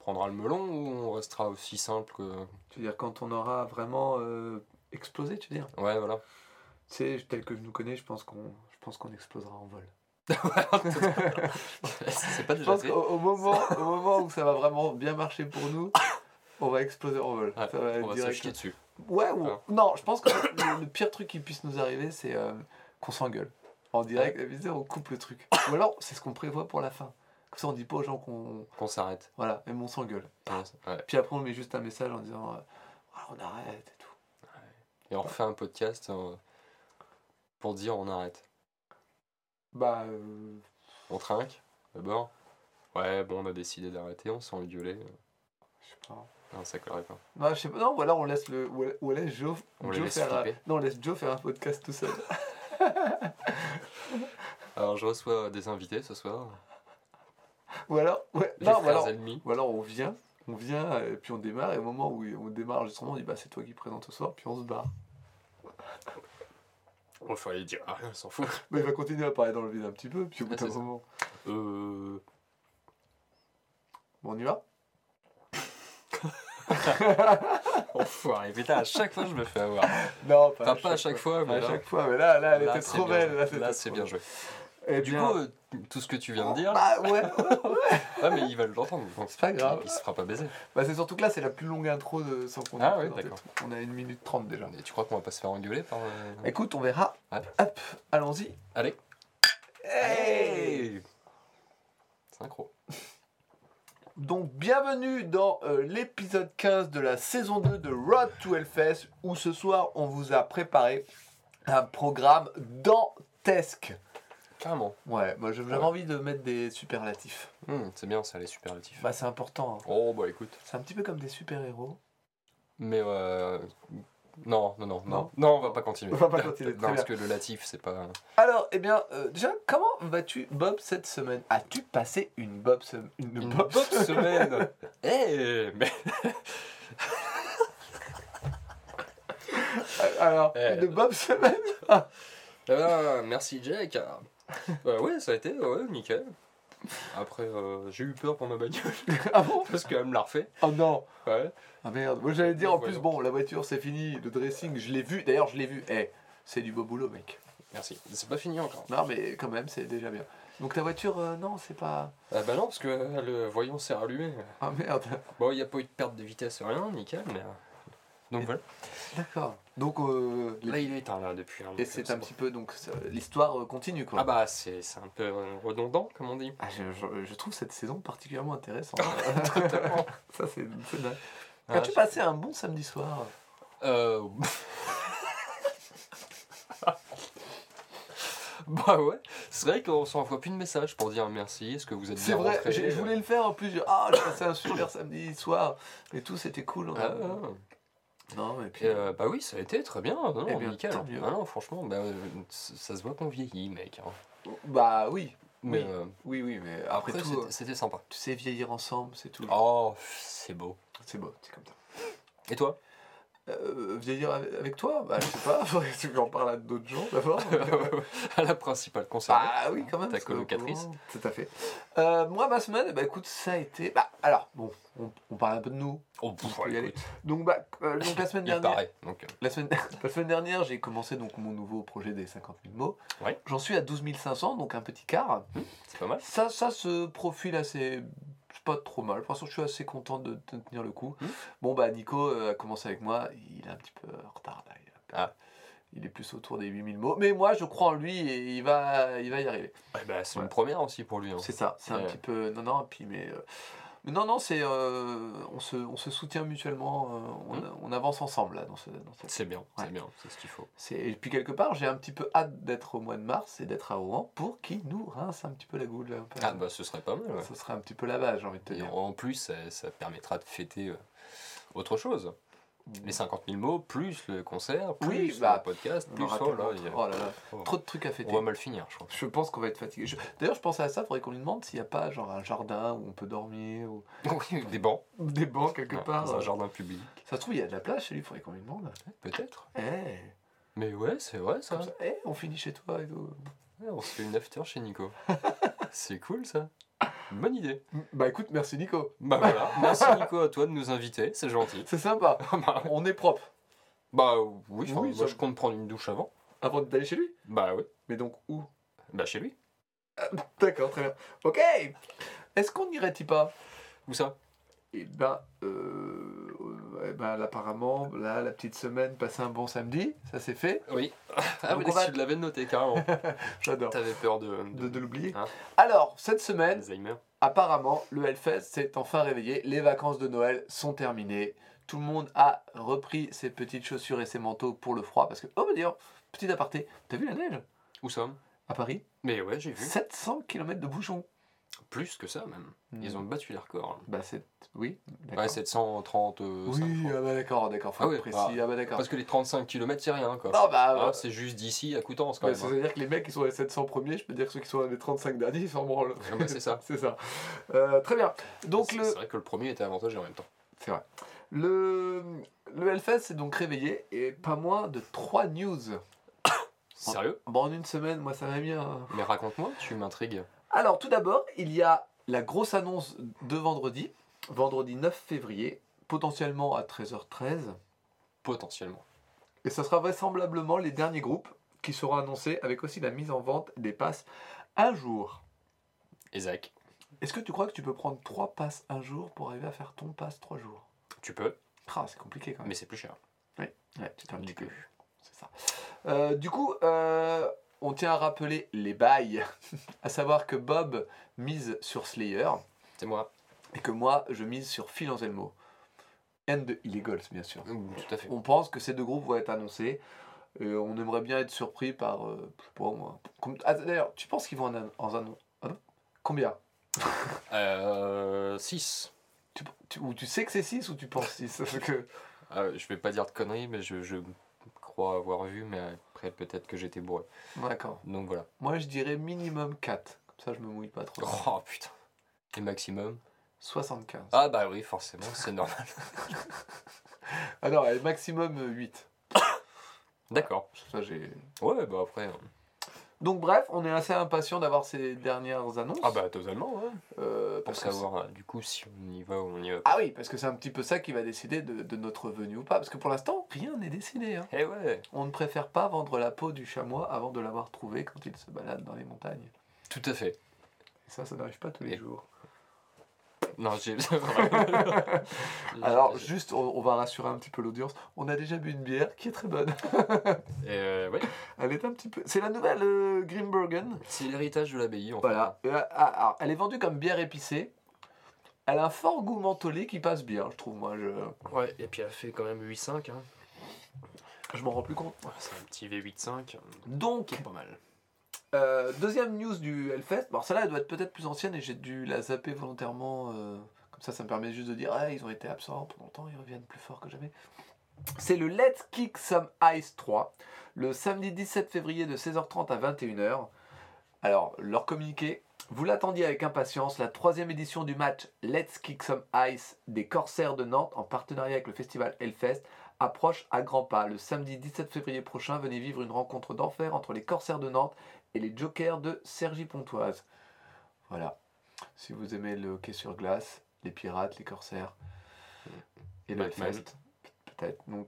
prendra le melon ou on restera aussi simple que... Tu veux dire, quand on aura vraiment explosé, tu veux dire? Ouais, voilà. Tu sais, tel que je nous connais, je pense qu'on explosera en vol. C'est pas Je déjà pense fait. qu'au moment où ça va vraiment bien marcher pour nous, on va exploser en vol. Ouais, Ça va être on va se direct. chier dessus. Ouais, Ah. non, je pense que le pire truc qui puisse nous arriver, c'est qu'on s'engueule. En direct, on coupe le truc. Ou alors, c'est ce qu'on prévoit pour la fin. Comme ça, on dit pas aux gens Qu'on s'arrête. Voilà, mais on s'engueule. Ouais. Puis après, on met juste un message en disant on arrête et tout. Et on refait un podcast pour dire on arrête. Bah. On trinque, d'abord. Ouais, bon, on a décidé d'arrêter, on s'est engueulé. Je sais pas. Non, ça collerait pas. Non, je sais pas. Non, ou alors on laisse on laisse Joe, On les Joe laisse faire flipper. non, on laisse Joe faire un podcast tout seul. Alors, je reçois des invités ce soir. Ou alors, Les non, frères ennemis. ou alors on vient, et puis on démarre, et au moment où on démarre l'enregistrement, on dit bah c'est toi qui présente ce soir, puis on se barre. Il fallait dire rien, s'en fout. Mais il va continuer à parler dans le vide un petit peu, puis au bout d'un c'est ça. moment. Bon, Bon, on y va? Enfoiré, putain, à chaque fois je me fais avoir. Non, Enfin, pas à chaque fois, mais à là, chaque fois, mais là elle était c'est trop bien belle. joué. Là, c'est bien joué. Et Du coup, tout ce que tu viens de dire, bah ouais, ouais, mais il va l'entendre. Donc c'est pas grave. il se fera pas baiser. Bah c'est surtout que là, c'est la plus longue intro de sans compter. Ah ouais, d'accord. On a 1 minute 30 déjà. Et tu crois qu'on va pas se faire engueuler par. Écoute, on verra. Ouais. Hop, allons-y. Allez. Hey Synchro. Donc bienvenue dans l'épisode 15 de la saison 2 de Road to Hellfest, où ce soir on vous a préparé un programme dantesque. Carrément. Ouais, moi j'avais envie de mettre des superlatifs. C'est bien ça, les superlatifs. Bah c'est important. Hein. Oh bah écoute. C'est un petit peu comme des super-héros. Mais non, on va pas continuer. On va pas continuer, Non, très parce bien. que le latif, c'est pas... Alors, eh bien, déjà, comment vas-tu, Bob, cette semaine? As-tu passé une Bob semaine? Une Bob semaine. Mais... Alors, une Bob semaine? Ah. Merci Jack. Ouais, ça a été, nickel. Après, j'ai eu peur pour ma bagnole. Ah bon? Parce qu'elle me l'a refait. Oh non! Ouais. Ah merde, moi j'allais dire en Ouais, plus, non. bon, la voiture c'est fini, le dressing, je l'ai vu, d'ailleurs je l'ai vu, c'est du beau boulot mec. Merci. C'est pas fini encore. Non mais quand même, c'est déjà bien. Donc ta voiture, non, c'est pas... Bah non, parce que le voyant s'est rallumé. Ah merde, Bon, il n'y a pas eu de perte de vitesse, rien, nickel, mais... Donc voilà. d'accord. Donc, Là, il est éteint, là, depuis un moment. et c'est un petit peu, donc l'histoire continue quoi. Ah bah, c'est un peu redondant, comme on dit. Ah, je trouve cette saison particulièrement intéressante. Totalement. Ça c'est dingue. Ah, As-tu passé un bon samedi soir? Bah ouais, c'est vrai qu'on s'envoie plus de messages pour dire merci, est-ce que vous êtes C'est bien vrai, rentrés je voulais le faire en plus, j'ai passé un super samedi soir, et tout, c'était cool. Ah, Non, mais puis... bah oui, ça a été très bien, non, Eh bien, nickel. tant mieux. Ah non, franchement, bah, ça se voit qu'on vieillit, mec. Hein. Bah oui, Mais oui, mais après, après tout, c'était sympa. tu sais vieillir ensemble, c'est tout. Oh, c'est beau. C'est beau, c'est comme ça. Et toi? Vieillir avec toi? Bah je sais pas, faudrait que j'en parle à d'autres gens d'abord. À la principale concernée. Bah oui, quand même. Ta parce que, colocatrice. Tout à fait. Moi, ma semaine, bah écoute, ça a été... Bah alors, bon, on parle un peu de nous. Oh, Faut y aller. écoute, Donc, donc la semaine il dernière... paraît. Donc, La semaine dernière, j'ai commencé donc mon nouveau projet des 50 000 mots. Ouais. J'en suis à 12 500, donc un petit quart. c'est pas mal. Ça se profile assez... C'est pas trop mal. Pour l'instant, je suis assez content de tenir le coup. Bon, bah Nico a commencé avec moi. Il est un petit peu en retard, là. Il est plus autour des 8000 mots. Mais moi, je crois en lui et il va y arriver. Ouais, bah, c'est Ouais. une première aussi pour lui. Hein. C'est ça. C'est un Ouais. petit peu... Non, puis mais non, c'est... on se soutient mutuellement. On avance ensemble, là, dans cette... C'est bien, Ouais. c'est bien, c'est ce qu'il faut. Et puis quelque part, j'ai un petit peu hâte d'être au mois de mars et d'être à Rouen pour qu'il nous rince un petit peu la goule. Un peu. Ah bah ce serait pas mal. Ouais. Ce serait un petit peu la base, j'ai envie de te Et dire. en plus, ça permettra de fêter autre chose. Les 50 000 mots, plus le concert, plus Oui, le podcast, on plus... aura Oh là, tellement- oh là là, oh. trop de trucs à fêter. On va mal finir, je crois. Je pense qu'on va être fatigué. D'ailleurs, je pensais à ça, il faudrait qu'on lui demande s'il n'y a pas genre un jardin où on peut dormir ou Oui, des bancs. des bancs quelque part. Dans un jardin public. Ça se trouve, il y a de la place chez lui, il faudrait qu'on lui demande. Peut-être. Eh, Mais ouais, c'est vrai ça. comme ça, on finit chez toi et tout. Ouais, on se fait une after chez Nico. C'est cool ça. Bonne idée. Bah écoute, merci Nico. Bah voilà, merci Nico à toi de nous inviter, c'est gentil. C'est sympa. Bah, On est propre. bah oui, Oui, moi ça- je compte prendre une douche avant. Avant d'aller chez lui. Bah oui, Mais donc où? bah chez lui. D'accord, très bien. Ok. Est-ce qu'on n'irait-il pas? Où ça? Là, apparemment, là, la petite semaine, passer un bon samedi, ça c'est fait. Oui. Ah Donc oui, on va- tu l'avais noté carrément. J'adore. T'avais peur de De l'oublier. Hein, Alors, cette semaine, Alzheimer. apparemment, le Hellfest s'est enfin réveillé. Les vacances de Noël sont terminées. Tout le monde a repris ses petites chaussures et ses manteaux pour le froid. Parce que, oh, bah dire, petit aparté, t'as vu la neige Où ça? à Paris? Mais ouais, j'ai vu. 700 km de bouchons. Plus que ça même. Ils ont battu les records. Bah, oui, d'accord. Ouais, 730. Oui, ah bah d'accord, faut Ah oui, être précis. bah, Ah bah d'accord. Parce que les 35 km, c'est rien quoi. Non, bah, Ah, c'est juste d'ici à Coutances quand bah, même. ça veut dire que les mecs qui sont les 700 premiers, je peux dire que ceux qui sont les 35 derniers, ils s'en branlent. Ah bah, c'est ça. C'est ça. Très bien. Donc C'est vrai que le premier était avantageux en même temps. C'est vrai. Le Hellfest s'est donc réveillé et pas moins de 3 news. Sérieux? Bon, en une semaine, moi ça m'a mis un... Mais raconte-moi, tu m'intrigues. Alors, tout d'abord, il y a la grosse annonce de vendredi 9 février, potentiellement à 13h13. Potentiellement. Et ce sera vraisemblablement les derniers groupes qui seront annoncés avec aussi la mise en vente des passes un jour. Et Zach, Est-ce que tu crois que tu peux prendre 3 passes un jour pour arriver à faire ton pass 3 jours? tu peux, Ah, c'est compliqué quand même. mais c'est plus cher. Ouais, c'est un petit Du peu. coup. C'est ça. Du coup, on tient à rappeler les bails, à savoir que Bob mise sur Slayer C'est moi. et que moi je mise sur Phil Anselmo. And the Illegals, bien sûr. Tout à fait. On pense que ces deux groupes vont être annoncés. On aimerait bien être surpris par. Je sais pas moi. D'ailleurs, tu penses qu'ils vont en annoncer. Ah non. Combien? 6. Ou tu sais que c'est 6 ou tu penses 6 Parce que... Je vais pas dire de conneries, mais je crois avoir vu, mais après peut-être que j'étais bourré. D'accord. Donc voilà. Moi je dirais minimum 4. Comme ça je me mouille pas trop. Oh putain. Et maximum? 75. Ah bah oui, forcément, c'est normal. Alors, maximum 8. D'accord. Ça, j'ai... Ouais, bah après. Donc bref, on est assez impatient d'avoir ces dernières annonces. Ah bah totalement, ouais. Pour parce que savoir du coup si on y va ou on y va. ah oui, parce que c'est un petit peu ça qui va décider de notre venue ou pas. Parce que pour l'instant, rien n'est décidé. Hein. Eh ouais. On ne préfère pas vendre la peau du chamois avant de l'avoir trouvé quand il se balade dans les montagnes. Tout à fait. Et ça n'arrive pas tous les Et- jours. Non, j'ai. Alors, juste, on va rassurer un petit peu l'audience. On a déjà bu une bière qui est très bonne. Ouais. Elle est un petit peu... C'est la nouvelle Grimbergen. C'est l'héritage de l'abbaye en Voilà. Alors, elle est vendue comme bière épicée. Elle a un fort goût mentholé qui passe bien, je trouve. Moi, fait. Ouais, et puis elle fait quand même 8,5. Hein. je m'en rends plus compte. Ouais, c'est un petit V8,5. Donc, Qui est pas mal. deuxième news du Hellfest. Bon, celle-là, elle doit être peut-être plus ancienne et j'ai dû la zapper volontairement. Comme ça me permet juste de dire, ah, ils ont été absents pendant longtemps, ils reviennent plus fort que jamais. C'est le Let's Kick Some Ice 3, le samedi 17 février de 16h30 à 21h. Alors, leur communiqué, vous l'attendiez avec impatience, la 3e édition du match Let's Kick Some Ice des Corsaires de Nantes en partenariat avec le festival Hellfest approche à grands pas. Le samedi 17 février prochain, venez vivre une rencontre d'enfer entre les Corsaires de Nantes et les Jokers de Cergy-Pontoise. Voilà. Si vous aimez le hockey sur glace, les pirates, les Corsaires et le Batman. Hellfest, peut-être. Donc,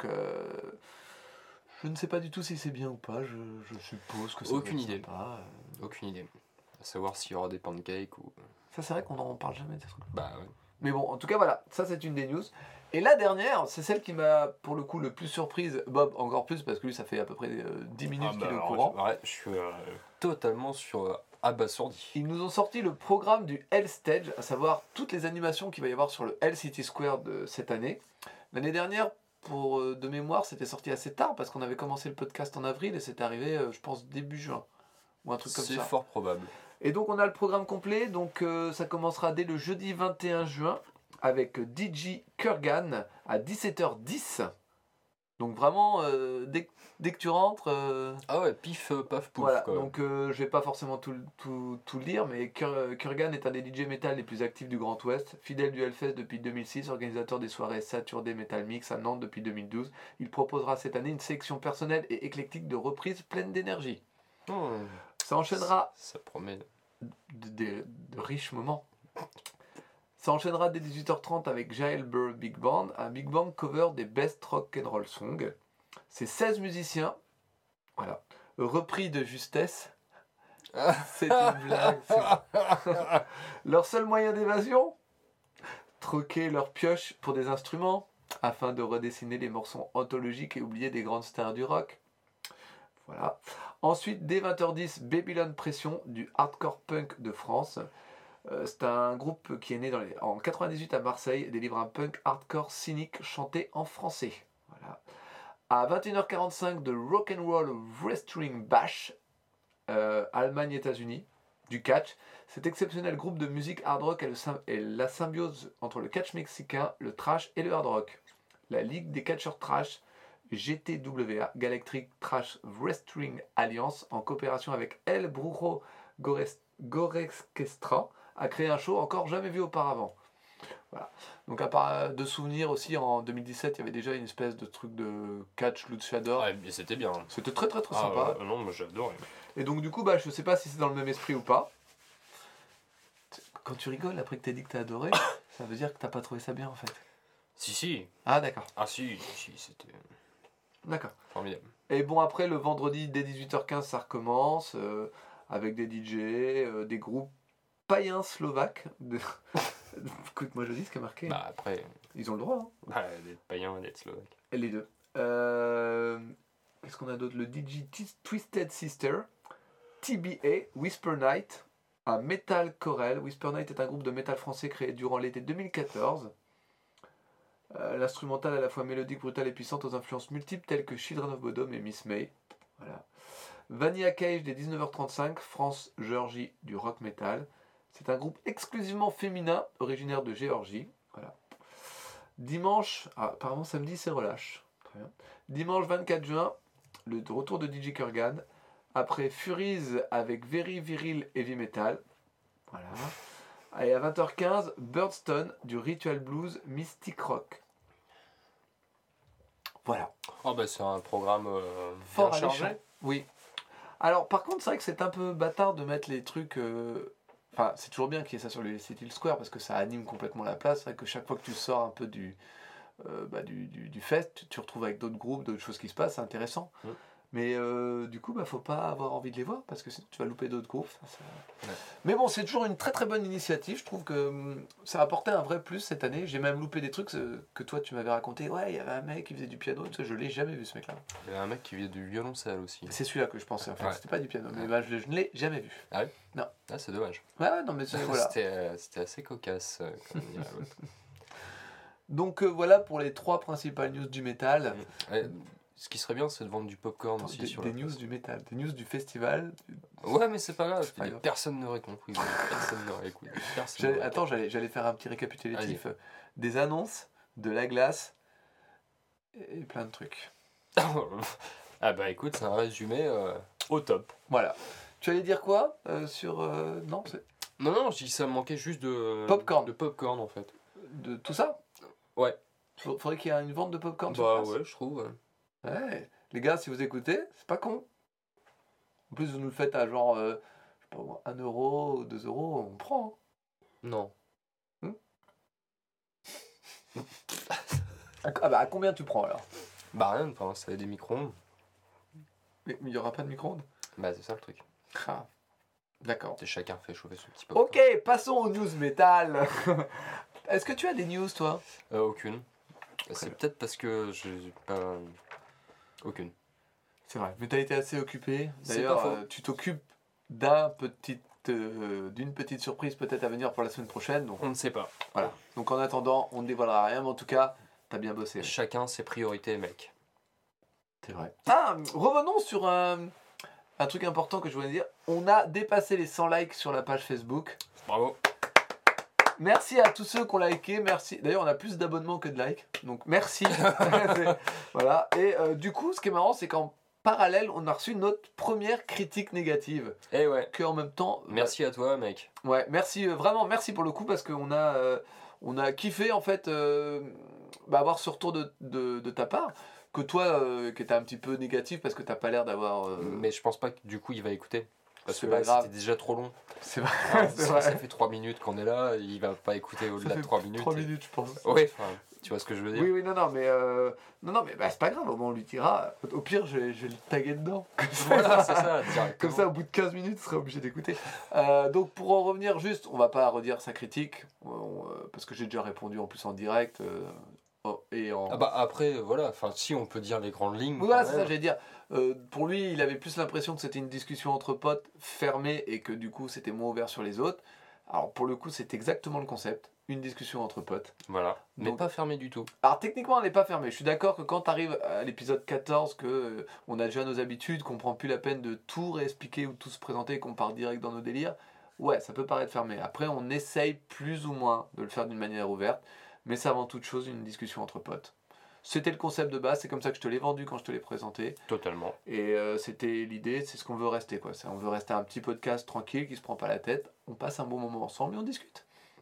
je ne sais pas du tout si c'est bien ou pas. Je suppose que ça doit Aucune être idée. sympa. Aucune idée. À savoir s'il y aura des pancakes ou. Ça, c'est vrai qu'on n'en parle jamais de ces trucs. Bah ouais. Mais bon, en tout cas, voilà, ça c'est une des news. Et la dernière, c'est celle qui m'a pour le coup le plus surprise. Bob, encore plus, parce que lui, ça fait à peu près 10 minutes qu'il est au courant. Je suis totalement abasourdi. Ils nous ont sorti le programme du Hell Stage, à savoir toutes les animations qu'il va y avoir sur le Hell City Square de cette année. L'année dernière, pour de mémoire, c'était sorti assez tard, parce qu'on avait commencé le podcast en avril et c'est arrivé, je pense, début juin. Ou un truc comme ça. C'est fort probable. Et donc on a le programme complet, donc ça commencera dès le jeudi 21 juin avec DJ Kurgan à 17h10. Donc vraiment, dès que tu rentres... Ah ouais, pif, paf, pouf. voilà, quoi. donc je vais pas forcément tout lire, mais Kurgan est un des DJ metal les plus actifs du Grand Ouest, fidèle du Hellfest depuis 2006, organisateur des soirées Saturday Metal Mix à Nantes depuis 2012. Il proposera cette année une sélection personnelle et éclectique de reprises pleines d'énergie. Ça enchaînera Ça promet. de riches moments. Ça enchaînera dès 18h30 avec Jailbird Big Band, un big band cover des best rock and roll songs. C'est 16 musiciens, voilà, repris de justesse. C'est une blague. Leur seul moyen d'évasion, troquer leurs pioches pour des instruments afin de redessiner les morceaux anthologiques et oublier des grandes stars du rock. Voilà. Ensuite, dès 20h10, Babylon Pression du hardcore punk de France. C'est un groupe qui est né en 98 à Marseille et délivre un punk hardcore cynique chanté en français. Voilà. À 21h45 de Rock'n'Roll Wrestling Bash, Allemagne, États-Unis, du catch. Cet exceptionnel groupe de musique hard rock est la symbiose entre le catch mexicain, le thrash et le hard rock. La Ligue des catcheurs thrash, GTWA, Galactic Thrash Wrestling Alliance, en coopération avec El Brujo Goreskestra, a créé un show encore jamais vu auparavant. Voilà. Donc à part de souvenirs aussi, en 2017, il y avait déjà une espèce de truc de catch luchador. Ouais, mais c'était bien. C'était très sympa. Non, moi j'adore. Et donc du coup, je sais pas si c'est dans le même esprit ou pas. Quand tu rigoles après que t'as dit que t'as adoré, ça veut dire que t'as pas trouvé ça bien en fait. Si. Ah d'accord. Ah si, c'était D'accord. formidable. Et bon, après le vendredi dès 18h15, ça recommence avec des DJ, des groupes païens slovaques. Écoute, moi je dis ce qui a marqué. Bah après. Ils ont le droit. Hein. Bah, d'être païen et d'être slovaque. Et les deux. Qu'est-ce qu'on a d'autre? Le DJ Twisted Sister, TBA, Whisper Night, un metal chorel. Whisper Night est un groupe de metal français créé durant l'été 2014. L'instrumental à la fois mélodique, brutale et puissante aux influences multiples telles que Children of Bodom et Miss May. Voilà. Vanilla Cage dès 19h35, France, Géorgie, du rock metal. C'est un groupe exclusivement féminin, originaire de Géorgie. Voilà. Dimanche, apparemment samedi c'est relâche. Très bien. Dimanche 24 juin, le retour de DJ Kurgan. Après Furies avec Very Viril Heavy Metal. Voilà. Et à 20h15, Birdstone du Ritual Blues Mystic Rock. Voilà. Oh bah c'est un programme Fort bien chargé. Oui. Alors par contre, c'est vrai que c'est un peu bâtard de mettre les trucs... Enfin, c'est toujours bien qu'il y ait ça sur le City Square parce que ça anime complètement la place. C'est vrai que chaque fois que tu sors un peu du fest, tu retrouves avec d'autres groupes, d'autres choses qui se passent, c'est intéressant. Mais du coup, faut pas avoir envie de les voir parce que sinon tu vas louper d'autres groupes. Ouais. Mais bon, c'est toujours une très bonne initiative. Je trouve que ça a apporté un vrai plus cette année. J'ai même loupé des trucs que toi tu m'avais raconté. Ouais, il y avait un mec qui faisait du piano. Je l'ai jamais vu ce mec-là. Il y avait un mec qui faisait du violoncelle aussi. C'est celui-là que je pensais. En fait, c'était pas du piano. Mais je ne l'ai jamais vu. Ah oui. Non. Ah, c'est dommage. Ouais, non, mais voilà. C'était assez cocasse, comme dirait l'autre. Donc voilà pour les 3 principales news du métal. Ce qui serait bien, c'est de vendre du popcorn aussi sur des news du métal, des news du festival. Ouais, mais c'est pas grave. Personne n'aurait compris. Personne n'aurait écouté. J'allais faire un petit récapitulatif des annonces, de la glace et plein de trucs. Ah bah écoute, c'est un résumé au top. Voilà. Tu allais dire quoi sur... Non, non, je dis ça me manquait juste de... Popcorn. De popcorn en fait. De tout ça? Ouais. Faudrait qu'il y ait une vente de popcorn sur place. place. Ouais, je trouve. Ouais. Les gars, si vous écoutez, c'est pas con. En plus, vous nous le faites à genre, je sais pas, 1 euro ou 2 euros, on prend. Hein. Non. À combien tu prends alors? Bah rien, pour installer des micro-ondes. Mais il n'y aura pas de micro-ondes? Bah c'est ça le truc. Ah. D'accord. Chacun fait chauffer son petit popcorn. Ok, passons aux news métal. Est-ce que tu as des news toi? Aucune. C'est peut-être parce que j'ai pas... Aucune. C'est vrai, mais tu as été assez occupé. D'ailleurs, tu t'occupes d'une petite surprise peut-être à venir pour la semaine prochaine. Donc... On ne sait pas. Voilà. Donc en attendant, on ne dévoilera rien, mais en tout cas, t'as bien bossé. Chacun ses priorités, mec. C'est vrai. Revenons sur un truc important que je voulais dire. On a dépassé les 100 likes sur la page Facebook. Bravo. Merci à tous ceux qui ont liké, merci. D'ailleurs, on a plus d'abonnements que de likes, donc merci. Voilà. Et du coup, ce qui est marrant, c'est qu'en parallèle, on a reçu notre première critique négative. Et ouais. Que en même temps. Merci à toi, mec. Ouais, merci, vraiment merci pour le coup, parce qu'on a kiffé en fait avoir ce retour de ta part. Que toi, qui était un petit peu négatif parce que t'as pas l'air d'avoir. Mais je pense pas que du coup il va écouter. Parce C'est que pas là, grave. c'était déjà trop long. C'est vrai. Alors, C'est ça, vrai. ça fait 3 minutes qu'on est là, il va pas écouter au-delà de 3 minutes. 3 minutes, je pense. Ouais, enfin, tu vois ce que je veux dire. Oui, non, mais bah, c'est pas grave, au moins on lui dira. Au pire, je vais le taguer dedans. Voilà, c'est ça, Comme directement. ça, au bout de 15 minutes, tu seras obligé d'écouter. Donc, pour en revenir juste, on va pas redire sa critique, parce que j'ai déjà répondu en plus en direct. Et en... Ah bah après, voilà, enfin, si on peut dire les grandes lignes. Voilà, quand c'est ça, même. j'allais dire. Pour lui, il avait plus l'impression que c'était une discussion entre potes fermée et que du coup, c'était moins ouvert sur les autres. Alors, pour le coup, c'est exactement le concept. Une discussion entre potes. Voilà, mais Donc- pas fermé du tout. Alors techniquement, elle n'est pas fermée. Je suis d'accord que quand tu arrives à l'épisode 14, que on a déjà nos habitudes, qu'on prend plus la peine de tout réexpliquer ou tout se présenter, qu'on part direct dans nos délires, ouais, ça peut paraître fermé. Après, on essaye plus ou moins de le faire d'une manière ouverte, mais c'est avant toute chose une discussion entre potes. C'était le concept de base, c'est comme ça que je te l'ai vendu quand je te l'ai présenté. Totalement. Et c'était l'idée, c'est ce qu'on veut rester, quoi. On veut rester un petit podcast tranquille qui se prend pas la tête. On passe un bon moment ensemble et on discute.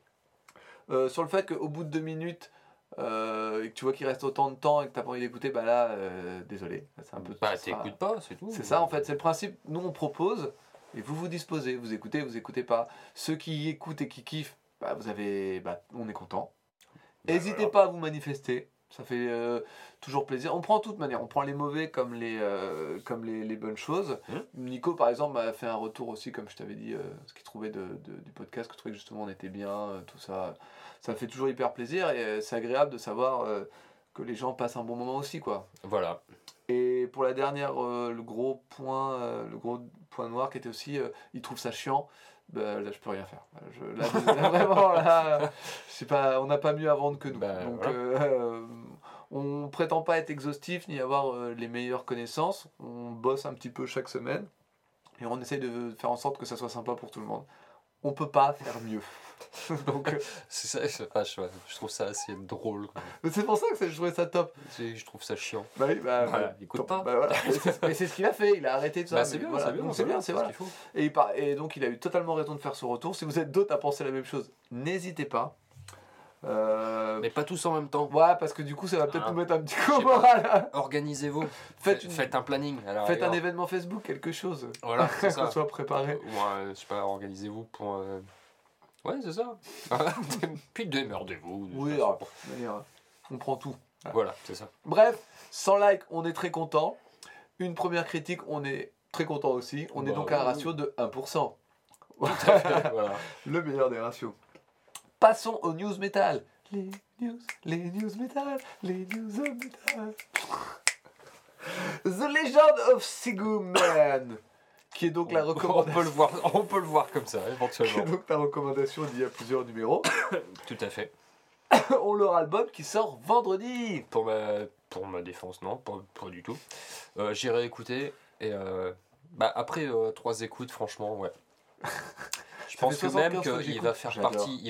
Sur le fait qu'au bout de 2 minutes, et que tu vois qu'il reste autant de temps et que t'as pas envie d'écouter, bah là, désolé. C'est un peu. Bah, ça sera- t'écoutes pas, c'est tout. C'est ça en fait, c'est le principe. Nous on propose et vous vous disposez. Vous écoutez pas. Ceux qui écoutent et qui kiffent, bah, on est content. Bah, N'hésitez voilà. pas à vous manifester. Ça fait toujours plaisir. On prend de toute manière. On prend les mauvais comme les bonnes choses. Nico, par exemple, m'a fait un retour aussi, comme je t'avais dit, ce qu'il trouvait du podcast, que trouvait que justement on était bien, tout ça. Ça fait toujours hyper plaisir et c'est agréable de savoir que les gens passent un bon moment aussi, quoi. Voilà. Et pour la dernière, le gros point noir qui était aussi, il trouve ça chiant. Bah, là, je peux rien faire. Là, vraiment, là, je sais pas, on n'a pas mieux à vendre que nous. Bah, Donc, voilà. on prétend pas être exhaustif ni avoir les meilleures connaissances. On bosse un petit peu chaque semaine et on essaye de faire en sorte que ça soit sympa pour tout le monde. On peut pas faire mieux. Donc, C'est ça, je trouve ça assez drôle. Quoi. c'est pour ça que je trouvais ça top. Je trouve ça chiant. Bah oui, Voilà, écoute pas. Bah voilà. Mais c'est ce qu'il a fait, il a arrêté tout ça. Bah, c'est mais bien, voilà. c'est bien. Donc, c'est bien, c'est ce voilà. qu'il faut. Et donc il a eu totalement raison de faire ce retour. Si vous êtes d'autres à penser la même chose, n'hésitez pas. Mais pas tous en même temps. Ouais, parce que du coup ça va peut-être Ah, nous mettre un petit je coup au sais pas. moral. Organisez-vous. Faites Faites un planning. Alors, Faites un événement Facebook, quelque chose. Voilà, c'est ça. Qu'on soit préparé. Ou je sais pas, organisez-vous pour. Ouais, c'est ça. Puis démerdez-vous. de toute Oui, façon. alors, de manière, on prend tout. Voilà, c'est ça. Bref, 100 likes, on est très content. Une première critique, on est très content aussi. On est Bah donc à un oui. ratio de 1%. Voilà. Le meilleur des ratios. Passons aux news métal. Les news métal, les news métal. The Legend of Sigurd, qui est donc la On recommandation. peut le voir comme ça, Qui est éventuellement. donc la recommandation d'il y a plusieurs numéros. Tout à fait. On leur album qui sort vendredi. Pour ma défense, non, pas du tout. J'ai réécouté et après 3 écoutes, franchement, ouais. Je pense fait que même 75 fois que qu'il j'écoute. va faire J'adore. partie,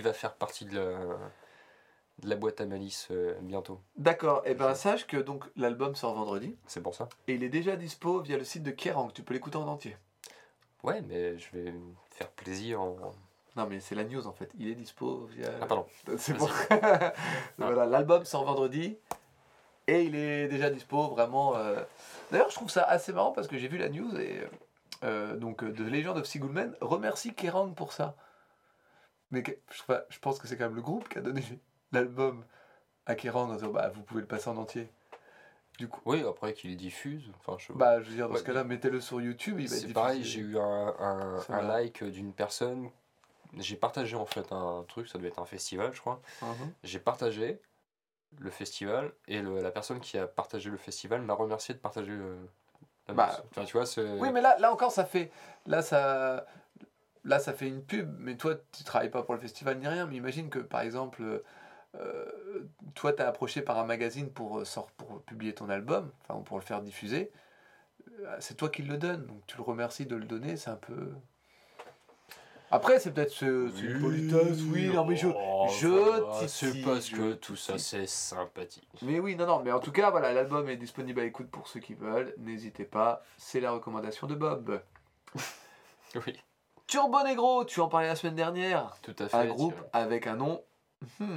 de la boîte à malice bientôt. D'accord, et ben sache que donc l'album sort vendredi C'est pour ça. et il est déjà dispo via le site de Kerrang. Tu peux l'écouter en entier. Ouais, mais je vais me faire plaisir en. Non mais c'est la news en fait. Il est dispo via. Ah pardon. C'est bon. Voilà, l'album sort vendredi et il est déjà dispo vraiment. D'ailleurs, je trouve ça assez marrant parce que j'ai vu la news et donc The Legend of Sigurd remercie Kerrang pour ça. Mais je pense que c'est quand même le groupe qui a donné l'album à Kerrang en disant bah vous pouvez le passer en entier. Du coup, Oui, après qu'il diffuse. Enfin, je bah je veux dire dans Ouais, ce cas-là, mettez-le sur YouTube. Il va être C'est pareil, diffusé. j'ai eu un Ça va. like d'une personne. J'ai partagé en fait un truc, ça devait être un festival, je crois. Mhm. J'ai partagé le festival et la personne qui a partagé le festival m'a remercié de partager l'annonce. Bah, Enfin, tu vois, c'est. Oui, mais là encore, ça fait. Là, ça fait une pub, mais toi, tu travailles pas pour le festival ni rien. Mais imagine que, par exemple, toi, tu es approché par un magazine pour publier ton album, enfin, pour le faire diffuser. C'est toi qui le donne, donc tu le remercies de le donner, c'est un peu. Après, c'est peut-être c'est une politesse, oui, non, mais C'est titille, parce que je tout ça, titille. c'est sympathique. Mais oui, non, mais en tout cas, voilà, l'album est disponible à écoute pour ceux qui veulent. N'hésitez pas, c'est la recommandation de Bob. Oui, Turbo Negro, tu en parlais la semaine dernière. tout à fait. Un groupe avec un nom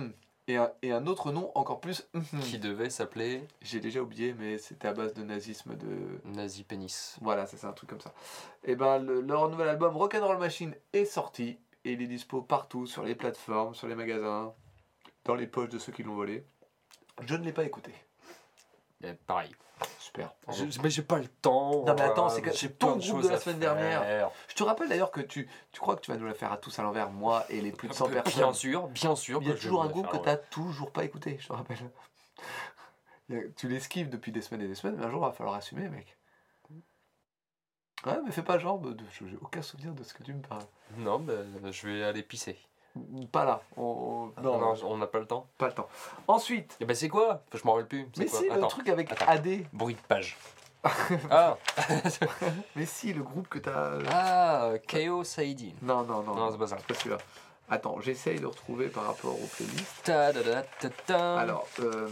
et un autre nom encore plus... Qui devait s'appeler J'ai déjà oublié, mais c'était à base de nazisme de... Nazi Pénis. Voilà, c'est ça, un truc comme ça. Et ben, leur nouvel album Rock'n'Roll Machine est sorti, et il est dispo partout, sur les plateformes, sur les magasins, dans les poches de ceux qui l'ont volé. Je ne l'ai pas écouté. Et pareil. Super. Mais j'ai pas le temps. Non mais attends, c'est j'ai ton plein de groupe choses de la à semaine faire. dernière. Je te rappelle d'ailleurs que tu crois que tu vas nous la faire à tous à l'envers, moi et les plus de 100 personnes. Bien sûr. Il y a toujours un groupe que tu n'as toujours pas écouté, je te rappelle. Tu l'esquives depuis des semaines et des semaines, mais un jour il va falloir assumer, mec. Ouais, mais fais pas genre, j'ai aucun souvenir de ce que tu me parles. Non, je vais aller pisser. Pas là. Non, on n'a pas le temps. Pas le temps. Ensuite. Et c'est quoi? Je m'en rappelle plus. Mais quoi? si, le truc avec AD. Bruit de page. Ah. Mais si, le groupe que t'as. Ah, K.O. Saidi. Non, Non, c'est pas ça. C'est pas celui-là. Attends, j'essaye de retrouver par rapport aux playlists. Alors,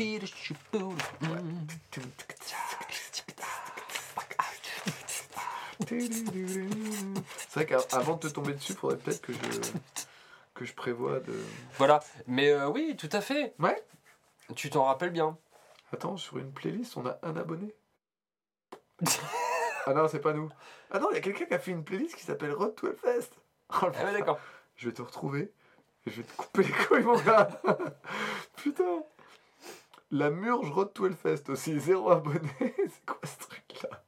c'est vrai qu'avant de te tomber dessus, il faudrait peut-être que je prévoie de... Voilà, mais oui, tout à fait. Ouais. Tu t'en rappelles bien. Attends, sur une playlist, on a un abonné. Ah non, c'est pas nous. Ah non, il y a quelqu'un qui a fait une playlist qui s'appelle Road to Hellfest. Oh, ah ouais, d'accord. Je vais te retrouver et je vais te couper les couilles, mon gars. Putain. La Murge Road to Hellfest aussi, 0 abonnés. C'est quoi ce truc-là?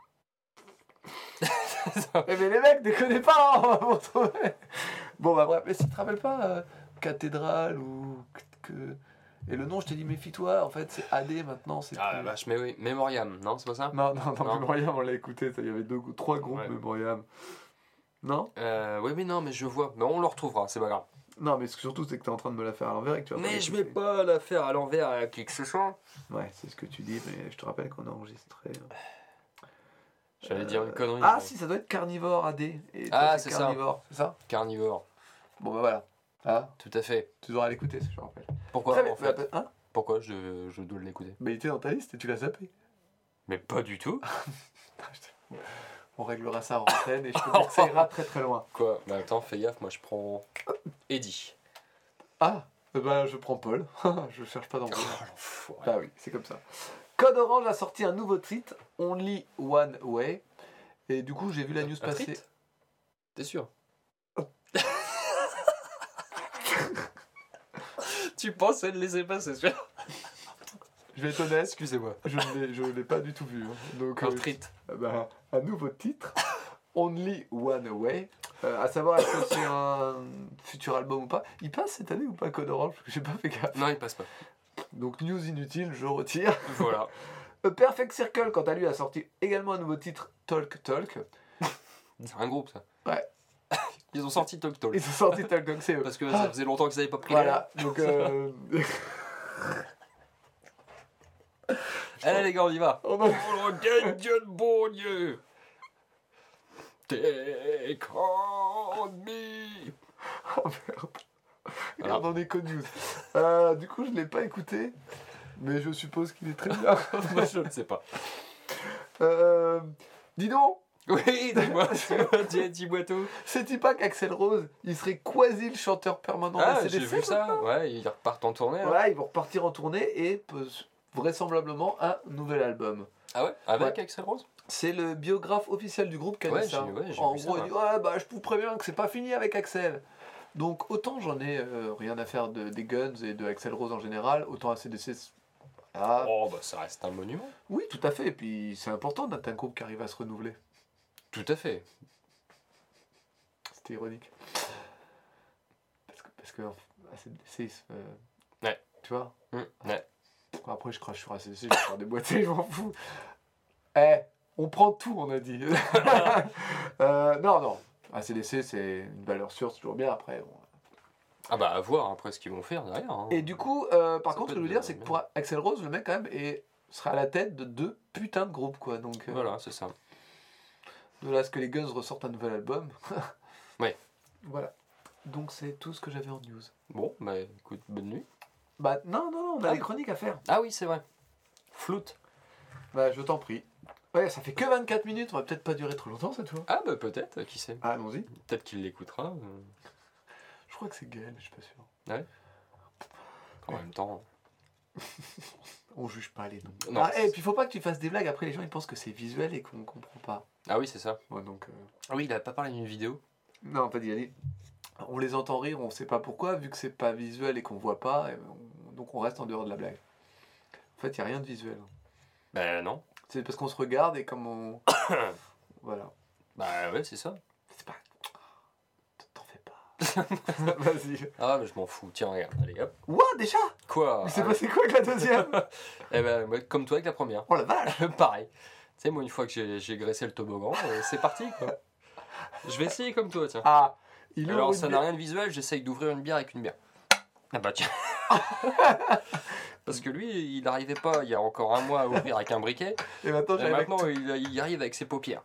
Eh mais les mecs, déconnez pas, hein, on va vous retrouver. Bon bah bref, mais si tu te rappelles pas Cathédrale ou que... Et le nom, je t'ai dit méfie-toi, en fait c'est AD maintenant. C'est Ah plus... la vache, mais oui, Memoriam, non, c'est pas ça? Non, Memoriam, on l'a écouté, il y avait 3 groupes ouais. Memoriam. Non? Oui, mais non, mais je vois, mais on le retrouvera, c'est pas grave. Non, mais surtout c'est que t'es en train de me la faire à l'envers et que tu vas mais pas je l'écouter. vais pas la faire à l'envers à qui que ce soit. Ouais, c'est ce que tu dis, mais je te rappelle qu'on a enregistré... J'allais dire une connerie. Ah mais... si, ça doit être Carnivore AD. Et ah, c'est Carnivore, c'est ça? Carnivore. Bon bah voilà. Ah, tout à fait. tu devras l'écouter, je te rappelle. Pourquoi en fait hein? Pourquoi je dois l'écouter? Mais il était dans ta liste et tu l'as zappé. Mais pas du tout. On réglera ça en antenne et je peux dire que ça ira très très loin. Quoi? Bah attends, fais gaffe, moi je prends Eddie. Ah, bah je prends Paul. Je cherche pas d'embrouille. Oh l'enfoiré. Bah oui, c'est comme ça. Code Orange a sorti un nouveau titre, Only One Way. Et du coup, j'ai vu la news passer. Treat? T'es sûr? Tu pensais le laisser passer, c'est sûr? Je vais être honnête, Excusez-moi. je l'ai pas du tout vu. Hein. Donc, Treat. bah, un nouveau titre, Only One Way. À savoir, est-ce que c'est un futur album ou pas? Il passe cette année ou pas, Code Orange? Parce que j'ai pas fait gaffe. Non, il passe pas. Donc, news inutile, je retire. Voilà. A Perfect Circle, quant à lui, a sorti également un nouveau titre, Talk Talk. C'est un groupe ça. Ouais. Ils ont sorti Talk Talk. Ils ont sorti Talk Talk, c'est eux. Parce que ça faisait longtemps qu'ils n'avaient pas pris Voilà, donc... Allez les gars, on y va. on a- Oh le Dieu de bon Dieu. Take on me. Oh merde. Voilà. Regarde, on est news. Du coup, je l'ai pas écouté, mais je suppose qu'il est très bien. Moi je ne sais pas. Dis donc, Oui, dis-moi tout. sais-tu pas qu'Axl Rose, il serait quasi le chanteur permanent Ah, de j'ai vu ça. Ouais, ils repartent en tournée. Hein. Ouais, ils vont repartir en tournée et vraisemblablement un nouvel album. Ah ouais? Avec Ouais. Axl Rose? C'est le biographe officiel du groupe qui a Ouais, dit ça. j'ai En vu gros, ça, il dit ouais, bah, je vous préviens que c'est pas fini avec Axel. Donc autant j'en ai rien à faire des Guns et de Axl Rose en général, autant ACDC. Ah, Oh bah ça reste un monument. oui, tout à fait. Et puis c'est important d'être un groupe qui arrive à se renouveler. Tout à fait. C'était ironique. Parce que ACDC, Ouais. tu vois. Ouais. Après, je crache sur ACDC, je vais faire des boîtiers, je m'en fous. Eh, on prend tout, on a dit. Non. ACDC, c'est une valeur sûre, c'est toujours bien. Après, bon. Ah bah à voir après ce qu'ils vont faire derrière. Hein. Et du coup, par Ça contre, ce peut que je veux être dire, c'est que bien. pour Axl Rose, le mec, quand même, sera à la tête de 2 putains de groupes, quoi. Donc, Voilà, c'est ça. de là à ce que les Guns ressortent un nouvel album. Ouais. Voilà. Donc, c'est tout ce que j'avais en news. Bon, bah écoute, bonne nuit. Bah, non, on a Ah. des chroniques à faire. Ah oui, c'est vrai. Floute. Bah, je t'en prie. Ouais, ça fait que 24 minutes, on va peut-être pas durer trop longtemps cette fois. Ah bah peut-être, qui sait. Ah, allons-y. Peut-être qu'il l'écoutera. Je crois que c'est Gaël, je suis pas sûr. Ouais. En même temps. On juge pas les noms. Non, et puis faut pas que tu fasses des blagues, après les gens ils pensent que c'est visuel et qu'on comprend pas. Ah oui, c'est ça. Ouais, donc, Ah oui, il a pas parlé d'une vidéo. non, pas d'y aller. On les entend rire, on sait pas pourquoi, vu que c'est pas visuel et qu'on voit pas, donc on reste en dehors de la blague. En fait, il n'y a rien de visuel. Ben non. C'est parce qu'on se regarde et comme on. Voilà. Bah ouais, c'est ça. C'est pas. T'en fais pas. Vas-y. Ah, mais je m'en fous. Tiens, regarde. Allez, hop. Ouah, déjà. Quoi? Mais c'est passé quoi avec la deuxième? Eh ben, moi, comme toi avec la première. Oh la vache. Pareil. Tu sais, moi, une fois que j'ai graissé le toboggan, c'est parti, quoi. Je vais essayer comme toi, tiens. Ah, il Alors, ouvre ça une n'a bière. rien de visuel, j'essaye d'ouvrir une bière avec une bière. Ah bah tiens. Parce que lui, il n'arrivait pas, il y a encore un mois, à ouvrir avec un briquet. Et maintenant, Et j'arrive avec maintenant, tout. il y arrive avec ses paupières.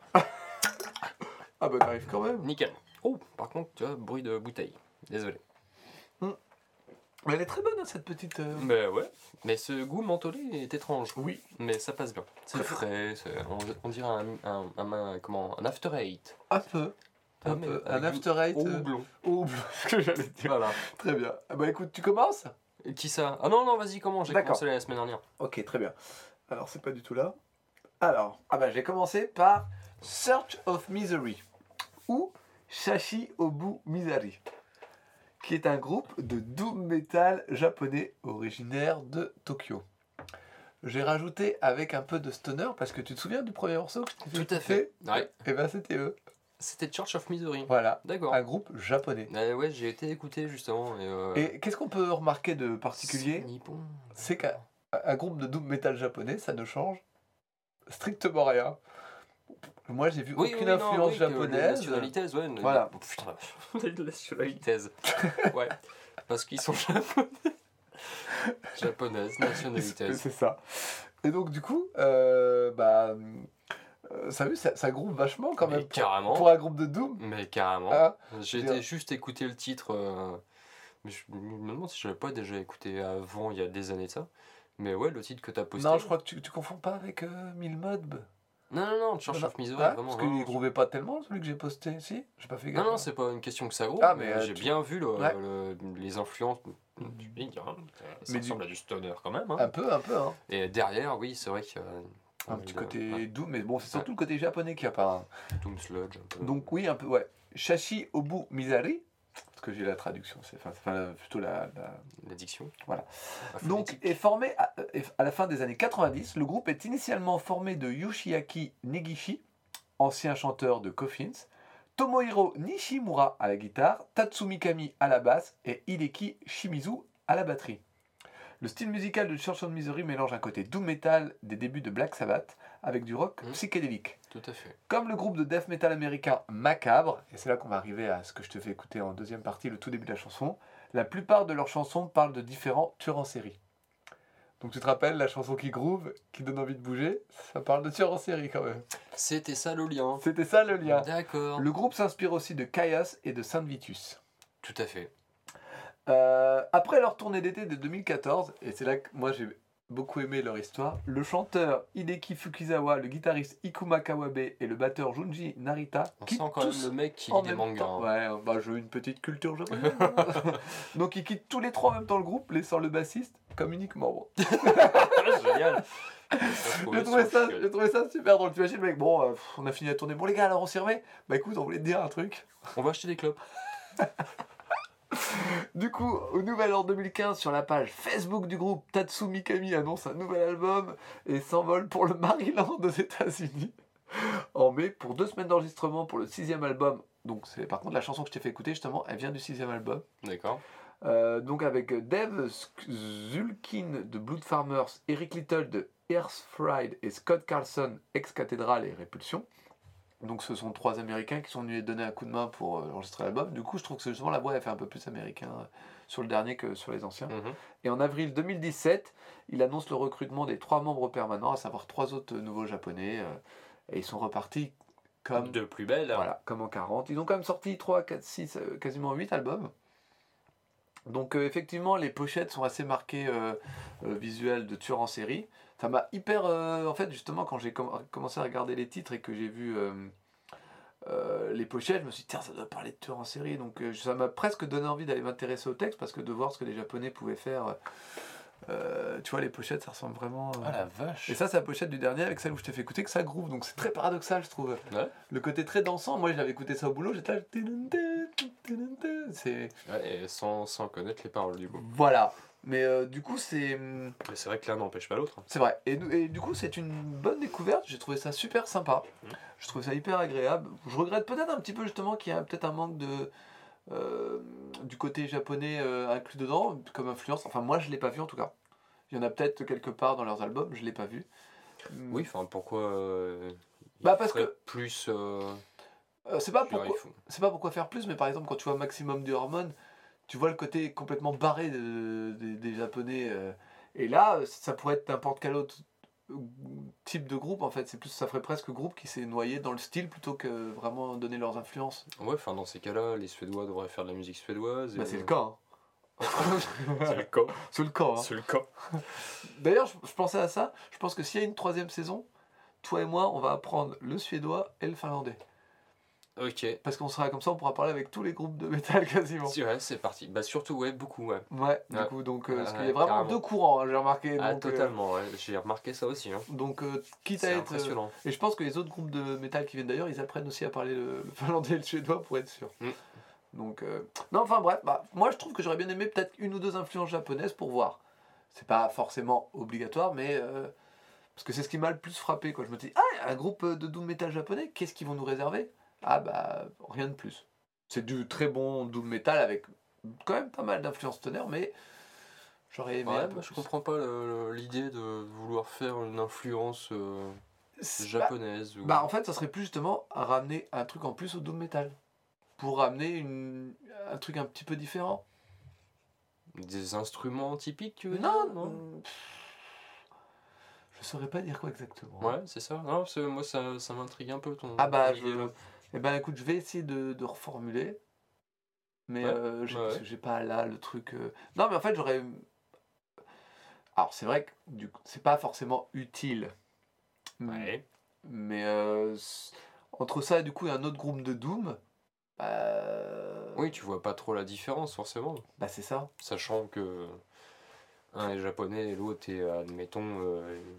Ah bah t'arrives quand même. Nickel. Oh, par contre, tu vois, bruit de bouteille. Désolé. Mais elle est très bonne, hein, cette petite. Mais ouais. Mais ce goût mentholé est étrange. Oui. Mais ça passe bien. C'est frais, on dirait un after eight. Un peu. Un mais peu. avec Un after eight. Au houblon. Au houblon, ce que j'allais dire. Voilà. Très bien. Ah bah écoute, tu commences? Et qui ça? Ah non, non, vas-y, comment? J'ai D'accord. commencé la semaine dernière. Ok, très bien. Alors, c'est pas du tout là. Alors, j'ai commencé par Search of Misery ou Shashi Obu Misery, qui est un groupe de doom metal japonais originaire de Tokyo. J'ai rajouté avec un peu de stoner parce que tu te souviens du premier morceau que je t'ai Tout à fait. Ouais. Et ben c'était eux. C'était Church of Misery. Voilà. D'accord. Un groupe japonais. Ouais, j'ai été écouté justement. Et qu'est-ce qu'on peut remarquer de particulier? C'est nippon. C'est qu'un groupe de doom metal japonais, ça ne change strictement rien. Moi, j'ai vu aucune influence japonaise. Nationalitaise, ouais. Voilà. Oh, putain, nationalitaise. Ouais. Parce qu'ils sont japonais. Japonaise, nationalitaise. C'est ça. Et donc, du coup, ça a vu, ça groupe vachement quand Mais même. carrément. Pour un groupe de doom. Mais carrément. Ah, J'ai été juste écouter le titre. Mais je me demande si je l'avais pas déjà écouté avant, il y a des années de ça. Mais ouais, le titre que t'as posté. non, je crois que tu confonds pas avec Milmod. Non, Church Non, of Misery, ah, vraiment. parce qu'il grouvait pas tellement celui que j'ai posté. Si, j'ai pas fait gaffe. Non, c'est pas une question que ça groupe. Ah, mais, j'ai bien vu Ouais. les influences du big. Hein. Ça Mais ressemble à du stoner quand même. Hein. Un peu, hein. Et derrière, oui, c'est vrai qu'il y a Un petit côté ouais, doom, mais bon, c'est surtout le côté japonais qui a pas. Doom Sludge. Un peu. Donc oui, un peu, ouais. Shashi Obu Misery, parce que j'ai la traduction, c'est plutôt L'addiction. Voilà. La Donc, phonétique. est formé à la fin des années 90. Le groupe est initialement formé de Yoshiaki Negishi, ancien chanteur de Coffins, Tomohiro Nishimura à la guitare, Tatsumi Kami à la basse et Hideki Shimizu à la batterie. Le style musical de Church of Misery mélange un côté doom metal des débuts de Black Sabbath avec du rock psychédélique. Tout à fait. Comme le groupe de death metal américain Macabre, et c'est là qu'on va arriver à ce que je te fais écouter en deuxième partie, le tout début de la chanson, la plupart de leurs chansons parlent de différents tueurs en série. Donc tu te rappelles la chanson qui groove, qui donne envie de bouger, ça parle de tueurs en série quand même. C'était ça le lien. C'était ça le lien. D'accord. Le groupe s'inspire aussi de Chaos et de Saint Vitus. Tout à fait. Après leur tournée d'été de 2014, et c'est là que moi j'ai beaucoup aimé leur histoire, le chanteur Hideki Fukizawa, le guitariste Ikuma Kawabe et le batteur Junji Narita On quittent sent quand tous même le mec qui en lit des même mangas. temps. Hein. Ouais, j'ai une petite culture japonaise. Donc ils quittent tous les trois en même temps le groupe, laissant le bassiste comme unique membre. Génial. J'ai trouvé ça super drôle. Tu imagines le mec, bon, on a fini la tournée. Bon les gars, alors on s'y remet. Bah écoute, on voulait te dire un truc. On va acheter des clopes. Du coup, au Nouvel An 2015, sur la page Facebook du groupe, Tatsumi Kami annonce un nouvel album et s'envole pour le Maryland aux États-Unis en mai pour 2 semaines d'enregistrement pour le 6e album. Donc, c'est par contre la chanson que je t'ai fait écouter, justement, elle vient du 6e album. D'accord. Donc, avec Dave Zulkin de Blood Farmers, Eric Little de Earth Fried et Scott Carlson, ex-Cathédrale et Répulsion. Donc ce sont 3 Américains qui sont venus donner un coup de main pour enregistrer l'album. Du coup, je trouve que justement la voix elle fait un peu plus américain sur le dernier que sur les anciens. Et en avril 2017, il annonce le recrutement des 3 membres permanents, à savoir 3 autres nouveaux japonais. Et ils sont repartis comme de plus belle. Voilà, comme en 40. Ils ont quand même sorti 3, 4, 6, quasiment 8 albums. Donc effectivement, les pochettes sont assez marquées visuelles de tueurs en série. Ça m'a hyper... en fait, justement, quand j'ai commencé à regarder les titres et que j'ai vu les pochettes, je me suis dit, tiens, ça doit parler de tueurs en série. Donc ça m'a presque donné envie d'aller m'intéresser au texte parce que de voir ce que les Japonais pouvaient faire. Tu vois, les pochettes, ça ressemble vraiment. Ah la vache! Et ça, c'est la pochette du dernier avec celle où je t'ai fait écouter que ça groove. Donc c'est très paradoxal, je trouve. Ouais. Le côté très dansant, moi, j'avais écouté ça au boulot, j'étais là. C'est. Ouais, et sans connaître les paroles du coup. Voilà. Mais du coup, c'est. Mais c'est vrai que l'un n'empêche pas l'autre. C'est vrai. Et du coup, c'est une bonne découverte. J'ai trouvé ça super sympa. Je trouvais ça hyper agréable. Je regrette peut-être un petit peu justement qu'il y a peut-être un manque de. Du côté japonais inclus dedans, comme influence. Enfin, moi, je l'ai pas vu en tout cas. Il y en a peut-être quelque part dans leurs albums, je l'ai pas vu. Oui, enfin pourquoi Parce ferait que plus c'est pas pourquoi faire plus, mais par exemple quand tu vois Maximum du Hormone, tu vois le côté complètement barré des Japonais. Et là, ça pourrait être n'importe quel autre type de groupe en fait. Ça ferait presque groupe qui s'est noyé dans le style plutôt que vraiment donner leurs influences. Ouais, enfin dans ces cas-là, les Suédois devraient faire de la musique suédoise. C'est le cas. Hein. C'est le cas. C'est le cas. Hein. C'est le cas. D'ailleurs, je pensais à ça. Je pense que s'il y a une 3e saison, toi et moi, on va apprendre le suédois et le finlandais. Ok. Parce qu'on sera comme ça, on pourra parler avec tous les groupes de métal quasiment. Ouais, c'est parti. Bah surtout, ouais, beaucoup, ouais. Ouais, du coup, donc, parce qu'il y a vraiment 2 courants, hein, j'ai remarqué. Ah, donc, totalement, ouais. J'ai remarqué ça aussi. Hein. Donc, quitte à C'est être... impressionnant. Et je pense que les autres groupes de métal qui viennent d'ailleurs, ils apprennent aussi à parler le finlandais et le suédois pour être sûr. Donc, non, enfin bref, moi je trouve que j'aurais bien aimé peut-être 1 ou 2 influences japonaises pour voir. C'est pas forcément obligatoire, mais parce que c'est ce qui m'a le plus frappé. Quoi. Je me dis, un groupe de doom metal japonais, qu'est-ce qu'ils vont nous réserver? Rien de plus. C'est du très bon doom metal avec quand même pas mal d'influences tonnerre, mais j'aurais aimé un peu je plus. comprends pas l'idée de vouloir faire une influence japonaise. En fait, ça serait plus justement à ramener un truc en plus au doom metal. Pour ramener un truc un petit peu différent. Des instruments typiques, tu veux Non, dire, non. Je saurais pas dire quoi exactement. Ouais, c'est ça. Non, moi ça m'intrigue un peu ton idée, là. Eh ben écoute, je vais essayer de reformuler. Mais j'ai pas là le truc. Non, mais en fait, j'aurais. Alors, c'est vrai que c'est pas forcément utile. Ouais. Mais entre ça et du coup, il y a un autre groupe de Doom. Oui, tu vois pas trop la différence forcément. C'est ça. Sachant que un est japonais et l'autre est, admettons,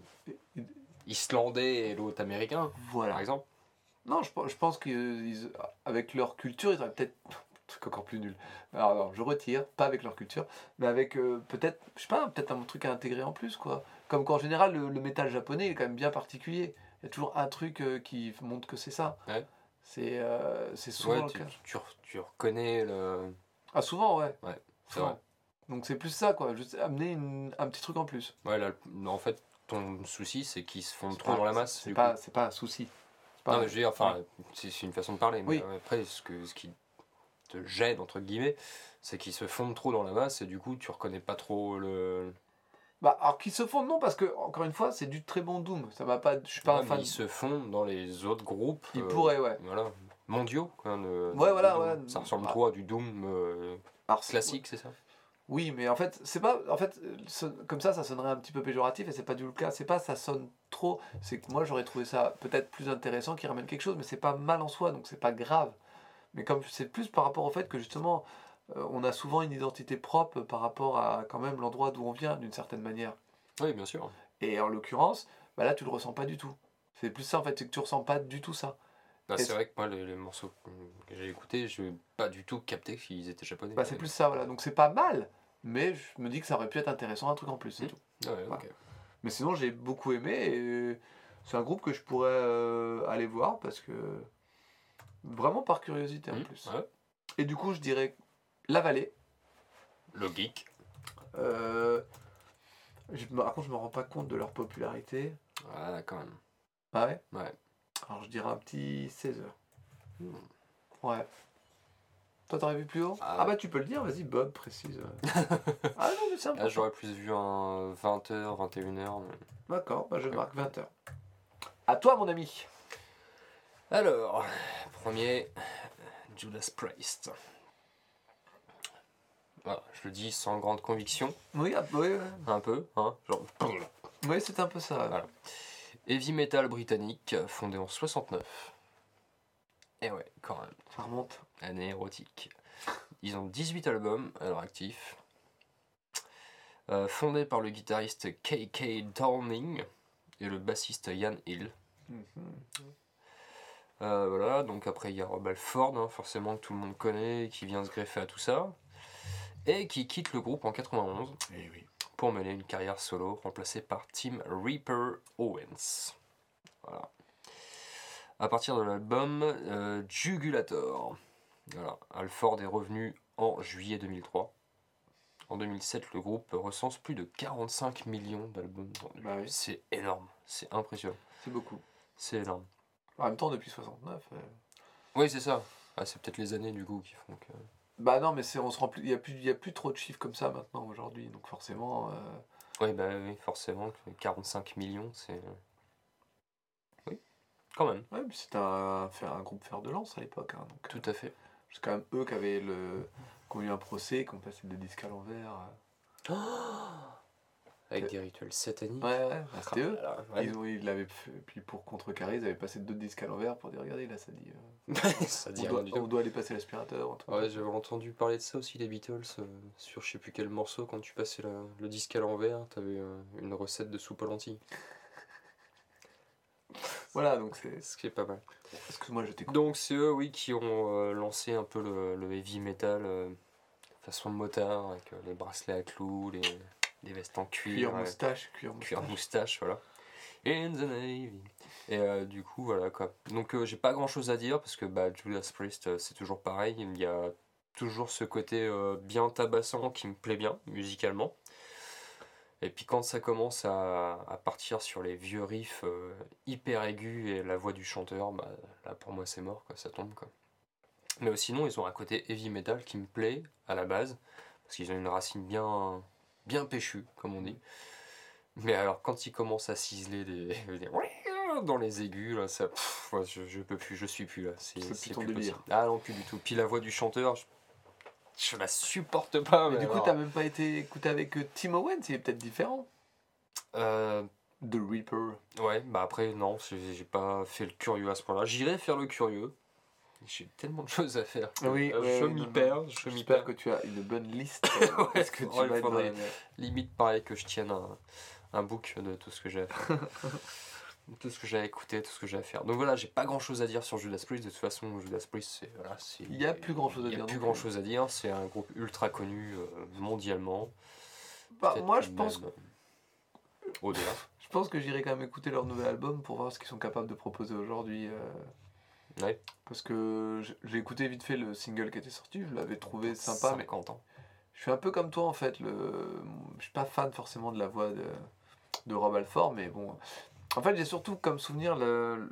islandais et l'autre américain, voilà. Par exemple. Non, je pense qu'avec leur culture, ils auraient peut-être un truc encore plus nul. Alors non, je retire, pas avec leur culture, mais avec peut-être, je sais pas, peut-être un truc à intégrer en plus, quoi. Comme qu'en général, le métal japonais il est quand même bien particulier. Il y a toujours un truc qui montre que c'est ça. Ouais. C'est souvent le cas. Tu reconnais le... Ah, souvent, ouais. Ouais, c'est Souvent. vrai. Donc c'est plus ça, quoi. Juste amener un petit truc en plus. Ouais, là, en fait, ton souci, c'est qu'ils se font trop dans la masse. C'est pas un souci. Non, mais je veux dire, enfin, c'est une façon de parler. Mais oui. Après, ce qui te gêne, entre guillemets, c'est qu'ils se fondent trop dans la masse et du coup, tu reconnais pas trop le... Alors qu'ils se fondent, non, parce que, encore une fois, c'est du très bon Doom. Ça va pas... Je suis pas un fan. Ils se fondent dans les autres groupes. Ils pourraient, ouais. Voilà. Mondiaux, quoi. Voilà, ouais. Ça ressemble trop à du Doom classique, c'est ça? Oui, mais en fait, c'est pas. En fait, comme ça sonnerait un petit peu péjoratif et c'est pas du tout le cas. C'est pas ça sonne trop. C'est que moi, j'aurais trouvé ça peut-être plus intéressant qui ramène quelque chose, mais c'est pas mal en soi, donc c'est pas grave. Mais comme c'est plus par rapport au fait que justement, on a souvent une identité propre par rapport à quand même l'endroit d'où on vient, d'une certaine manière. Oui, bien sûr. Et en l'occurrence, là, tu le ressens pas du tout. C'est plus ça en fait, c'est que tu ressens pas du tout ça. C'est vrai que moi, les morceaux que j'ai écoutés, je n'ai pas du tout capté qu'ils étaient japonais. C'est plus ça, voilà. Donc c'est pas mal, mais je me dis que ça aurait pu être intéressant, un truc en plus, c'est tout. Ouais, voilà. Okay. Mais sinon, j'ai beaucoup aimé et c'est un groupe que je pourrais aller voir parce que vraiment par curiosité en plus. Ouais. Et du coup, je dirais La Vallée. Le Geek. Par contre, je me rends pas compte de leur popularité. Ah, quand même. Ah ouais? Ouais. Alors, je dirais un petit 16 heures. Ouais. Toi, t'aurais vu plus haut? Tu peux le dire, vas-y, Bob, précise. Ah non, mais c'est important. J'aurais plus vu un 20h, 21h. Mais... D'accord, je marque 20h. À toi, mon ami. Alors, premier, Judas Priest. Voilà, je le dis sans grande conviction. Oui. Un peu, hein, genre... Oui, c'est un peu ça. Voilà. Heavy metal britannique, fondé en 69. Et ouais, quand même. Ça remonte. Année érotique. Ils ont 18 albums à leur actif. Fondé par le guitariste K.K. Downing et le bassiste Ian Hill. Voilà, donc après il y a Rob Halford, hein, forcément que tout le monde connaît, qui vient se greffer à tout ça. Et qui quitte le groupe en 91 pour mener une carrière solo, remplacé par Tim Reaper Owens. Voilà. À partir de l'album Jugulator. Voilà. Halford est revenu en juillet 2003. En 2007, le groupe recense plus de 45 millions d'albums vendus. Bah oui. C'est énorme, c'est impressionnant. C'est beaucoup. C'est énorme. En même temps, depuis 69. Oui, c'est ça. Ah, c'est peut-être les années du coup qui font que. Bah non, mais on se rend plus. Il y a plus trop de chiffres comme ça maintenant aujourd'hui, donc forcément. Oui, bah oui, forcément, 45 millions, c'est. Oui, quand même. Ouais, puis c'était un groupe fer de lance à l'époque. Hein, donc, tout à fait. c'est quand même eux qui ont eu un procès, qui ont passé le disque à l'envers. Avec des rituels sataniques. Ouais, bah, c'était eux. Ouais. Ils l'avaient fait, puis pour contrecarrer, ils avaient passé 2 disques à l'envers pour dire regardez, là ça dit. Ça dit rien du tout. On doit aller passer l'aspirateur. Ouais, j'avais entendu parler de ça aussi, les Beatles, sur je sais plus quel morceau, quand tu passais le disque à l'envers, t'avais une recette de soupe aux lentilles. Voilà, donc c'est. Ce qui est pas mal. Excuse-moi, je t'écoute. Donc c'est eux, oui, qui ont lancé un peu le heavy metal façon motard, avec les bracelets à clous, les vestes en cuir. Cuir moustache, voilà. In the Navy. Et du coup, voilà quoi. Donc j'ai pas grand chose à dire parce que Judas Priest, c'est toujours pareil. Il y a toujours ce côté bien tabassant qui me plaît bien, musicalement. Et puis quand ça commence à partir sur les vieux riffs hyper aigus et la voix du chanteur, là pour moi c'est mort, quoi, ça tombe quoi. Mais sinon ils ont un côté heavy metal qui me plaît à la base, parce qu'ils ont une racine bien péchue, comme on dit. Mais alors quand ils commencent à ciseler dans les aigus, là, ça, je peux plus, je suis plus là, c'est plus possible. Ah non, plus du tout. Puis la voix du chanteur, je la supporte pas. Mais du coup, t'as même pas été écouté avec Tim Owens, il est peut-être différent. The Reaper. Ouais, après, non, j'ai pas fait le curieux à ce point-là. J'irai faire le curieux. J'ai tellement de choses à faire. Oui, je m'y perds. J'espère que tu as une bonne liste. Est-ce que tu vas être limite pareil que je tienne un book de tout ce que j'ai à faire. Tout ce que j'ai à écouter, tout ce que j'ai à faire. Donc voilà, j'ai pas grand chose à dire sur Judas Priest. De toute façon, Judas Priest, il y a plus grand chose à dire. Il y a plus grand chose à dire. C'est un groupe ultra connu mondialement. Moi, je pense. Au-delà. Je pense que j'irai quand même écouter leur nouvel album pour voir ce qu'ils sont capables de proposer aujourd'hui. Ouais. Parce que j'ai écouté vite fait le single qui était sorti, je l'avais trouvé sympa. 50 ans. Je suis un peu comme toi en fait. Je suis pas fan forcément de la voix de Rob Halford, mais bon. En fait, j'ai surtout comme souvenir le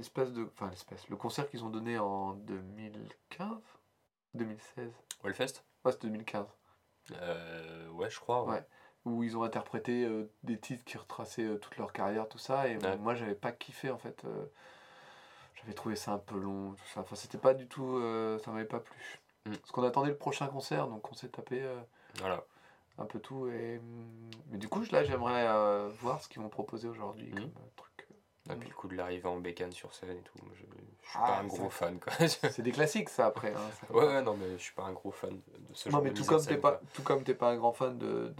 concert qu'ils ont donné en 2015 2016. Wellfest. Ouais, c'était 2015. Ouais, je crois. Ouais. Où ils ont interprété des titres qui retraçaient toute leur carrière, tout ça. Et moi, j'avais pas kiffé en fait. J'avais trouvé ça un peu long, tout ça. Enfin, c'était pas du tout. Ça m'avait pas plu. Parce qu'on attendait le prochain concert, donc on s'est tapé. Voilà. Un peu tout. Mais du coup, là, j'aimerais voir ce qu'ils vont proposer aujourd'hui comme truc. Et puis le coup de l'arrivée en bécane sur scène et tout. Je suis pas un gros fan, quoi. C'est des classiques, ça, après. Hein, ouais, non, mais je suis pas un gros fan de ce genre de mise en scène. Tout comme t'es pas un grand fan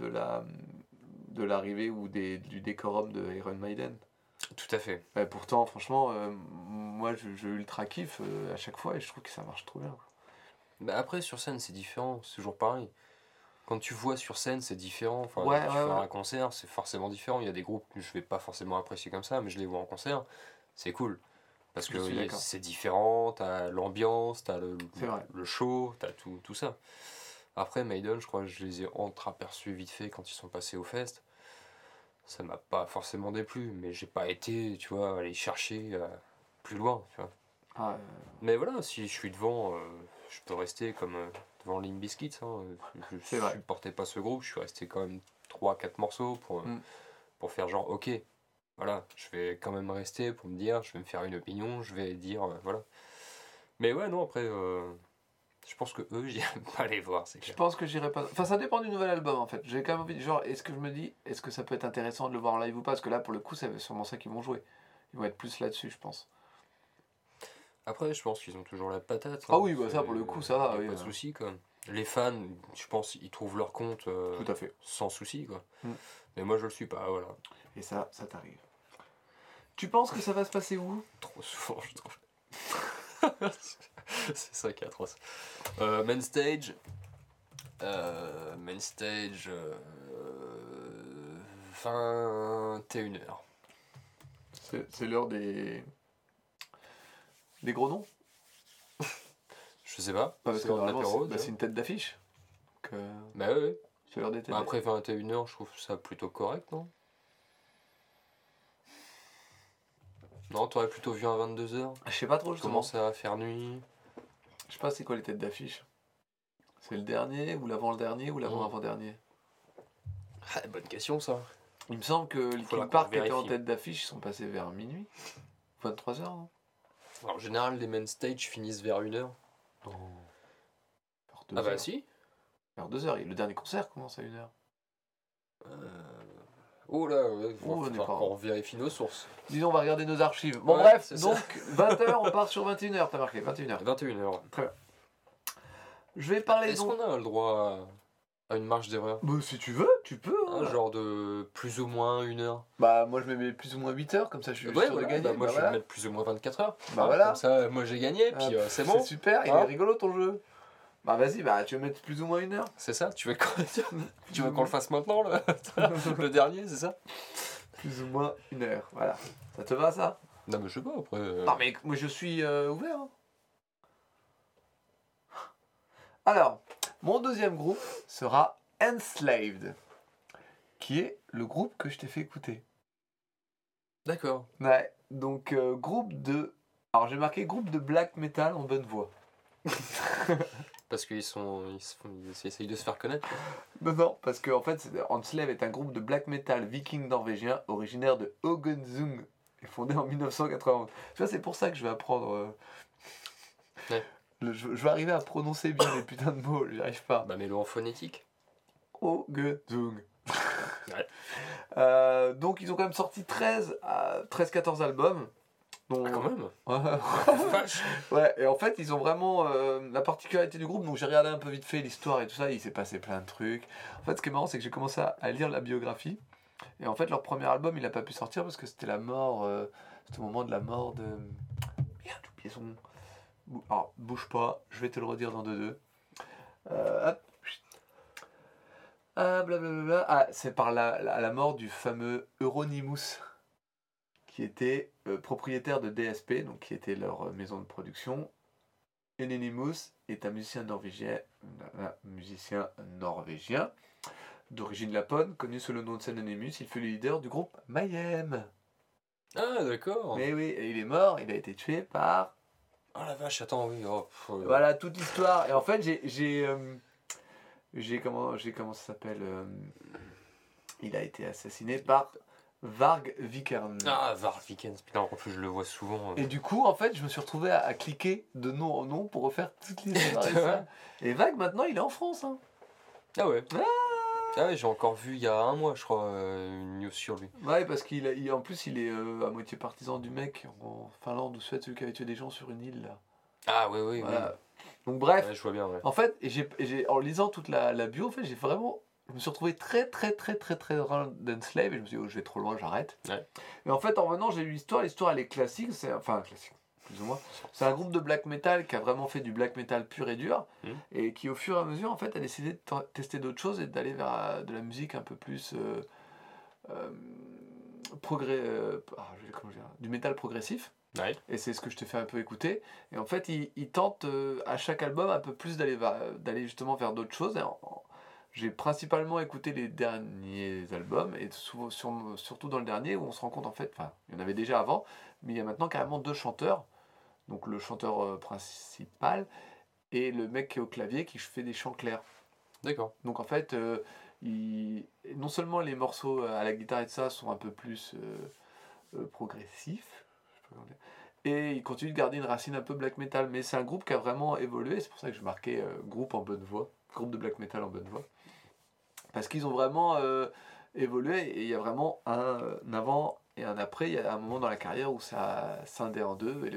de l'arrivée ou du décorum de Iron Maiden. Tout à fait. Pourtant, franchement, moi, je ultra kiffe à chaque fois et je trouve que ça marche trop bien. Après, sur scène, c'est différent. C'est toujours pareil. Quand tu vois sur scène, c'est différent. Enfin, tu fais un concert, c'est forcément différent. Il y a des groupes que je vais pas forcément apprécier comme ça, mais je les vois en concert. C'est cool. Parce que c'est différent, t'as l'ambiance, t'as le show, t'as tout ça. Après, Maiden, je crois que je les ai entreaperçus vite fait quand ils sont passés au fest. Ça m'a pas forcément déplu, mais j'ai pas été, tu vois, aller chercher plus loin, tu vois. Mais voilà, si je suis devant, je peux rester comme devant Limp Bizkit. Je supportais pas ce groupe, je suis resté quand même 3-4 morceaux pour faire genre, ok, voilà, je vais quand même rester pour me dire, je vais me faire une opinion, je vais dire, voilà. Mais ouais, non, après, je pense que eux, j'irai pas les voir, c'est clair. Je pense que j'irai pas. Enfin, ça dépend du nouvel album en fait. J'ai quand même envie, genre, est-ce que ça peut être intéressant de le voir en live ou pas? Parce que là, pour le coup, c'est sûrement ça qu'ils vont jouer. Ils vont être plus là-dessus, je pense. Après, je pense qu'ils ont toujours la patate. Ah oui, bah ça pour le coup, ça va. Pas de souci quoi. Les fans, je pense, ils trouvent leur compte tout à fait. Sans souci quoi. Mais moi je le suis pas, voilà. Et ça t'arrive. Tu penses que ça va se passer où? Trop souvent, je trouve. C'est ça qui est atroce. Main stage. 21h. C'est l'heure des gros noms? Je sais pas. Parce que normalement, c'est une tête d'affiche. Donc, bah oui. C'est l'heure des têtes. Après 21h, je trouve ça plutôt correct, non? Non, t'aurais plutôt vu un 22h? Je sais pas trop, justement. Commence à faire nuit. Je sais pas c'est quoi les têtes d'affiche. C'est le dernier, ou l'avant-le-dernier, ou l'avant-avant-dernier? Ah, bonne question ça. Il me semble que Linkin Park était en tête d'affiche, ils sont passés vers minuit. 23h, non? Alors, en général, les main stage finissent vers 1h. Oh. Ah bah si. Vers 2h, le dernier concert commence à 1h. Oh là, on vérifie nos sources. Disons, on va regarder nos archives. Bon, ouais, bref, donc 20h, on part sur 21h, t'as marqué, 21h. 21h. Très bien. Je vais parler. Est-ce qu'on a le droit à une marge d'erreur? Bah, si tu veux, tu peux. Hein, genre de plus ou moins 1h. Bah, moi je me mets plus ou moins 8h, comme ça je suis sûr de gagner. Moi je vais mettre plus ou moins 24h. Bah voilà. Comme ça, moi j'ai gagné, puis c'est bon. C'est super, il est rigolo ton jeu. Bah vas-y, tu veux mettre plus ou moins 1h? C'est ça? Tu veux qu'on le fasse maintenant, le dernier, c'est ça? Plus ou moins 1h, voilà. Ça te va ça? Non mais je sais pas, après... Non mais moi je suis ouvert. Hein. Alors, mon deuxième groupe sera Enslaved, qui est le groupe que je t'ai fait écouter. D'accord. Ouais, donc groupe de... Alors j'ai marqué groupe de black metal en bonne voie. Parce qu'ils essayent de se faire connaître. Non, parce que en fait, Enslaved est un groupe de black metal viking norvégien originaire de Haugesund et fondé en 1991. Tu vois, c'est pour ça que je vais apprendre... Ouais. Je vais arriver à prononcer bien les putains de mots, j'y arrive pas. Bah mets-le en phonétique. Haugesund. Ouais. Donc ils ont quand même sorti 13-14 albums. Dont... Ah, quand même. Ouais, et en fait ils ont vraiment la particularité du groupe, donc j'ai regardé un peu vite fait l'histoire et tout ça, il s'est passé plein de trucs. En fait ce qui est marrant c'est que j'ai commencé à lire la biographie, et en fait leur premier album il n'a pas pu sortir parce que c'était la mort, c'était au moment de la mort de... Merde, j'ai oublié son nom. Alors bouge pas, je vais te le redire dans 2-2. Hop. Blablabla. Ah, c'est par la mort du fameux Euronymous, qui était propriétaire de DSP, donc qui était leur maison de production. Euronymous est un musicien norvégien d'origine lapone, connu sous le nom de scène Anonymous. Il fut le leader du groupe Mayhem. Ah d'accord. Mais oui, et il est mort, il a été tué par... Oh la vache, attends, oui. Voilà toute l'histoire. Et en fait, comment ça s'appelle il a été assassiné par Varg Vikernes. Ah, Varg Vikernes, putain, en plus je le vois souvent. Et du coup, en fait, je me suis retrouvé à cliquer de nom en nom pour refaire toute l'histoire. Et Varg, maintenant, il est en France. Hein. Ah ouais. Ah ouais, j'ai encore vu il y a un mois, je crois, une news sur lui. Ouais, parce en plus, il est à moitié partisan du mec en Finlande, ou Suède, celui qui avait tué des gens sur une île, là. Ah oui. Donc bref, je vois bien, ouais. En fait, en lisant toute la bio, en fait, je me suis retrouvé très loin d'Enslaved, et je me suis dit, je vais trop loin, j'arrête. Ouais. Mais en fait, en venant, j'ai lu l'histoire elle est classique, classique, plus ou moins. C'est un groupe de black metal qui a vraiment fait du black metal pur et dur, et qui au fur et à mesure, en fait, a décidé de tester d'autres choses et d'aller vers de la musique un peu plus... du métal progressif. Ouais. Et c'est ce que je te fais un peu écouter. Et en fait, il tente à chaque album un peu plus d'aller justement vers d'autres choses. J'ai principalement écouté les derniers albums, et surtout dans le dernier où on se rend compte, en fait, il y en avait déjà avant, mais il y a maintenant carrément 2 chanteurs. Donc le chanteur principal et le mec qui est au clavier qui fait des chants clairs. D'accord. Donc en fait, non seulement les morceaux à la guitare et de ça sont un peu plus progressifs, et il continue de garder une racine un peu black metal, mais c'est un groupe qui a vraiment évolué. C'est pour ça que je marquais groupe en bonne voie, groupe de black metal en bonne voie, parce qu'ils ont vraiment évolué, et il y a vraiment un avant et un après. Il y a un moment dans la carrière où ça a scindé en deux, et le groupe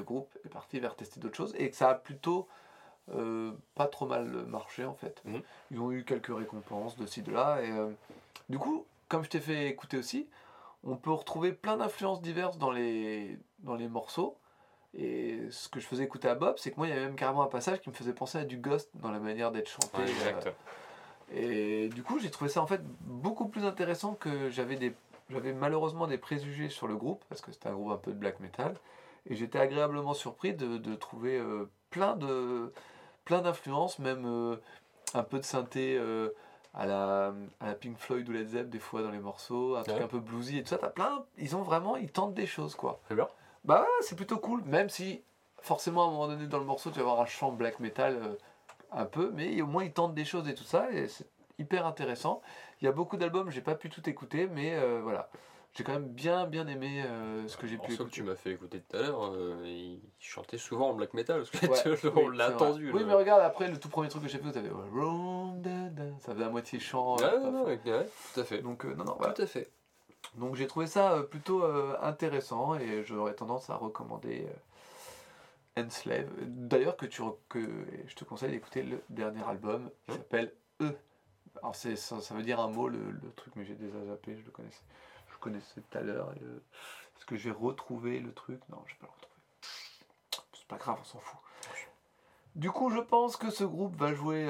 j'étais parti vers tester d'autres choses et que ça a plutôt pas trop mal marché en fait. Ils ont eu quelques récompenses de ci, de là. Et du coup, comme je t'ai fait écouter aussi, on peut retrouver plein d'influences diverses dans les morceaux. Et ce que je faisais écouter à Bob, c'est que moi, il y avait même carrément un passage qui me faisait penser à du Ghost dans la manière d'être chanté. Ouais, exact. Et du coup, j'ai trouvé ça en fait beaucoup plus intéressant que j'avais malheureusement des préjugés sur le groupe, parce que c'était un groupe un peu de black metal. Et j'étais agréablement surpris de trouver plein d'influences, même un peu de synthé à la Pink Floyd ou Led Zepp des fois dans les morceaux, un truc un peu bluesy et tout ça. T'as plein, ils tentent des choses quoi. C'est bien. Bah c'est plutôt cool, même si forcément à un moment donné dans le morceau tu vas avoir un chant black metal un peu, mais au moins ils tentent des choses et tout ça, et c'est hyper intéressant. Il y a beaucoup d'albums, j'ai pas pu tout écouter, mais voilà. J'ai quand même bien aimé ce que j'ai pu écouter. Que tu m'as fait écouter tout à l'heure, il chantait souvent en black metal, parce que on l'a attendu. Oui, mais regarde, après le tout premier truc que j'ai fait, vous avez ça faisait à moitié chant. Ouais, tout à fait. Donc, voilà. Tout à fait. Donc j'ai trouvé ça plutôt intéressant, et j'aurais tendance à recommander Enslave. D'ailleurs, que je te conseille d'écouter le dernier album qui s'appelle E. Alors ça veut dire un mot, le truc, mais j'ai déjà zappé, je connaissais tout à l'heure. Est-ce que je vais retrouver le truc? Non, je vais pas le retrouver. C'est pas grave, on s'en fout. Du coup, je pense que ce groupe va jouer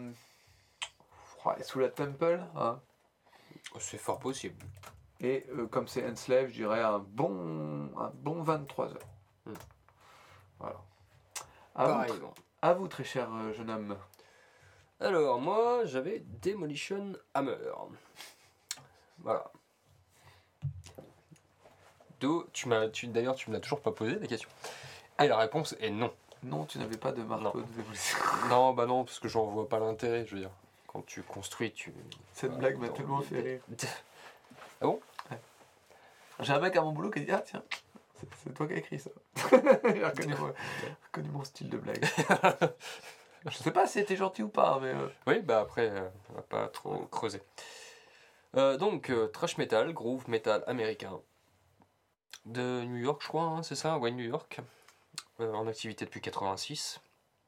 sous la Temple. Hein. C'est fort possible. Et comme c'est Enslave, je dirais un bon 23 heures. Voilà. À vous, très cher jeune homme. Alors, moi, j'avais Demolition Hammer. Voilà. D'ailleurs, tu me l'as toujours pas posé la question. Et la réponse est non. Non, tu n'avais pas de marteau de démolition. Non, bah non, parce que j'en vois pas l'intérêt, je veux dire. Quand tu construis, Cette blague m'a tellement fait rire. Ah bon? Ouais. J'ai un mec à mon boulot qui a dit: ah tiens, c'est toi qui as écrit ça. Il a reconnu mon style de blague. Je sais pas si c'était gentil ou pas, mais... Oui, bah après, on va pas trop creuser. Donc, thrash metal, groove metal américain. De New York, je crois, hein, c'est ça? Ouais, New York. En activité depuis 86.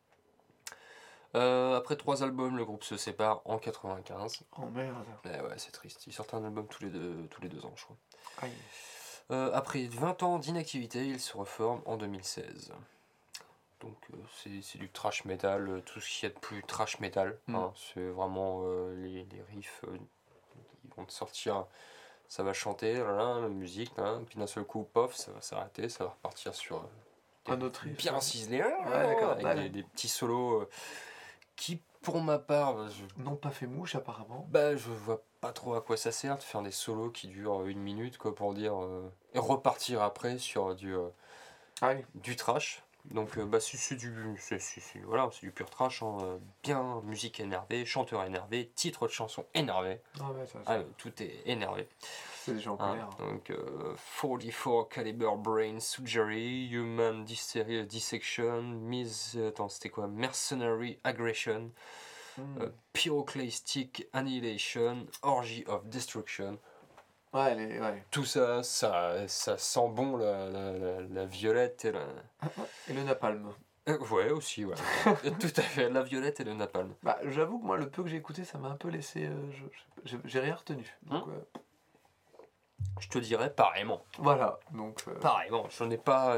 Après 3 albums, le groupe se sépare en 95. Oh merde. Ouais, c'est triste. Ils sortent un album tous les 2 ans, je crois. Aïe. Après 20 ans d'inactivité, ils se reforment en 2016. Donc c'est du thrash metal, tout ce qu'il y a de plus thrash metal. Hein, c'est vraiment les riffs, ils vont te sortir, ça va chanter, la musique, puis d'un seul coup, pof, ça va s'arrêter, ça va repartir sur un autre riff bien ciselé, avec des petits solos qui, pour ma part, n'ont pas fait mouche apparemment. Bah, je vois pas trop à quoi ça sert de faire des solos qui durent 1 minute, quoi, pour dire et repartir après sur du trash. Donc c'est du pur trash, hein, bien musique énervée, chanteur énervé, titre de chanson énervé. Tout est énervé. C'est des gens en colère. Donc 44 Caliber Brain Surgery, Human Dissection, c'était quoi? Mercenary Aggression, Pyroclastic Annihilation, Orgy of Destruction. Tout ça sent bon la violette et et le napalm. Ouais, aussi, ouais. Tout à fait, la violette et le napalm. Bah, j'avoue que moi, le peu que j'ai écouté, ça m'a un peu laissé... j'ai rien retenu. Donc, je te dirais pareillement. Voilà, donc... Pareillement, j'en ai pas...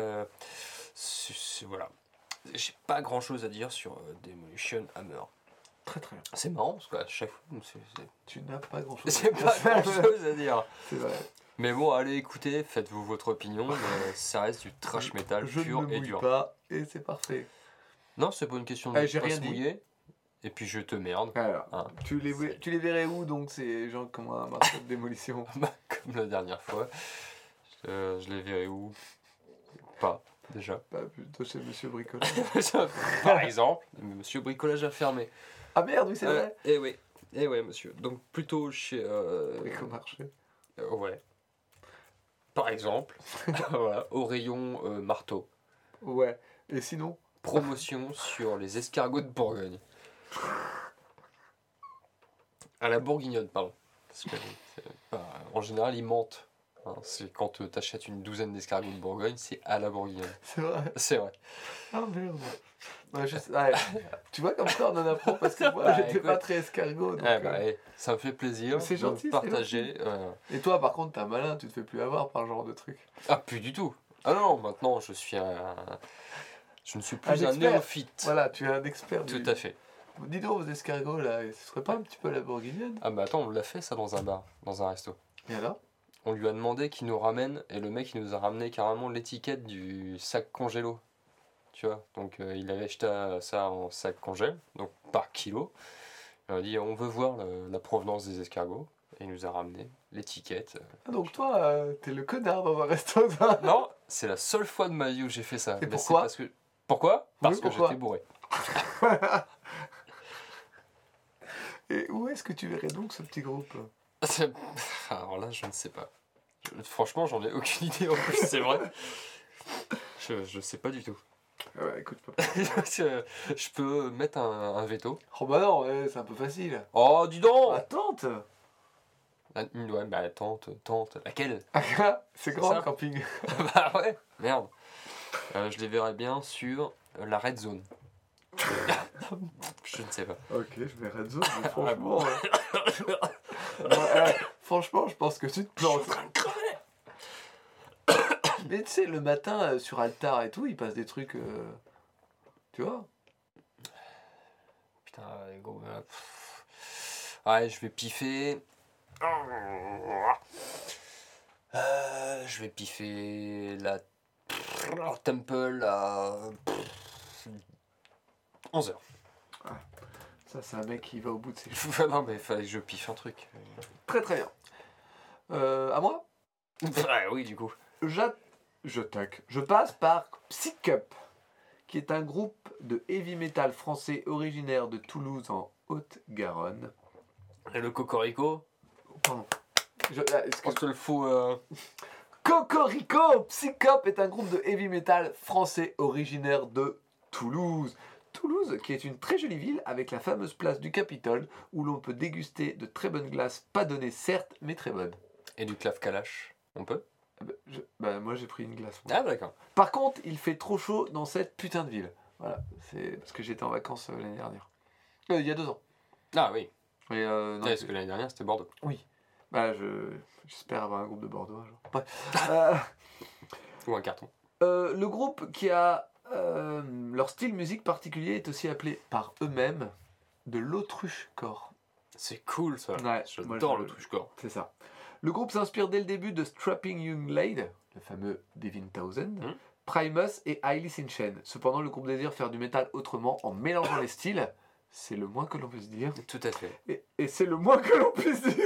voilà. J'ai pas grand-chose à dire sur Demolition Hammer. Très très bien. C'est marrant, parce qu'à chaque fois... Tu n'as pas grand-chose à dire. C'est pas grand-chose à dire. C'est vrai. Mais bon, allez écoutez, faites-vous votre opinion, mais ça reste du trash metal pur et dur. Je ne me mouille pas, et c'est parfait. Non, c'est pas une question de pas se mouiller. Et puis je te merde. Alors, tu les verrais où, donc, ces gens comme un marteau de démolition? Comme la dernière fois. Je les verrais où? Pas, déjà. Plutôt chez Monsieur Bricolage. Par exemple, Monsieur Bricolage a fermé. Ah merde, oui, c'est vrai. Eh oui, monsieur. Donc plutôt chez... Bricomarché. Ouais. Par exemple, voilà, au rayon marteau. Ouais. Et sinon? Promotion sur les escargots de Bourgogne. À la bourguignonne, pardon. Parce que, en général, ils mentent Hein, c'est quand t'achètes une douzaine d'escargots de Bourgogne, c'est à la bourguignonne. C'est vrai. C'est vrai. Ah merde. Ouais, tu vois, comme ça on en apprend parce que moi j'étais pas très escargot. Donc, ça me fait plaisir c'est gentil, de partager. Et toi par contre, t'es malin, tu te fais plus avoir par ce genre de truc. Ah, plus du tout. Ah non, maintenant je ne suis plus un néophyte. Voilà, tu es un expert. Tout à fait. Dis donc, vos escargots là, ce serait pas un petit peu la bourguignonne? Ah bah attends, on l'a fait ça dans un bar, dans un resto. Et alors? On lui a demandé qu'il nous ramène, et le mec il nous a ramené carrément l'étiquette du sac congélo. Tu vois, donc il avait acheté ça en sac congèle, donc par kilo. Il a dit on veut voir la provenance des escargots, et il nous a ramené l'étiquette. Ah, donc toi, t'es le connard dans un resto, toi. Non, c'est la seule fois de ma vie où j'ai fait ça. Et pourquoi? Pourquoi? Parce que j'étais bourré. Et où est-ce que tu verrais donc ce petit groupe? Alors là, je ne sais pas. Franchement, j'en ai aucune idée en plus, c'est vrai. Je sais pas du tout. Ouais, écoute, je peux mettre un veto. Oh bah non, c'est un peu facile. Oh, dis donc! Ah, tante! Ouais, bah tante, laquelle? C'est grand le camping. Bah ouais, merde. Je les verrais bien sur la Red Zone. Je ne sais pas. Ok, je vais Red Zone, mais franchement... franchement, je pense que tu te plantes. Je suis en train de crever. Mais tu sais, le matin, sur Altar et tout, il passe des trucs... tu vois? Putain, gros... Ouais, je vais piffer... je vais piffer la Temple à 11h. Ah, ça, c'est un mec qui va au bout de ses choses. Non, mais il fallait que je piffe un truc. Très très bien. À moi? Ouais, oui, du coup. Je passe par Psycup, qui est un groupe de heavy metal français originaire de Toulouse en Haute-Garonne. Et le Cocorico? Pardon. On te le fout. Cocorico! Psycup est un groupe de heavy metal français originaire de Toulouse. Toulouse, qui est une très jolie ville avec la fameuse place du Capitole, où l'on peut déguster de très bonnes glaces, pas données certes, mais très bonnes. Et du clave calache, on peut? Moi j'ai pris une glace. Moi. Ah d'accord. Par contre, il fait trop chaud dans cette putain de ville. Voilà, c'est parce que j'étais en vacances l'année dernière. Il y a 2 ans. Ah oui. Parce que l'année dernière c'était Bordeaux. Oui. J'espère avoir un groupe de Bordeaux un jour. Ou un carton. Le groupe qui a leur style musique particulier est aussi appelé par eux-mêmes de l'autruche-core. C'est cool ça. Ouais, j'adore l'autruche-core. C'est ça. Le groupe s'inspire dès le début de Strapping Young Lad, le fameux Devin Townsend, Primus et Alice in Chains. Cependant, le groupe désire faire du métal autrement en mélangeant les styles. C'est le moins que l'on puisse dire. Tout à fait. Et c'est le moins que l'on puisse dire.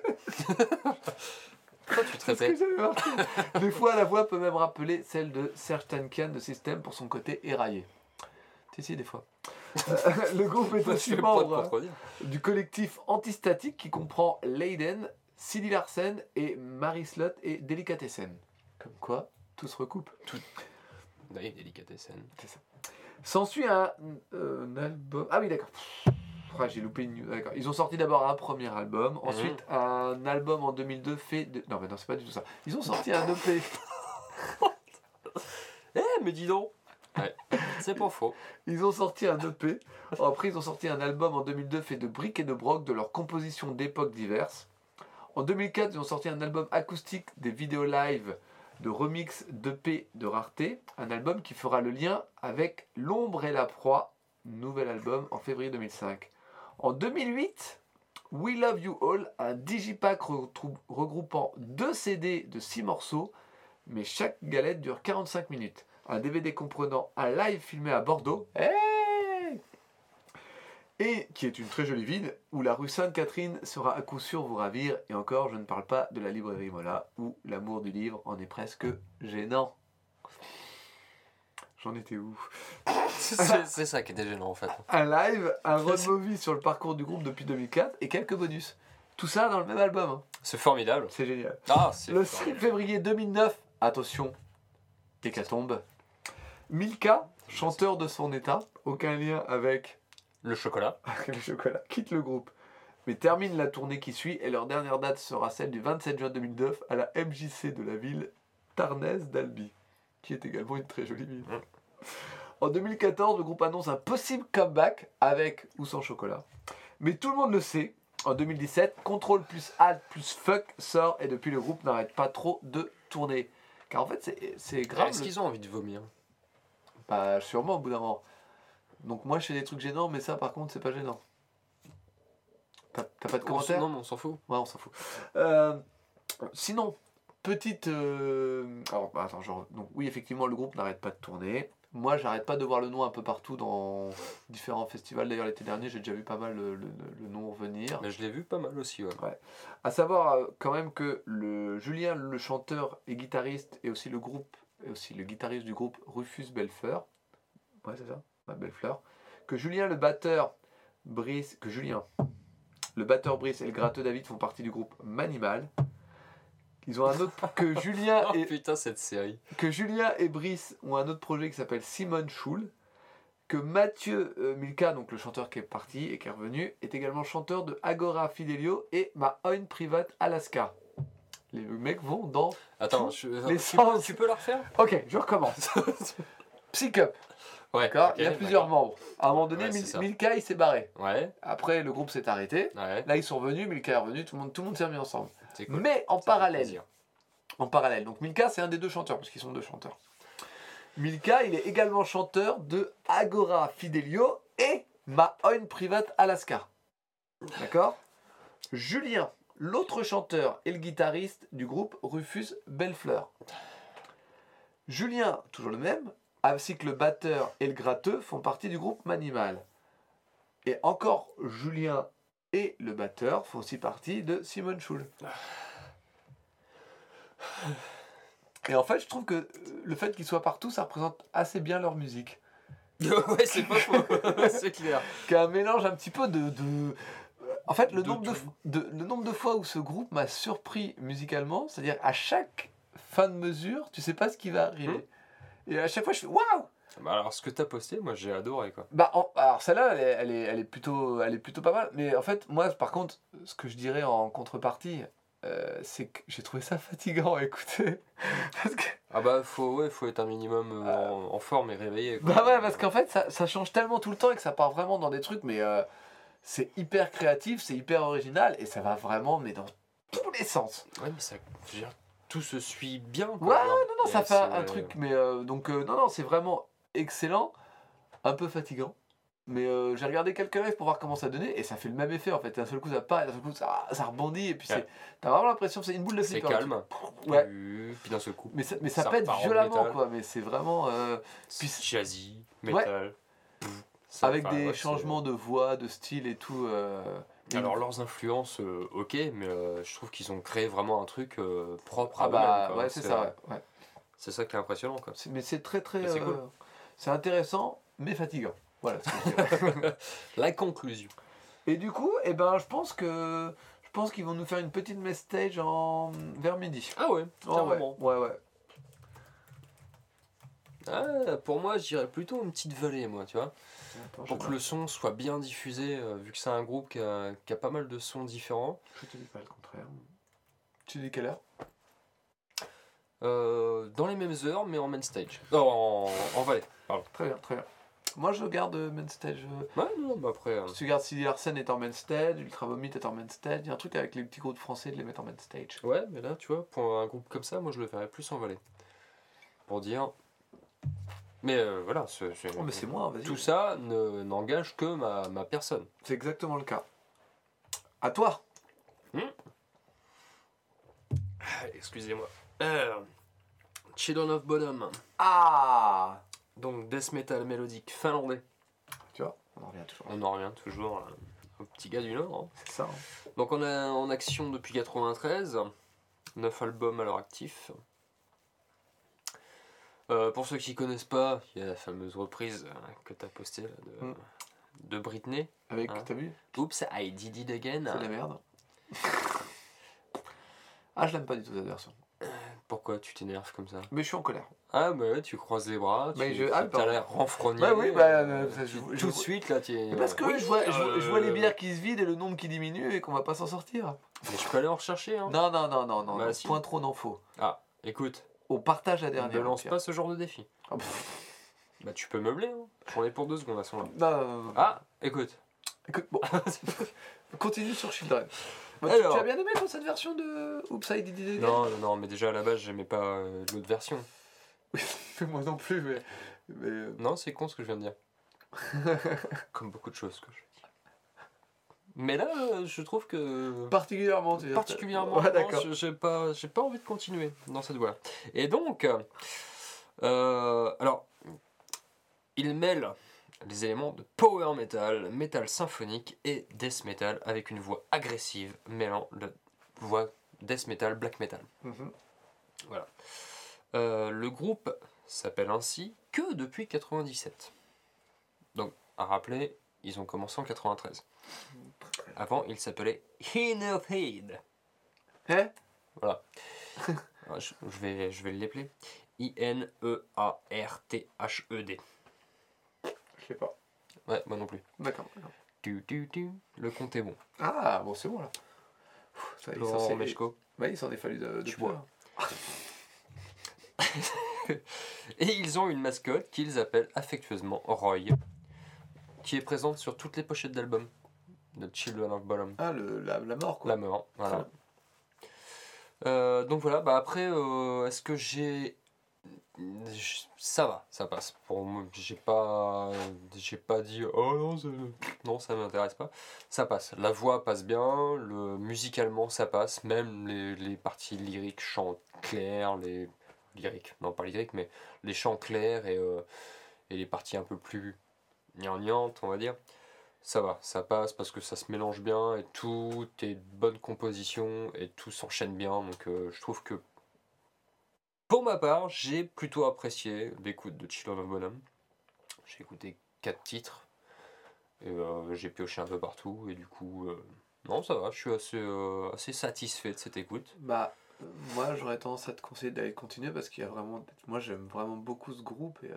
Pourquoi tu te répètes? Des fois, la voix peut même rappeler celle de Serj Tankian de System pour son côté éraillé. Si, des fois. Le groupe est aussi membre du collectif Antistatique qui comprend Leiden, Sidi Larsen et Marie Slot et Delicatessen. Comme quoi, tout se recoupe. Oui, Delicatessen. C'est ça. S'ensuit un album... Ah oui, d'accord. J'ai loupé une news. D'accord. Ils ont sorti d'abord un premier album, ensuite un album en 2002 fait de... Non, mais non, c'est pas du tout ça. Ils ont sorti un EP. Mais dis donc. Ouais, c'est pas faux. Ils ont sorti un EP. Après, ils ont sorti un album en 2002 fait de briques et de broc de leurs compositions d'époques diverses. En 2004, ils ont sorti un album acoustique des vidéos live de remix d'EP de rareté. Un album qui fera le lien avec L'Ombre et la Proie, nouvel album en février 2005. En 2008, We Love You All, un digipack regroupant 2 CD de 6 morceaux, mais chaque galette dure 45 minutes. Un DVD comprenant un live filmé à Bordeaux, et qui est une très jolie ville, où la rue Sainte-Catherine sera à coup sûr vous ravir, et encore, je ne parle pas de la librairie Mola, où l'amour du livre en est presque gênant. J'en étais où? C'est ça qui était gênant en fait. Un live, un road movie sur le parcours du groupe depuis 2004, et quelques bonus. Tout ça dans le même album. Hein. C'est formidable. C'est génial. Le 6 février 2009, attention, hécatombe, Milka, chanteur de son état, aucun lien avec... Le chocolat. quitte le groupe. mais terminent la tournée qui suit et leur dernière date sera celle du 27 juin 2009 à la MJC de la ville tarnaise d'Albi, qui est également une très jolie ville. En 2014, le groupe annonce un possible comeback avec ou sans chocolat. Mais tout le monde le sait, en 2017, Control plus Alt plus Fuck sort et depuis le groupe n'arrête pas trop de tourner. Car en fait, c'est grave. Est-ce qu'ils ont envie de vomir? Bah, sûrement au bout d'un moment. Donc moi, je fais des trucs gênants, mais ça, par contre, c'est pas gênant. T'as pas de commentaires? Non, mais on s'en fout. Ouais, on s'en fout. Sinon, petite... Alors, bah, attends, donc, oui, effectivement, le groupe n'arrête pas de tourner. Moi, j'arrête pas de voir le nom un peu partout dans différents festivals. D'ailleurs, l'été dernier, j'ai déjà vu pas mal le nom revenir. Mais je l'ai vu pas mal aussi, ouais. À savoir quand même que Julien, le chanteur et guitariste, et aussi le guitariste du groupe Rufus Belfleur. Ouais, c'est ça, Belfleur. Que Julien, le batteur Brice et le gratteux David font partie du groupe Manimal. Ils ont un autre que Julien oh, putain, cette série. Que Julien et Brice ont un autre projet qui s'appelle Simon Schul. Que Mathieu Milka, donc le chanteur qui est parti et qui est revenu, est également chanteur de Agora Fidelio et Ma Own Private Alaska. Les mecs vont dans tu peux la refaire? Ok, je recommence. Psy Cup. Ouais, d'accord. Okay, il y a plusieurs membres. À un moment donné, Milka il s'est barré. Ouais. Après, le groupe s'est arrêté. Ouais. Là, ils sont revenus, Milka est revenu, tout le monde s'est remis ensemble. Cool. Mais en parallèle, donc Milka, c'est un des deux chanteurs, parce qu'ils sont deux chanteurs. Milka, il est également chanteur de Agora Fidelio et Ma Own Private Alaska. D'accord. Julien, l'autre chanteur et le guitariste du groupe Rufus Belfleur. Julien, toujours le même, ainsi que le batteur et le gratteux font partie du groupe Manimal. Et encore Julien et le batteur font aussi partie de Simon Schul. Et en fait, je trouve que le fait qu'ils soient partout, ça représente assez bien leur musique. Ouais, c'est pas faux, c'est clair. Qu'il y a un mélange un petit peu de... En fait, le nombre de fois où ce groupe m'a surpris musicalement, c'est-à-dire à chaque fin de mesure, tu sais pas ce qui va arriver. Et à chaque fois, je fais waouh! Bah alors, ce que t'as posté, moi j'ai adoré quoi. Bah, alors celle-là, elle est plutôt pas mal. Mais en fait, moi, par contre, ce que je dirais en contrepartie, c'est que j'ai trouvé ça fatigant à écouter. Parce que... Ah bah, faut être un minimum en forme et réveillé. Quoi. Bah ouais, parce qu'en fait, ça change tellement tout le temps et que ça part vraiment dans des trucs, mais c'est hyper créatif, c'est hyper original et ça va vraiment, mais dans tous les sens. Ouais, mais ça, je veux dire, tout se suit bien. Quoi. Ouais, non, ça fait un truc, mais non, c'est vraiment excellent, un peu fatigant. Mais j'ai regardé quelques lives pour voir comment ça donnait et ça fait le même effet en fait. D'un seul coup ça part et d'un seul coup ça rebondit et puis t'as vraiment l'impression que c'est une boule de flipper. C'est calme. Ouais. Puis d'un seul coup. Mais ça pète violemment quoi. Mais c'est vraiment. Jazzy, métal. Ouais. Avec des changements de voix, de style et tout. Alors leurs influences, ok, mais je trouve qu'ils ont créé vraiment un truc propre à eux-mêmes. Ouais, c'est ça. Ouais. C'est ça qui est impressionnant quoi. Mais c'est très très. C'est cool. C'est intéressant mais fatigant. Voilà. La conclusion. Et du coup, je pense qu'ils vont nous faire une petite mess stage vers midi. Ah ouais, carrément. Ouais. Ah, pour moi, je dirais plutôt une petite vallée, moi, tu vois. Attends, pour que le son soit bien diffusé, vu que c'est un groupe qui a pas mal de sons différents. Je te dis pas le contraire. Tu dis quelle heure? Dans les mêmes heures, mais en main stage. Non, en vallée. Pardon. Très bien. Moi, je garde main stage. Ouais, non, bah après. Si tu regardes Silly Larsen est en main stage, Ultra Vomit est en main stage, il y a un truc avec les petits groupes français de les mettre en main stage. Ouais, mais là, tu vois, pour un groupe comme ça, moi je le ferais plus en vallée. Pour dire. Mais voilà. Mais c'est moi, vas-y. Tout ça n'engage que ma personne. C'est exactement le cas. À toi. Excusez-moi. Children of Bodom. Ah. Donc death metal mélodique finlandais. Tu vois, on en revient toujours. Au petit gars du Nord. Hein. C'est ça. Donc on est en action depuis 93. 9 albums à leur actif. Pour ceux qui connaissent pas, il y a la fameuse reprise que tu as postée là, de Britney. Avec, t'as vu? Oops, I did it again. C'est de la merde. Ah, je l'aime pas du tout cette version. Pourquoi tu t'énerves comme ça? Mais je suis en colère. Ah bah ouais, tu croises les bras, tu as l'air renfrogné. Bah oui, tout de suite là tu es... Parce que je vois les bières qui se vident et le nombre qui diminue et qu'on va pas s'en sortir. Mais je peux aller en rechercher hein. Non, bah, si. Point trop n'en faut. Ah, écoute. On partage la dernière. Ne lance pas ce genre de défi. Oh, bah tu peux meubler, hein. J'en ai pour 2 secondes à ce moment-là. Non. Ah, écoute. Bon. Continue sur Children. Bah, tu as bien aimé cette version de Oops, I Did It Again? Non, mais déjà à la base j'aimais pas l'autre version. Oui, moi non plus, mais... Non, c'est con ce que je viens de dire. Comme beaucoup de choses que je dis. Mais là, je trouve que... Particulièrement, ouais, d'accord. J'ai pas envie de continuer dans cette voie. Et donc, alors, il mêle les éléments de power metal, metal symphonique et death metal avec une voix agressive mêlant la voix death metal, black metal. Voilà. Le groupe s'appelle ainsi que depuis 97. Donc, à rappeler, ils ont commencé en 93. Avant, ils s'appelaient In of Head. Voilà. je vais l'appeler. I-N-E-A-R-T-H-E-D. Je sais pas. Ouais, moi non plus. D'accord. Le compte est bon. Ah, bon, c'est bon là. Ça, il s'en est fallu de tu vois. Et ils ont une mascotte qu'ils appellent affectueusement Roy, qui est présente sur toutes les pochettes d'albums de Children of Bodom. Ah, la mort quoi. La mort, voilà. Donc voilà, bah après, est-ce que j'ai... Ça va, ça passe. Pour moi, j'ai pas dit oh non, ça m'intéresse pas. Ça passe. La voix passe bien, musicalement ça passe, même les parties lyriques, chants clairs, lyriques, non pas lyriques, mais les chants clairs et les parties un peu plus gnangnantes, on va dire. Ça va, ça passe parce que ça se mélange bien et tout est de bonne composition et tout s'enchaîne bien. Donc je trouve que pour ma part, j'ai plutôt apprécié l'écoute de Children of Bodom. J'ai écouté 4 titres et j'ai pioché un peu partout et du coup, non ça va, je suis assez satisfait de cette écoute. Bah, moi j'aurais tendance à te conseiller d'aller continuer parce qu'il y a vraiment... Moi j'aime vraiment beaucoup ce groupe et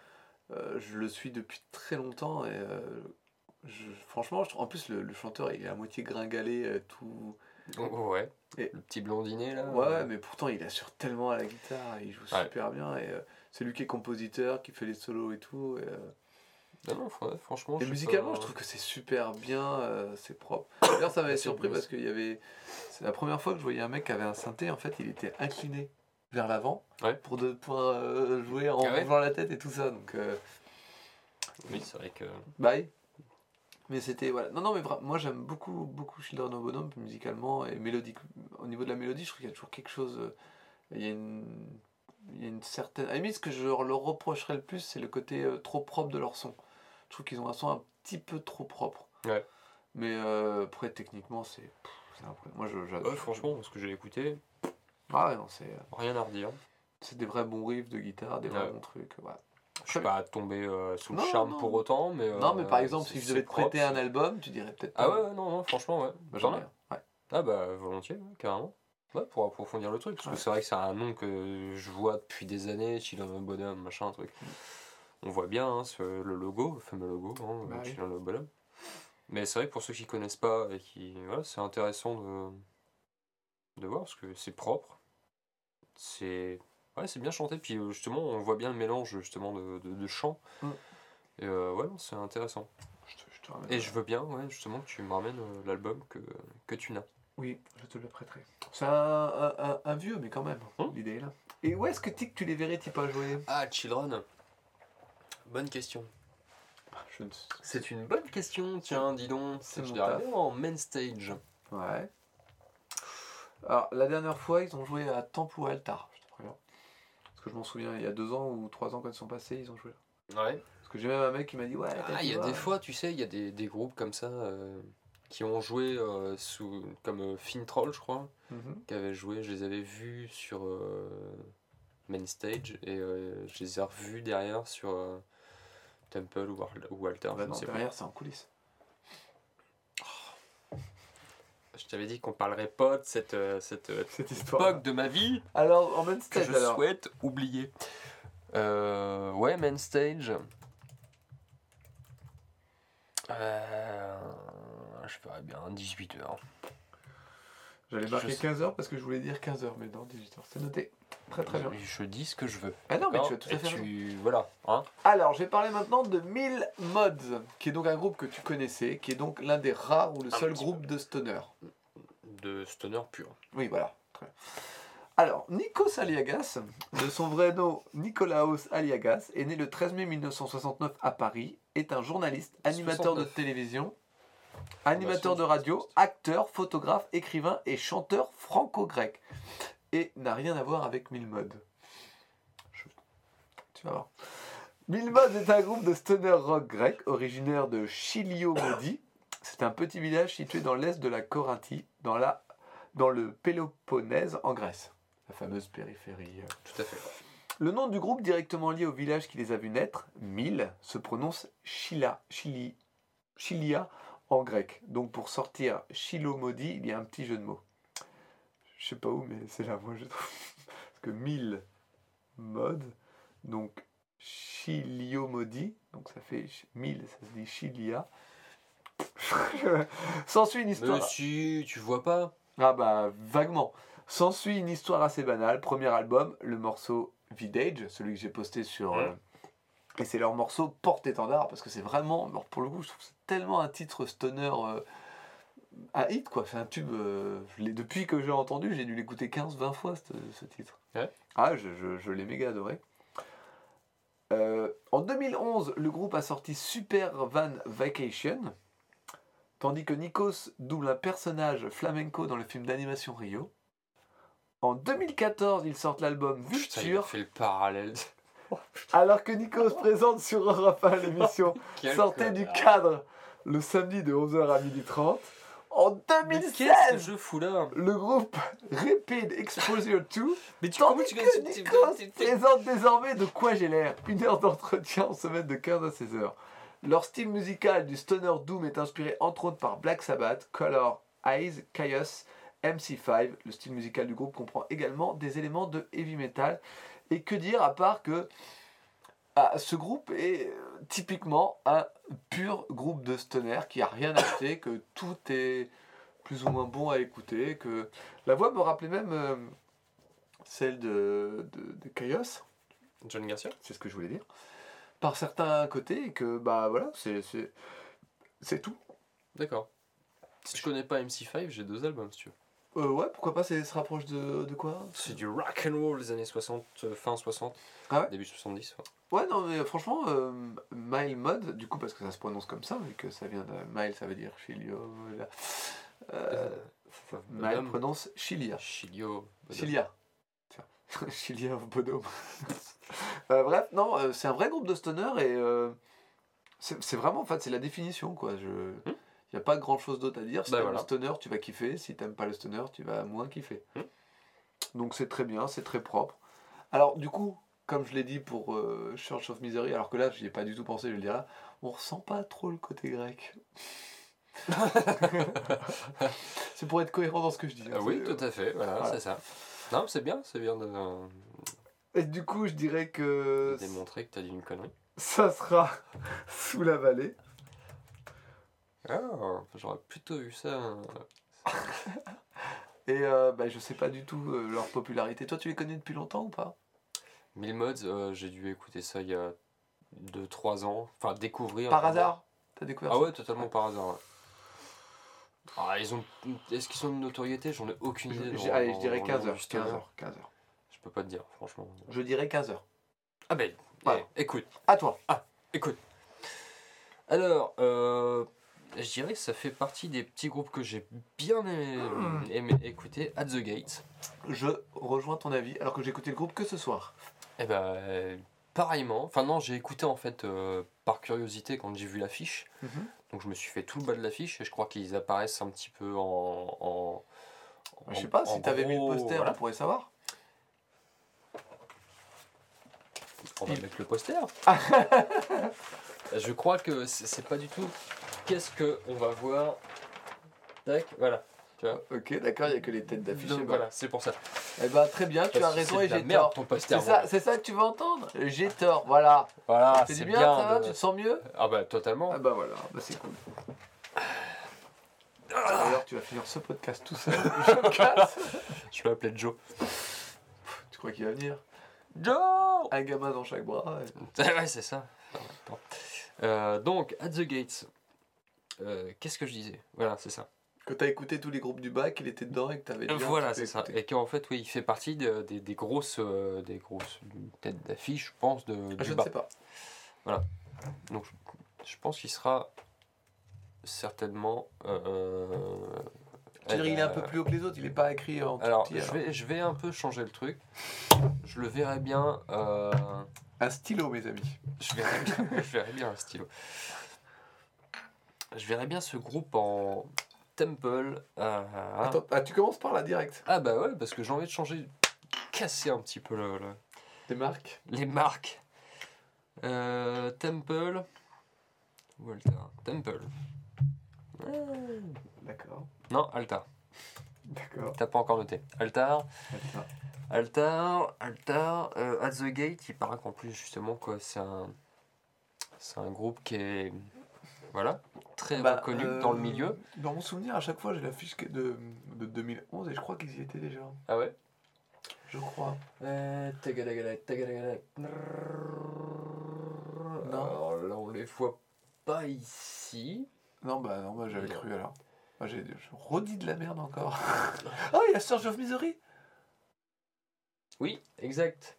je le suis depuis très longtemps et franchement, en plus le chanteur il est à moitié gringalé, tout... Ouais, et le petit blondinet là. Ouais, mais pourtant il assure tellement à la guitare, il joue super bien et c'est lui qui est compositeur, qui fait les solos et tout. Et, non, franchement. Et musicalement, je trouve que c'est super bien, c'est propre. D'ailleurs, ça m'avait surpris parce que c'est la première fois que je voyais un mec qui avait un synthé, en fait, il était incliné vers l'avant pour pouvoir jouer en bougeant la tête et tout ça. Donc, oui, c'est vrai que. Bye. Mais c'était voilà. Non mais moi j'aime beaucoup Children of Bodom musicalement et mélodique. Au niveau de la mélodie, je trouve qu'il y a toujours quelque chose. Il y a une certaine. À la limite, ce que je leur reprocherais le plus, c'est le côté trop propre de leur son. Je trouve qu'ils ont un son un petit peu trop propre. Ouais. Mais après techniquement c'est moi j'adore. Ouais, franchement, ce que j'ai écouté. Ah ouais non c'est. Rien à redire. C'est des vrais bons riffs de guitare, des vrais bons trucs. Ouais. Je suis pas tombé sous le charme pour autant, mais... non, mais par exemple, si je devais te prêter un album, tu dirais peut-être pas... Ah ouais, non, franchement, ouais. Bah, j'en ai un, ouais. Ah bah, volontiers, carrément. Ouais, pour approfondir le truc, parce que c'est vrai que c'est un nom que je vois depuis des années, Children of Bodom, machin, truc. On voit bien hein, le logo, le fameux logo, hein, Children of Bodom. Mais c'est vrai que pour ceux qui connaissent pas, et qui... Voilà, c'est intéressant de voir, parce que c'est propre. Ouais, c'est bien chanté, puis justement, on voit bien le mélange justement de chants. Et ouais, c'est intéressant. Et je veux bien, justement, que tu me ramènes l'album que tu n'as. Oui, je te le prêterai. C'est un vieux, mais quand même, l'idée est là. Et où est-ce que tu les verrais, t'y pas jouer? Ah, Children. Bonne question. C'est une bonne question, tiens, dis donc. C'est je l'ai regardé en main stage. Ouais. Alors, la dernière fois, ils ont joué à Temple Altar, je te préviens. Parce que je m'en souviens, il y a 2 ans ou 3 ans, quand ils sont passés, ils ont joué là. Ouais. Parce que j'ai même un mec qui m'a dit, ouais, il y a des fois, tu sais, il y a des groupes comme ça qui ont joué comme Fintroll, je crois, qui avaient joué, je les avais vus sur main stage et je les ai revus derrière sur Temple ou Altar. Bah non, derrière, c'est en coulisses. Je t'avais dit qu'on parlerait pas de cette époque de ma vie. Alors, en main stage, que je souhaite oublier. Ouais, main stage. Je ferais bien 18h. J'allais marquer 15h parce que je voulais dire 15h, mais non, 18h. C'est noté. Très très bien. Je dis ce que je veux. Ah non, mais tu as tout à fait raison. Voilà. Hein. Alors, je vais parler maintenant de 1000 Mods, qui est donc un groupe que tu connaissais, qui est donc l'un des rares ou le seul groupe de stoner. De stoner pur. Oui, voilà. Très bien. Alors, Nikos Aliagas, de son vrai nom Nikolaos Aliagas, est né le 13 mai 1969 à Paris, est un journaliste, animateur 69. De télévision, animateur de radio, acteur, photographe, écrivain et chanteur franco-grec. Et n'a rien à voir avec 1000 Mods. Tu vas voir. 1000 Mods est un groupe de stoner rock grec originaire de Chiliomodi. C'est un petit village situé dans l'est de la Corinthie, dans le Péloponnèse en Grèce. La fameuse périphérie. Tout à fait. Le nom du groupe directement lié au village qui les a vus naître, 1000, se prononce Chilia en grec. Donc pour sortir Chilomodi, il y a un petit jeu de mots. Je sais pas où, mais c'est là, moi je trouve. Parce que 1000 modes, donc Chiliomodi, donc ça fait 1000, ça se dit Chilia. S'ensuit une histoire. Mais si, tu vois pas. Ah bah, vaguement. S'ensuit une histoire assez banale. Premier album, le morceau Vidage, celui que j'ai posté sur. Et c'est leur morceau porte-étendard, parce que c'est vraiment. Alors pour le coup, je trouve que c'est tellement un titre stoner. Un hit, quoi. C'est un tube. Depuis que j'ai entendu, j'ai dû l'écouter 15-20 fois, ce titre. Ouais. Ah, je l'ai méga adoré. En 2011, le groupe a sorti Super Van Vacation. Tandis que Nikos double un personnage flamenco dans le film d'animation Rio. En 2014, ils sortent l'album Vulture. Putain, il a fait le parallèle. Alors que Nikos présente sur Europe 1 l'émission Sortez du cadre le samedi de 11h à 12h30. En 2016, le groupe Rapid Exposure 2. Mais tandis que Nikos présente désormais De quoi j'ai l'air. 1 heure d'entretien en semaine de 15 à 16h. Leur style musical du stoner doom est inspiré entre autres par Black Sabbath, Color, Eyes, Chaos, MC5. Le style musical du groupe comprend également des éléments de heavy metal. Et que dire à part que ce groupe est typiquement un pur groupe de stoner qui a rien acheté, que tout est plus ou moins bon à écouter, que la voix me rappelait même celle de Chaos. Johnny Garcia. C'est ce que je voulais dire. Par certains côtés, et que bah voilà, c'est tout. D'accord. Si tu connais pas MC5, j'ai 2 albums si tu veux. Ouais, pourquoi pas, ça se rapproche de quoi? C'est du rock and roll des années 60, fin 60, début 70. Ouais, non, mais franchement, Mile Mod, du coup, parce que ça se prononce comme ça, vu que ça vient de Mile, ça veut dire Chilio. Mile prononce Chilia. Chilio. Chilia. Chilia of Bodom. Bref, non, c'est un vrai groupe de stoner et c'est vraiment, en fait, c'est la définition, quoi. Il n'y a pas grand chose d'autre à dire. Si t'aimes le stoner, tu vas kiffer. Si t'aimes pas le stoner, tu vas moins kiffer. Donc c'est très bien, c'est très propre. Alors du coup, comme je l'ai dit pour Church of Misery, alors que là, j'y ai pas du tout pensé, je le dirais là, on ressent pas trop le côté grec. C'est pour être cohérent dans ce que je dis. Oui, tout à fait, voilà. C'est ça. Non, c'est bien de... Et du coup, je dirais que... Démontrer que t'as dit une connerie. Ça sera Sous la vallée. Ah, j'aurais plutôt vu ça. Et je sais pas du tout leur popularité. Toi, tu les connais depuis longtemps ou pas? 1000 Mods, j'ai dû écouter ça il y a 2-3 ans. Enfin, découvrir. Par hasard? T'as découvert ça? Ah ouais, totalement par hasard. Ouais. Ah, est-ce qu'ils ont une notoriété? J'en ai aucune idée. Allez, je dirais 15h. 15h. Je peux pas te dire, franchement. Je dirais 15h. Ah ben, ouais. Écoute. À toi. Écoute. Alors, je dirais que ça fait partie des petits groupes que j'ai bien aimé écouter, At The Gate. Je rejoins ton avis, alors que j'ai écouté le groupe que ce soir. Eh ben, pareillement. Enfin non, j'ai écouté en fait par curiosité quand j'ai vu l'affiche. Donc je me suis fait tout le bas de l'affiche et je crois qu'ils apparaissent un petit peu en je sais pas, si t'avais mis le poster, voilà. On pourrait savoir. On va mettre le poster. Je crois que c'est pas du tout... Qu'est-ce qu'on va voir? Tac, voilà. Tu vois. Ok, d'accord, il n'y a que les têtes d'affiche. Donc voilà, c'est pour ça. Eh ben très bien, tu as raison et j'ai tort. Ton poster, c'est ça que tu veux entendre. J'ai tort, voilà. Voilà, c'est bien, ça va, tu te sens mieux? Ah bah totalement. Ah bah voilà, bah c'est cool. D'ailleurs, tu vas finir ce podcast tout seul. Je me casse. Je vais appeler Joe. Tu crois qu'il va venir? Joe! Un gamin dans chaque bras. Ouais, c'est ça. Donc, At the Gates. Qu'est-ce que je disais? Voilà, c'est ça. Que t'as écouté tous les groupes du bac, il était dedans et que t'avais bien. Voilà, c'est ça. Et qu'en fait, oui, il fait partie des grosses têtes d'affiche, je pense, du je bas. ne sais pas. Voilà. Donc, je pense qu'il sera certainement. Tu veux dire, il est un peu plus haut que les autres, il n'est pas écrit en tout alors, petit. Je vais un peu changer le truc. Je le verrais bien. Un stylo, mes amis. Je verrais bien un stylo. Je verrais bien ce groupe en Temple. Attends, tu commences par là direct. Ah bah ouais, parce que j'ai envie de changer, casser un petit peu les marques. Les marques. Temple. Ou Altar. Temple. D'accord. Non, Altar. D'accord. T'as pas encore noté. Altar. At the Gate, il paraît qu'en plus justement quoi, c'est un groupe qui est voilà, très reconnu dans le milieu. Dans mon souvenir, à chaque fois j'ai la fiche de 2011 et je crois qu'ils y étaient déjà. Ah ouais? Je crois. Non. Alors là on les voit pas ici. Non bah j'avais cru alors. Je redis de la merde encore. Oh, il y a Surge of Misery. Oui, exact.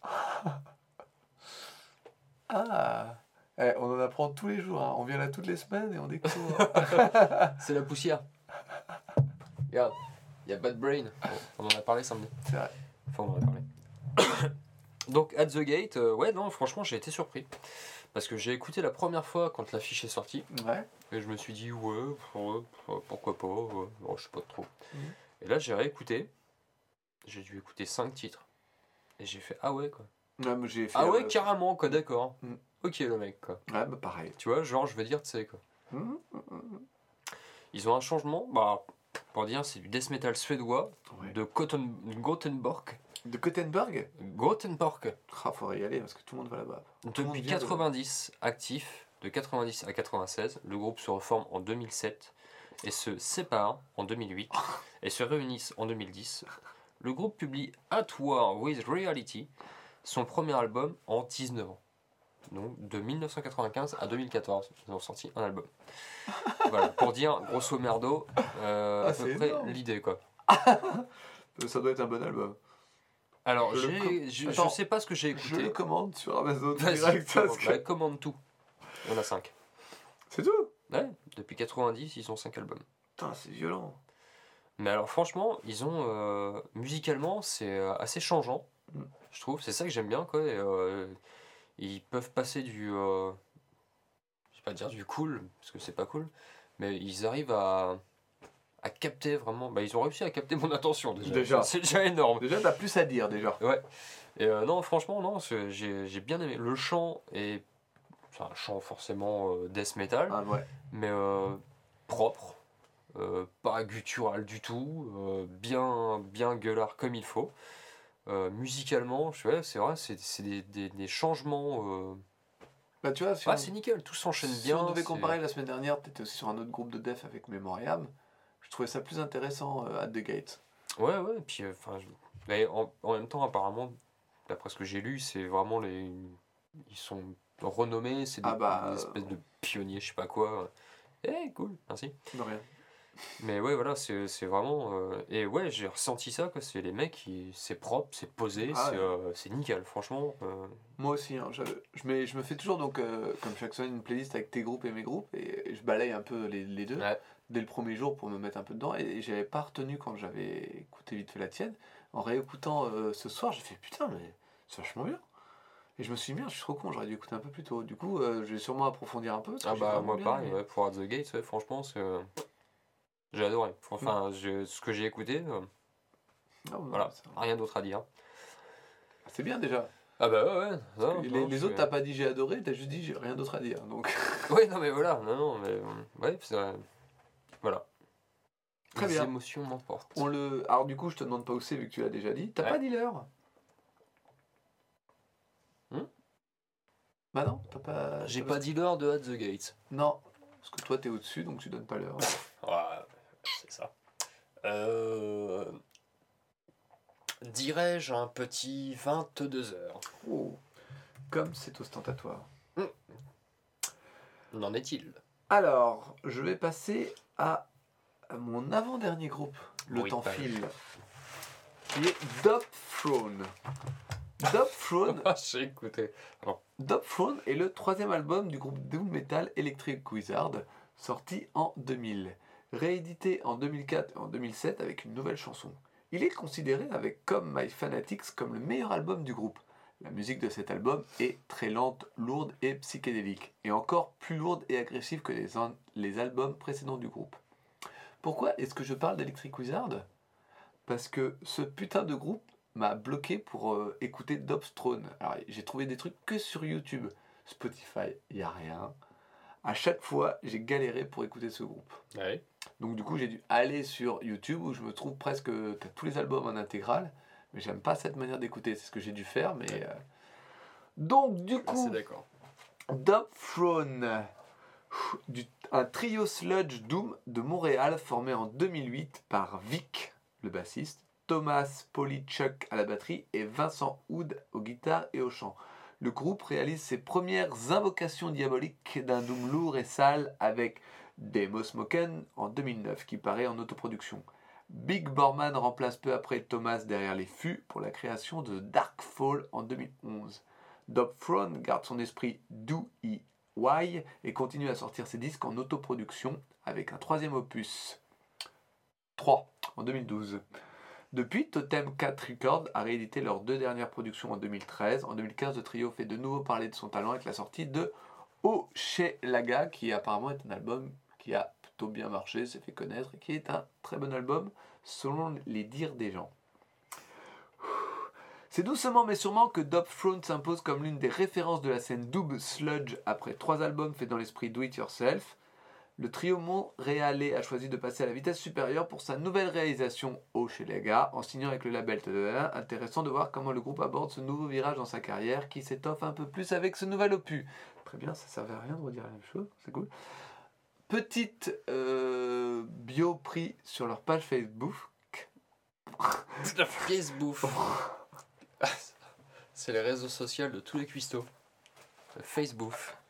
Ah. On en apprend tous les jours, hein. On vient là toutes les semaines et on découvre. C'est la poussière. Regarde, il y a Bad Brain. On en a parlé samedi. C'est vrai. Enfin, on en a parlé. Donc, At the Gate, ouais, non, franchement, j'ai été surpris. Parce que j'ai écouté la première fois quand l'affiche est sortie. Ouais. Et je me suis dit, ouais, pourquoi pas, je sais pas trop. Et là, j'ai réécouté. J'ai dû écouter 5 titres. Et j'ai fait, ah ouais, quoi. Ouais, mais j'ai fait, ah ouais, carrément, quoi, d'accord. Mm. Ok, le mec, quoi. Ouais, bah pareil. Tu vois, genre, je veux dire, tu sais, quoi. Ils ont un changement, pour dire, c'est du death metal suédois, de Gothenburg. De Gothenburg? Gothenburg. Ah, faudrait y aller parce que tout le monde va là-bas. Depuis 90, actif, de 90 à 96, le groupe se reforme en 2007 et se sépare en 2008 et se réunissent en 2010. Le groupe publie At War with Reality, son premier album en 19 ans. Donc de 1995 à 2014, ils ont sorti un album. Voilà, pour dire grosso merdo, à peu près l'idée, quoi. Ça doit être un bon album. Alors, je sais pas ce que j'ai écouté. Je le commande sur Amazon direct. Commande tout. Il y en a 5. C'est tout? Ouais, depuis 90, ils ont 5 albums. Putain, c'est violent. Mais alors, franchement, ils ont. Musicalement, c'est assez changeant, je trouve. C'est ça que j'aime bien, quoi. Et, ils peuvent passer du. Je vais pas dire du cool, parce que c'est pas cool, mais ils arrivent à capter vraiment. Ils ont réussi à capter mon attention déjà. C'est déjà énorme. Déjà, t'as plus à dire déjà. Ouais. Et non, franchement, non, j'ai bien aimé. Le chant est. C'est un chant forcément death metal, mais propre, pas guttural du tout, bien gueulard comme il faut. Musicalement, c'est vrai, c'est des changements. Tu vois, c'est nickel, tout s'enchaîne bien. Si on devait comparer la semaine dernière, tu étais aussi sur un autre groupe de death avec Memoriam. Je trouvais ça plus intéressant At the Gate. Ouais, et puis en même temps, apparemment, d'après ce que j'ai lu, c'est vraiment ils sont renommés, c'est des espèces de pionniers, je sais pas quoi. Cool, merci. De rien. Mais ouais, voilà, c'est vraiment. Et ouais, j'ai ressenti ça, quoi. C'est les mecs, c'est propre, c'est posé, c'est nickel, franchement. Moi aussi, hein, je me fais toujours, donc, comme chaque semaine, une playlist avec tes groupes et mes groupes, et je balaye un peu les deux dès le premier jour pour me mettre un peu dedans. Et j'avais pas retenu quand j'avais écouté vite fait la tienne. En réécoutant ce soir, j'ai fait putain, mais c'est vachement bien. Et je me suis dit, merde, je suis trop con, j'aurais dû écouter un peu plus tôt. Du coup, je vais sûrement approfondir un peu. Moi pareil, pour At the Gate, franchement, j'ai adoré. Enfin, ce que j'ai écouté, voilà, rien d'autre à dire. C'est bien déjà. Ah bah ouais. Non, les autres, t'as pas dit j'ai adoré, t'as juste dit j'ai rien d'autre à dire. Donc. Ouais, non mais voilà, mais ouais, c'est voilà. Très bien. Les émotions m'emportent. Alors du coup, je te demande pas où c'est vu que tu l'as déjà dit. T'as pas dit l'heure? Bah non, t'as pas... J'ai pas dit l'heure de At the Gates. Non, parce que toi t'es au-dessus, donc tu donnes pas l'heure. Ouais, c'est ça. Dirais-je un petit 22h. Oh, comme c'est ostentatoire. N'en est-il? Alors, je vais passer à mon avant-dernier groupe, le Oui, temps pas file, qui est Dub-Throne. Dub-Throne J'ai écouté. Dub-Throne est le troisième album du groupe doom metal Electric Wizard, sorti en 2000, réédité en 2004 et en 2007 avec une nouvelle chanson. Il est considéré avec Come My Fanatics comme le meilleur album du groupe. La musique de cet album est très lente, lourde et psychédélique, et encore plus lourde et agressive que les albums précédents du groupe. Pourquoi est-ce que je parle d'Electric Wizard? Parce que ce putain de groupe m'a bloqué pour écouter Dub-Throne. Alors j'ai trouvé des trucs que sur YouTube. Spotify, il n'y a rien. À chaque fois, j'ai galéré pour écouter ce groupe. Ouais. Donc du coup, j'ai dû aller sur YouTube où je me trouve presque tous les albums en intégrale. Mais j'aime pas cette manière d'écouter. C'est ce que j'ai dû faire. Mais donc du coup, d'accord. Dub-Throne, un trio sludge doom de Montréal formé en 2008 par Vic, le bassiste, Thomas Polychuk à la batterie et Vincent Hood aux guitares et au chant. Le groupe réalise ses premières invocations diaboliques d'un doom lourd et sale avec Demo Smoken en 2009 qui paraît en autoproduction. Big Borman remplace peu après Thomas derrière les fûts pour la création de Darkfall en 2011. Dub-Throne garde son esprit do-e-why et continue à sortir ses disques en autoproduction avec un troisième opus 3 en 2012. Depuis, Totem 4 Records a réédité leurs deux dernières productions en 2013. En 2015, le trio fait de nouveau parler de son talent avec la sortie de Hochelaga, qui apparemment est un album qui a plutôt bien marché, s'est fait connaître, et qui est un très bon album selon les dires des gens. C'est doucement mais sûrement que Dub-Throne s'impose comme l'une des références de la scène doom sludge après 3 albums faits dans l'esprit do-it-yourself. Le trio montréalais a choisi de passer à la vitesse supérieure pour sa nouvelle réalisation Hochelaga en signant avec le label TDA. Intéressant de voir comment le groupe aborde ce nouveau virage dans sa carrière qui s'étoffe un peu plus avec ce nouvel opus. Très bien, ça servait à rien de redire la même chose, c'est cool. Petite bio pris sur leur page Facebook. Facebook. C'est les réseaux sociaux de tous les cuistots. Facebook.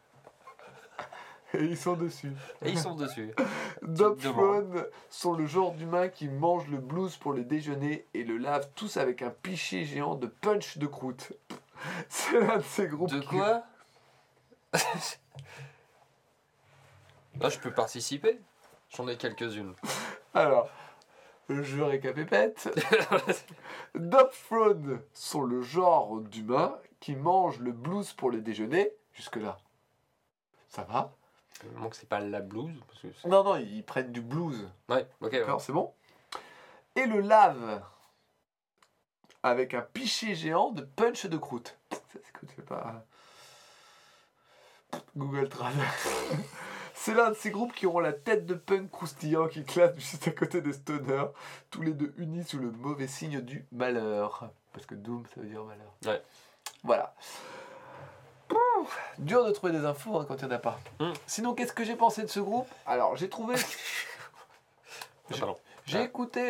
Et ils sont dessus. Dub-Throne sont le genre d'humains qui mangent le blues pour le déjeuner et le lavent tous avec un pichet géant de punch de croûte. C'est l'un de ces groupes. De quoi? Là, je peux participer. J'en ai quelques-unes. Alors, je récapépète. Dub-Throne sont le genre d'humains qui mangent le blues pour le déjeuner. Jusque-là, ça va? Donc c'est pas la blues parce que non, ils prennent du blues. Ouais, ok. D'accord, c'est bon. Et le lave avec un pichet géant de punch de croûte. C'est pas Google Trad. C'est l'un de ces groupes qui auront la tête de punk croustillant qui classe juste à côté des stoners, tous les deux unis sous le mauvais signe du malheur. Parce que doom, ça veut dire malheur. Ouais. Voilà. Dur de trouver des infos quand il n'y en a pas. Sinon, qu'est-ce que j'ai pensé de ce groupe? Alors, j'ai trouvé... j'ai écouté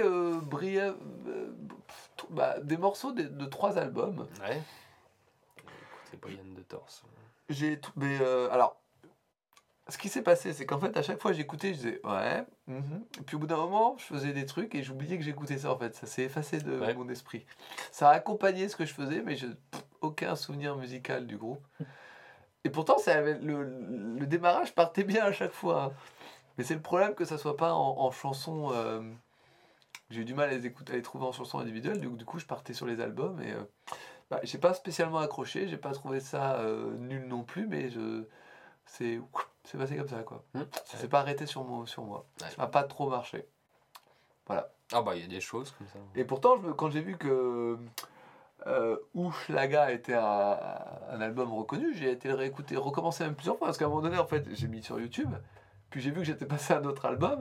des morceaux de 3 albums. Ouais. Écoutez Brian de Torse. Alors, ce qui s'est passé, c'est qu'en fait, à chaque fois j'écoutais, je disais ouais. Et puis au bout d'un moment, je faisais des trucs et j'oubliais que j'écoutais ça en fait. Ça s'est effacé de mon esprit. Ça a accompagné ce que je faisais, mais je aucun souvenir musical du groupe. Et pourtant, le démarrage partait bien à chaque fois. Hein. Mais c'est le problème que ça soit pas en chanson. J'ai eu du mal à les trouver en chanson individuelle. Du coup, je partais sur les albums et j'ai pas spécialement accroché. J'ai pas trouvé ça nul non plus, mais c'est passé comme ça quoi. Ça s'est pas arrêté sur moi. Ça m'a pas trop marché. Voilà. Ah bah il y a des choses comme ça. Et pourtant, quand j'ai vu que Hochelaga était un album reconnu, j'ai été le réécouter, recommencer même plusieurs fois parce qu'à un moment donné en fait j'ai mis sur YouTube, puis j'ai vu que j'étais passé à un autre album.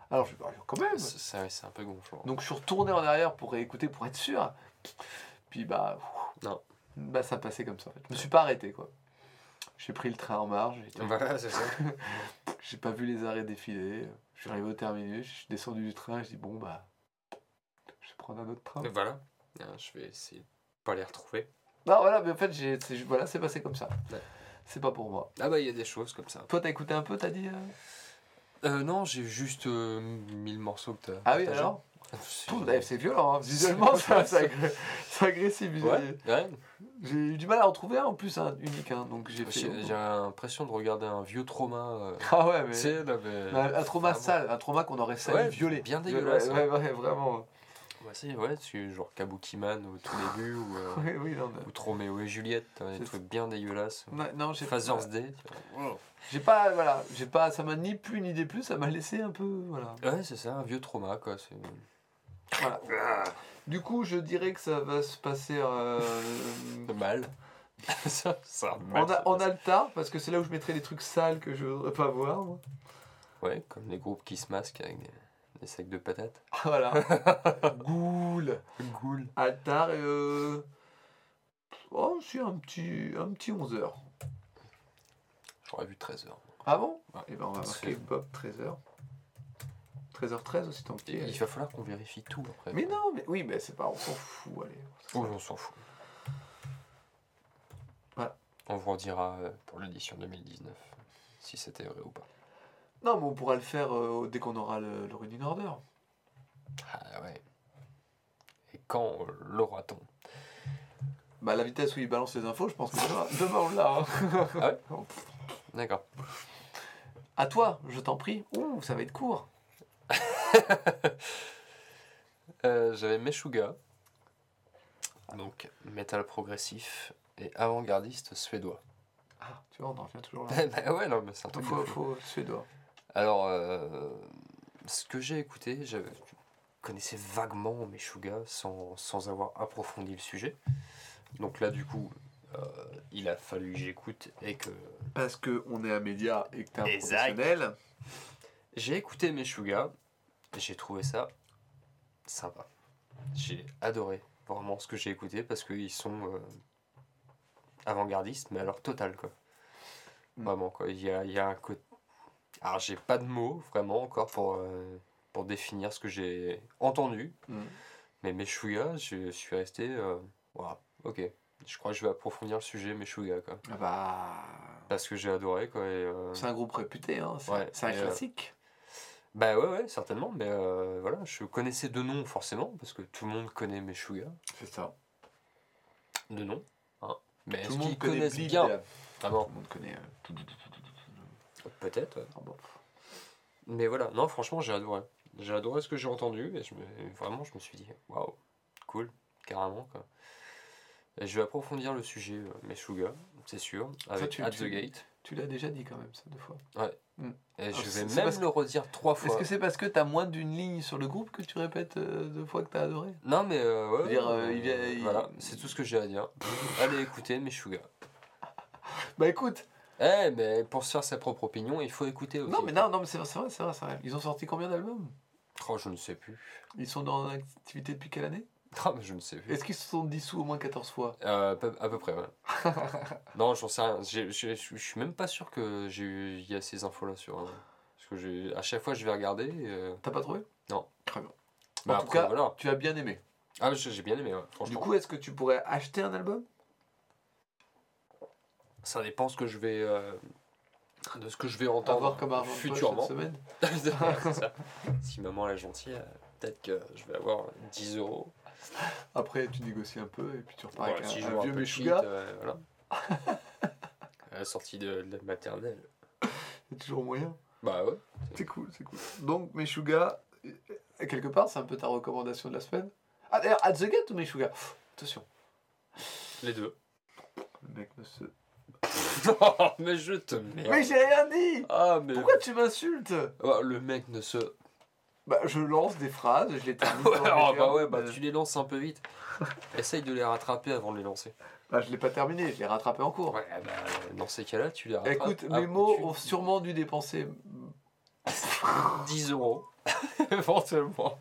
Alors je quand même. C'est un peu gonflant. Donc je suis retourné en arrière pour réécouter, pour être sûr. Puis non. Ça passait comme ça en fait. Je me suis pas arrêté quoi. J'ai pris le train en marge. Voilà, c'est ça. J'ai pas vu les arrêts défiler. Je suis arrivé au terminus, je suis descendu du train, je dis bon bah je vais prendre un autre train. Voilà. Je vais essayer de pas les retrouver. Non voilà, mais en fait c'est passé comme ça. Ouais. C'est pas pour moi. Ah bah il y a des choses comme ça. Toi t'as écouté un peu, t'as dit non, j'ai juste mis le morceau que t'as. Ah oui, alors c'est violent, hein. Visuellement, c'est agressif. Ouais. J'ai eu du mal à en trouver un en plus, unique. Donc j'ai l'impression de regarder un vieux trauma. Ah ouais, mais. Un trauma vraiment sale, un trauma qu'on aurait sali violé. Bien dégueulasse. Ouais, vraiment. C'est genre Kabuki-Man au tout début, ou Roméo et Juliette, des trucs bien dégueulasses. Non, j'ai Father's Day. J'ai pas, ça m'a ni plu ni déplu, ça m'a laissé un peu, Ouais, c'est ça, un vieux trauma, quoi. Voilà. Du coup, je dirais que ça va se passer mal. On a le tard, parce que c'est là où je mettrai les trucs sales que je voudrais pas voir, moi. Ouais, comme les groupes qui se masquent avec des sacs de patates. Voilà. Ghoul. Altar et c'est un petit 11h. J'aurais vu 13h. Ah bon? Ouais. Et ben on va marquer Bob 13h. 13h13 aussi tant que il va falloir qu'on vérifie tout après. Mais non, mais c'est pas, on s'en fout, allez. On s'en fout. Voilà. On vous redira pour l'édition 2019 si c'était vrai ou pas. Non, mais on pourra le faire dès qu'on aura le running order. Ah ouais. Et quand l'aura-t-on? Bah la vitesse où il balance les infos, je pense que demain on l'a. Ah ouais. D'accord. À toi, je t'en prie. Ouh, ça va être court. J'avais Meshuggah, donc métal progressif et avant-gardiste suédois. Ah, tu vois, on en revient toujours là. Ouais, non, mais c'est un truc. Faut suédois. Alors, ce que j'ai écouté, je connaissais vaguement Meshuggah sans avoir approfondi le sujet. Donc là, du coup, il a fallu que j'écoute et que... Parce qu'on est un média et que t'es un professionnel. J'ai écouté Meshuggah et j'ai trouvé ça sympa. J'ai adoré vraiment ce que j'ai écouté parce qu'ils sont avant-gardistes, mais alors total, quoi. Vraiment, quoi. Il y a un côté... Alors, j'ai pas de mots, vraiment, encore pour définir ce que j'ai entendu. Mais Meshuggah, je suis resté... ok. Je crois que je vais approfondir le sujet Meshuggah, quoi. Ah bah... Parce que j'ai adoré, quoi. C'est un groupe réputé, hein. C'est un classique. Bah ouais, certainement. Mais voilà, je connaissais de nom, forcément, parce que tout le monde connaît Meshuggah. C'est ça. De nom, hein. Mais tout est-ce le monde qu'ils connaissent bien? Ah bon. Tout le monde connaît... Peut-être, ouais. Ah bon. Mais voilà, non, franchement, j'ai adoré. J'ai adoré ce que j'ai entendu, et vraiment, je me suis dit, waouh, cool, carrément, quoi. Et je vais approfondir le sujet Meshuggah, c'est sûr, avec At the Gate. Tu l'as déjà dit quand même, ça, 2 fois. Ouais. Et je vais même le redire 3 fois. Est-ce que c'est parce que t'as moins d'une ligne sur le groupe que tu répètes 2 fois que t'as adoré? Non, mais Voilà, c'est tout ce que j'ai à dire. Allez écouter Meshuggah. Bah écoute. Mais pour se faire sa propre opinion, il faut écouter aussi. Non, mais c'est vrai. Ils ont sorti combien d'albums? Oh, je ne sais plus. Ils sont dans l'activité depuis quelle année? Non, mais je ne sais plus. Est-ce qu'ils se sont dissous au moins 14 fois? À peu près, ouais. Non, j'en sais rien. Je suis même pas sûr que il y a ces infos-là sur... parce que à chaque fois, je vais regarder... T'as pas trouvé? Non. Très bien. Bah, en tout cas, voilà. Tu as bien aimé. Ah, j'ai bien aimé, ouais, franchement. Du coup, est-ce que tu pourrais acheter un album? Ça dépend ce que je vais... de ce que je vais entendre comme futurement. Cette semaine. C'est ça. Si maman est gentille, peut-être que je vais avoir 10 €. Après, tu négocies un peu et puis tu repars avec si un vieux Meshuggah. Voilà. À la sortie de la maternelle. C'est toujours moyen. Bah ouais. C'est cool. Donc, Meshuggah, quelque part, c'est un peu ta recommandation de la semaine. Ah, d'ailleurs, At the Gate ou Meshuggah? Attention. Les deux. Le mec ne se... Non, mais je te merde. Mais j'ai rien dit. Pourquoi tu m'insultes? Le mec ne se... je lance des phrases, je les termine. Tu les lances un peu vite. Essaye de les rattraper avant de les lancer. Je l'ai pas terminé, je l'ai rattrapé en cours. Dans ces cas-là, tu les rattrapes. Écoute, mes mots ont sûrement dû dépenser 10 €, éventuellement.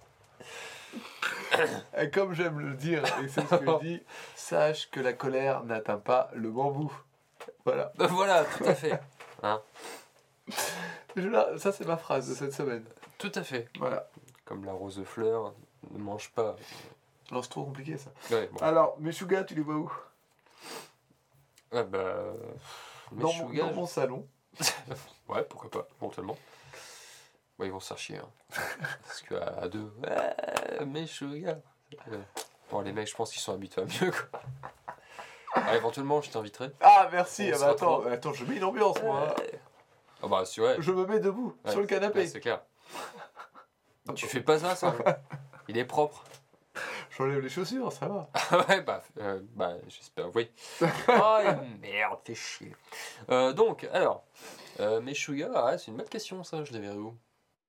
Et comme j'aime le dire, et c'est ce que je dis, sache que la colère n'atteint pas le bambou. Voilà. Voilà, tout à fait. Hein. Ça, c'est ma phrase de cette semaine. Tout à fait. Voilà. Comme la rose de fleurs, ne mange pas. Non, c'est trop compliqué ça. Ouais, bon. Alors, Meshuggah, tu les vois où? Ah bah. Dans mon salon. Ouais, pourquoi pas, éventuellement. Ouais, ils vont se faire chier. Hein. Parce qu'à deux. Ouais, Meshuggah. Bon, les mecs, je pense qu'ils sont habitués à mieux, quoi. Ah, éventuellement, je t'inviterai. Ah, merci. Ah, bah, attends, je mets une ambiance, moi. Ah, bah, c'est vrai. Je me mets debout, sur le canapé. Ouais, c'est clair. Tu fais pas ça. Il est propre. J'enlève les chaussures, ça va. Ouais, bah, j'espère, oui. Oh, merde, fais chier. Donc, alors, Meshuggah, ouais, c'est une bonne question, ça, je les verrai où?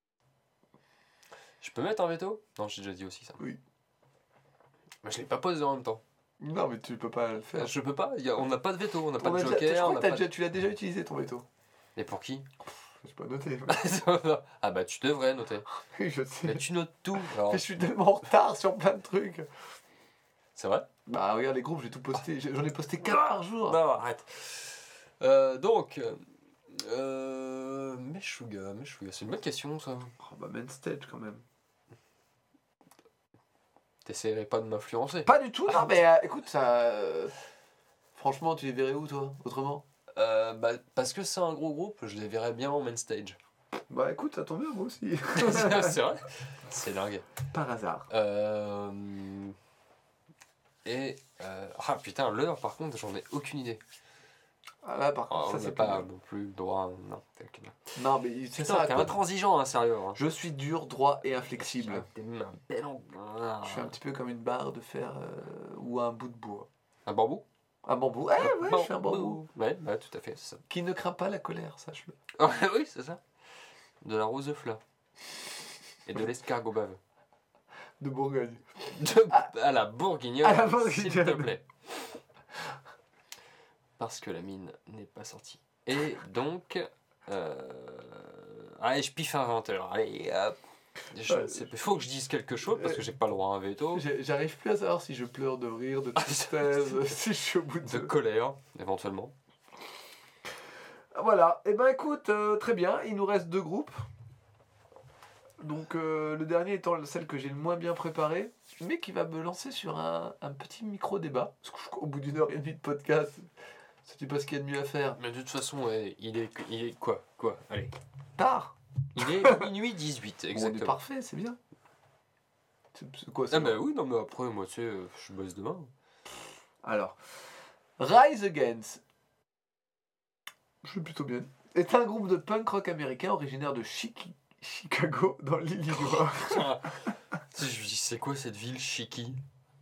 Je peux mettre un veto? Non, j'ai déjà dit aussi ça. Oui. Mais je l'ai pas posé en même temps. Non, mais tu peux pas le faire. Je peux pas, on n'a pas de veto, on n'a pas de joker. Tu l'as déjà utilisé ton veto. Et pour qui? J'ai pas noté. Ah bah tu devrais noter. Oui, je sais. Mais tu notes tout. Alors... Mais je suis tellement en retard sur plein de trucs. C'est vrai? Bah regarde les groupes, j'ai tout posté. J'en ai posté 4 par jour. Non, arrête. Donc, Meshuggah, c'est une bonne question ça. Oh bah main stage quand même. T'essaierais pas de m'influencer? Pas du tout, non mais écoute ça... Franchement, tu les verrais où toi, autrement? Bah, parce que c'est un gros groupe, je les verrais bien en main stage. Bah écoute, ça tombe bien moi aussi. C'est vrai? C'est dingue. Par hasard. Ah putain, l'heure par contre, j'en ai aucune idée. Ah là par contre, ça c'est pas non plus droit. Non mais c'est ça. T'es intransigeant, hein, sérieux. Hein. Je suis dur, droit et inflexible. Je suis un petit peu comme une barre de fer ou un bout de bois. Un bambou? Un bambou. Ouais, je suis un bambou. Ouais, bah tout à fait, c'est ça. Qui ne craint pas la colère, sache-le. Oui, c'est ça. De la rose de fleur. Et de l'escargot bave. De Bourgogne. À la bourguignonne, s'il te plaît. Parce que la mine n'est pas sortie. Et donc... Allez, je piffe un 20h. Allez, hop. Il faut que je dise quelque chose parce que j'ai pas le droit à un veto. J'arrive plus à savoir si je pleure de rire, de tristesse, si je suis au bout de colère, éventuellement. Voilà. Et ben écoute, très bien. Il nous reste 2 groupes. Donc le dernier étant celle que j'ai le moins bien préparée, mais qui va me lancer sur un petit micro-débat. Parce qu'au bout d'1 heure et demie de podcast, c'est pas ce qu'il y a de mieux à faire. Mais de toute façon, ouais, il est quoi? Allez. Tard. Il est minuit 18, exactement. On est parfait, c'est bien. C'est quoi ça? Ah bah oui, non mais après, moi tu sais, je bosse demain. Alors, Rise Against, je suis plutôt bien, est un groupe de punk rock américain originaire de Chicago, dans l'Illinois. Je me dis, c'est quoi cette ville, Chiki?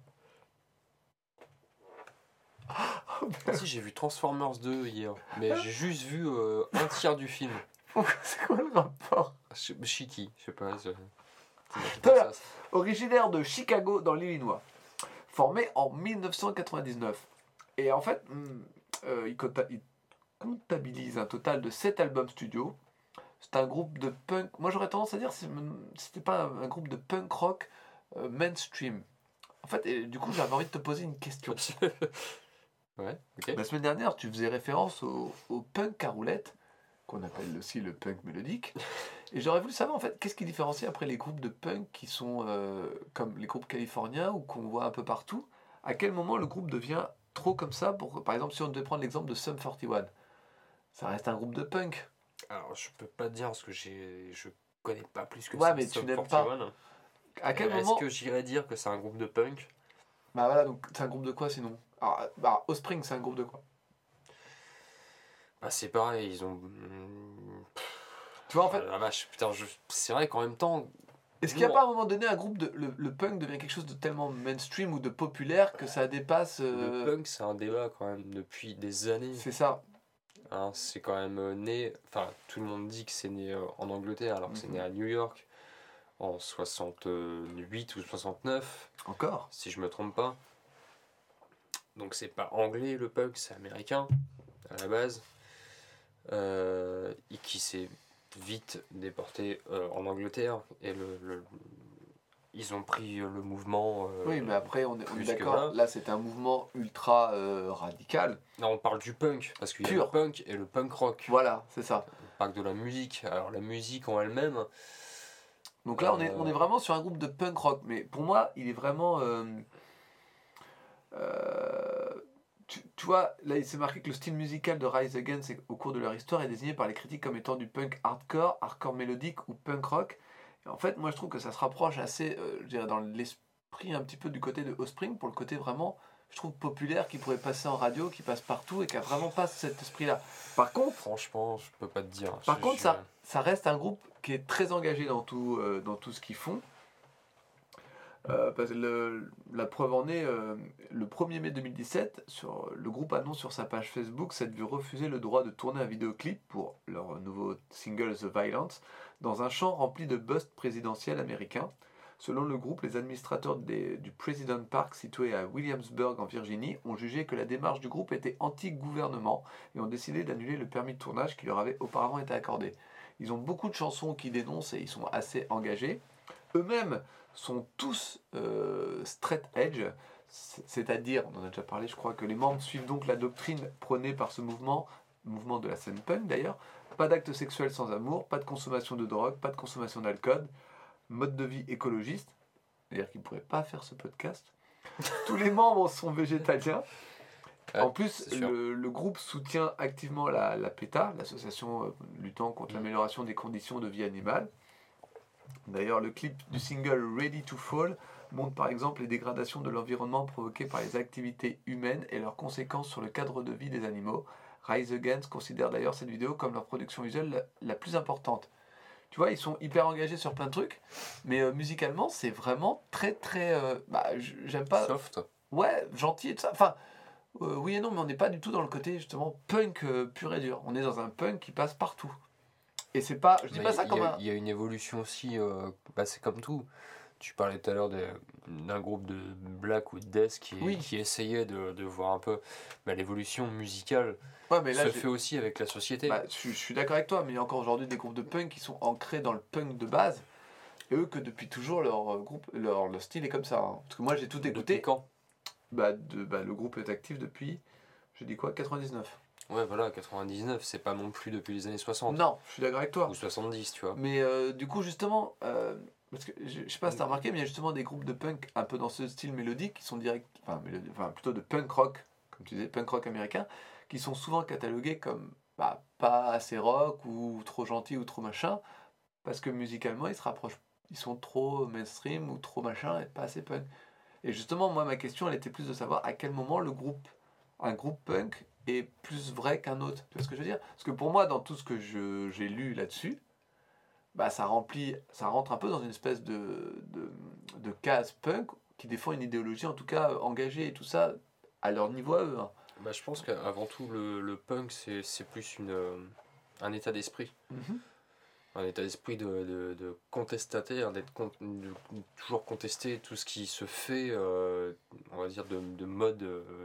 Si, j'ai vu Transformers 2 hier, mais j'ai juste vu un tiers du film. C'est quoi le rapport? Chiki, je sais pas. Originaire de Chicago, dans l'Illinois. Formé en 1999. Et en fait, il comptabilise un total de 7 albums studio. C'est un groupe de punk... Moi, j'aurais tendance à dire que c'était pas un groupe de punk rock mainstream. En fait, du coup, j'avais envie de te poser une question. Ouais, ok. La semaine dernière, tu faisais référence au punk à roulette, qu'on appelle aussi le punk mélodique. Et j'aurais voulu savoir, en fait, qu'est-ce qui différencie après les groupes de punk qui sont comme les groupes californiens ou qu'on voit un peu partout. À quel moment le groupe devient trop comme ça par exemple, si on devait prendre l'exemple de Sum 41, ça reste un groupe de punk. Alors, je peux pas te dire parce que je connais pas plus que ça. Ouais, mais tu n'aimes pas. À quel moment est-ce que j'irais dire que c'est un groupe de punk? Bah voilà, donc c'est un groupe de quoi sinon? Alors, Offspring, c'est un groupe de quoi? Bah c'est pareil, ils ont... Tu vois, en fait... La vache, putain, c'est vrai qu'en même temps... Est-ce qu'il n'y a pas à un moment donné un groupe de... Le punk devient quelque chose de tellement mainstream ou de populaire que ça dépasse... Le punk, c'est un débat quand même depuis des années. C'est ça. Hein, c'est quand même né... Enfin, tout le monde dit que c'est né en Angleterre alors que c'est né à New York en 68 ou 69. Encore? Si je me trompe pas. Donc c'est pas anglais le punk, c'est américain à la base. Et qui s'est vite déportés en Angleterre et ils ont pris le mouvement. Oui, mais après, on est d'accord, là c'est un mouvement ultra radical. Là, on parle du punk, parce qu'il y a le punk et le punk rock. Voilà, c'est ça. On parle de la musique. Alors, la musique en elle-même. Donc là, on est vraiment sur un groupe de punk rock, mais pour moi, il est vraiment. Tu vois, là il s'est marqué que le style musical de Rise Against au cours de leur histoire est désigné par les critiques comme étant du punk hardcore, hardcore mélodique ou punk rock. Et en fait, moi je trouve que ça se rapproche assez, je dirais, dans l'esprit un petit peu du côté de Offspring, pour le côté vraiment, je trouve, populaire, qui pourrait passer en radio, qui passe partout et qui a vraiment pas cet esprit-là. Par contre... Franchement, je peux pas te dire. Par contre, ça reste un groupe qui est très engagé dans tout ce qu'ils font. Parce que la preuve en est, le 1er mai 2017, le groupe annonce sur sa page Facebook s'être vu refuser le droit de tourner un vidéoclip pour leur nouveau single The Violence dans un champ rempli de busts présidentiels américains. Selon le groupe, les administrateurs du President Park situé à Williamsburg en Virginie ont jugé que la démarche du groupe était anti-gouvernement et ont décidé d'annuler le permis de tournage qui leur avait auparavant été accordé. Ils ont beaucoup de chansons qui dénoncent et ils sont assez engagés. Eux-mêmes sont tous straight edge, c'est-à-dire, on en a déjà parlé, je crois que les membres suivent donc la doctrine prônée par ce mouvement de la scène punk d'ailleurs, pas d'acte sexuel sans amour, pas de consommation de drogue, pas de consommation d'alcool, mode de vie écologiste, c'est-à-dire qu'ils ne pourraient pas faire ce podcast. Tous les membres sont végétaliens. Ouais, en plus, le groupe soutient activement la PETA, l'association luttant contre l'amélioration des conditions de vie animale. D'ailleurs, le clip du single Ready to Fall montre par exemple les dégradations de l'environnement provoquées par les activités humaines et leurs conséquences sur le cadre de vie des animaux. Rise Against considère d'ailleurs cette vidéo comme leur production visuelle la plus importante. Tu vois, ils sont hyper engagés sur plein de trucs, mais musicalement, c'est vraiment très très... j'aime pas... Soft. Ouais, gentil et tout ça. Enfin, oui et non, mais on n'est pas du tout dans le côté justement punk pur et dur. On est dans un punk qui passe partout. Et c'est pas, je dis pas ça comme un... Il y a une évolution aussi, c'est comme tout. Tu parlais tout à l'heure d'un groupe de black ou de death qui essayait de voir un peu l'évolution musicale se fait aussi avec la société. Je suis d'accord avec toi, mais il y a encore aujourd'hui des groupes de punk qui sont ancrés dans le punk de base. Et eux, que depuis toujours, leur style est comme ça. Hein. Parce que moi, j'ai tout écouté. Depuis quand le groupe est actif depuis, je dis quoi, 99. Ouais, voilà, 99, c'est pas non plus depuis les années 60. Non, je suis d'accord avec toi. Ou 70, tu vois. Mais du coup, justement, parce que je sais pas si t'as remarqué, mais il y a justement des groupes de punk un peu dans ce style mélodique qui sont plutôt de punk rock, comme tu disais, punk rock américain, qui sont souvent catalogués comme pas assez rock ou trop gentil ou trop machin, parce que musicalement ils sont trop mainstream ou trop machin et pas assez punk. Et justement, moi, ma question, elle était plus de savoir à quel moment un groupe punk est plus vrai qu'un autre. Tu vois ce que je veux dire? Parce que pour moi, dans tout ce que j'ai lu là-dessus, ça rentre un peu dans une espèce de case punk qui défend une idéologie, en tout cas engagée et tout ça, à leur niveau à eux. Hein. Je pense qu'avant tout, le punk, c'est plus un état d'esprit. Mm-hmm. Un état d'esprit de contestataire, de toujours contester tout ce qui se fait, on va dire, de mode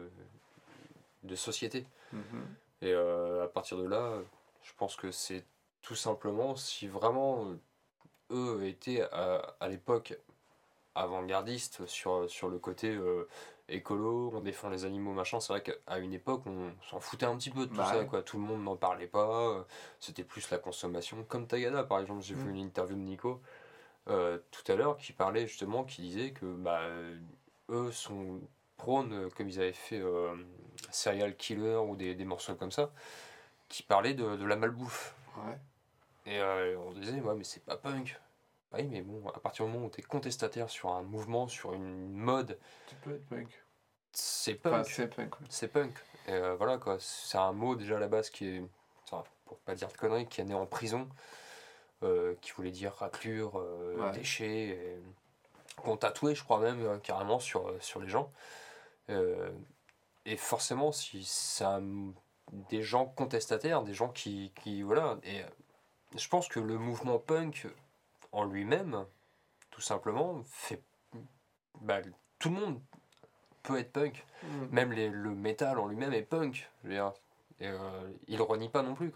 de société. Mm-hmm. Et à partir de là, je pense que c'est tout simplement, si vraiment eux étaient à l'époque avant-gardistes sur le côté écolo, on défend les animaux, machin, c'est vrai qu'à une époque on s'en foutait un petit peu de tout ça, quoi. Tout le monde n'en parlait pas, c'était plus la consommation, comme Tagada par exemple. J'ai vu une interview de Nico tout à l'heure qui parlait justement, qui disait que eux sont prônes, comme ils avaient fait Serial Killer ou des morceaux comme ça, qui parlaient de la malbouffe. Ouais. Et on disait, ouais, mais c'est pas punk. Oui, mais bon, à partir du moment où tu es contestataire sur un mouvement, sur une mode, tu peux être punk. C'est punk. Enfin, c'est punk. C'est punk. Et voilà, quoi. C'est un mot déjà à la base qui est, pour pas dire de conneries, qui est né en prison, qui voulait dire raclure, déchets, et qu'on tatouait, je crois même, carrément sur les gens. Et forcément, si c'est des gens contestataires, des gens qui voilà. Et je pense que le mouvement punk en lui-même, tout simplement, fait... tout le monde peut être punk. Même le métal en lui-même est punk. Je veux dire. Et il renie pas non plus, quoi.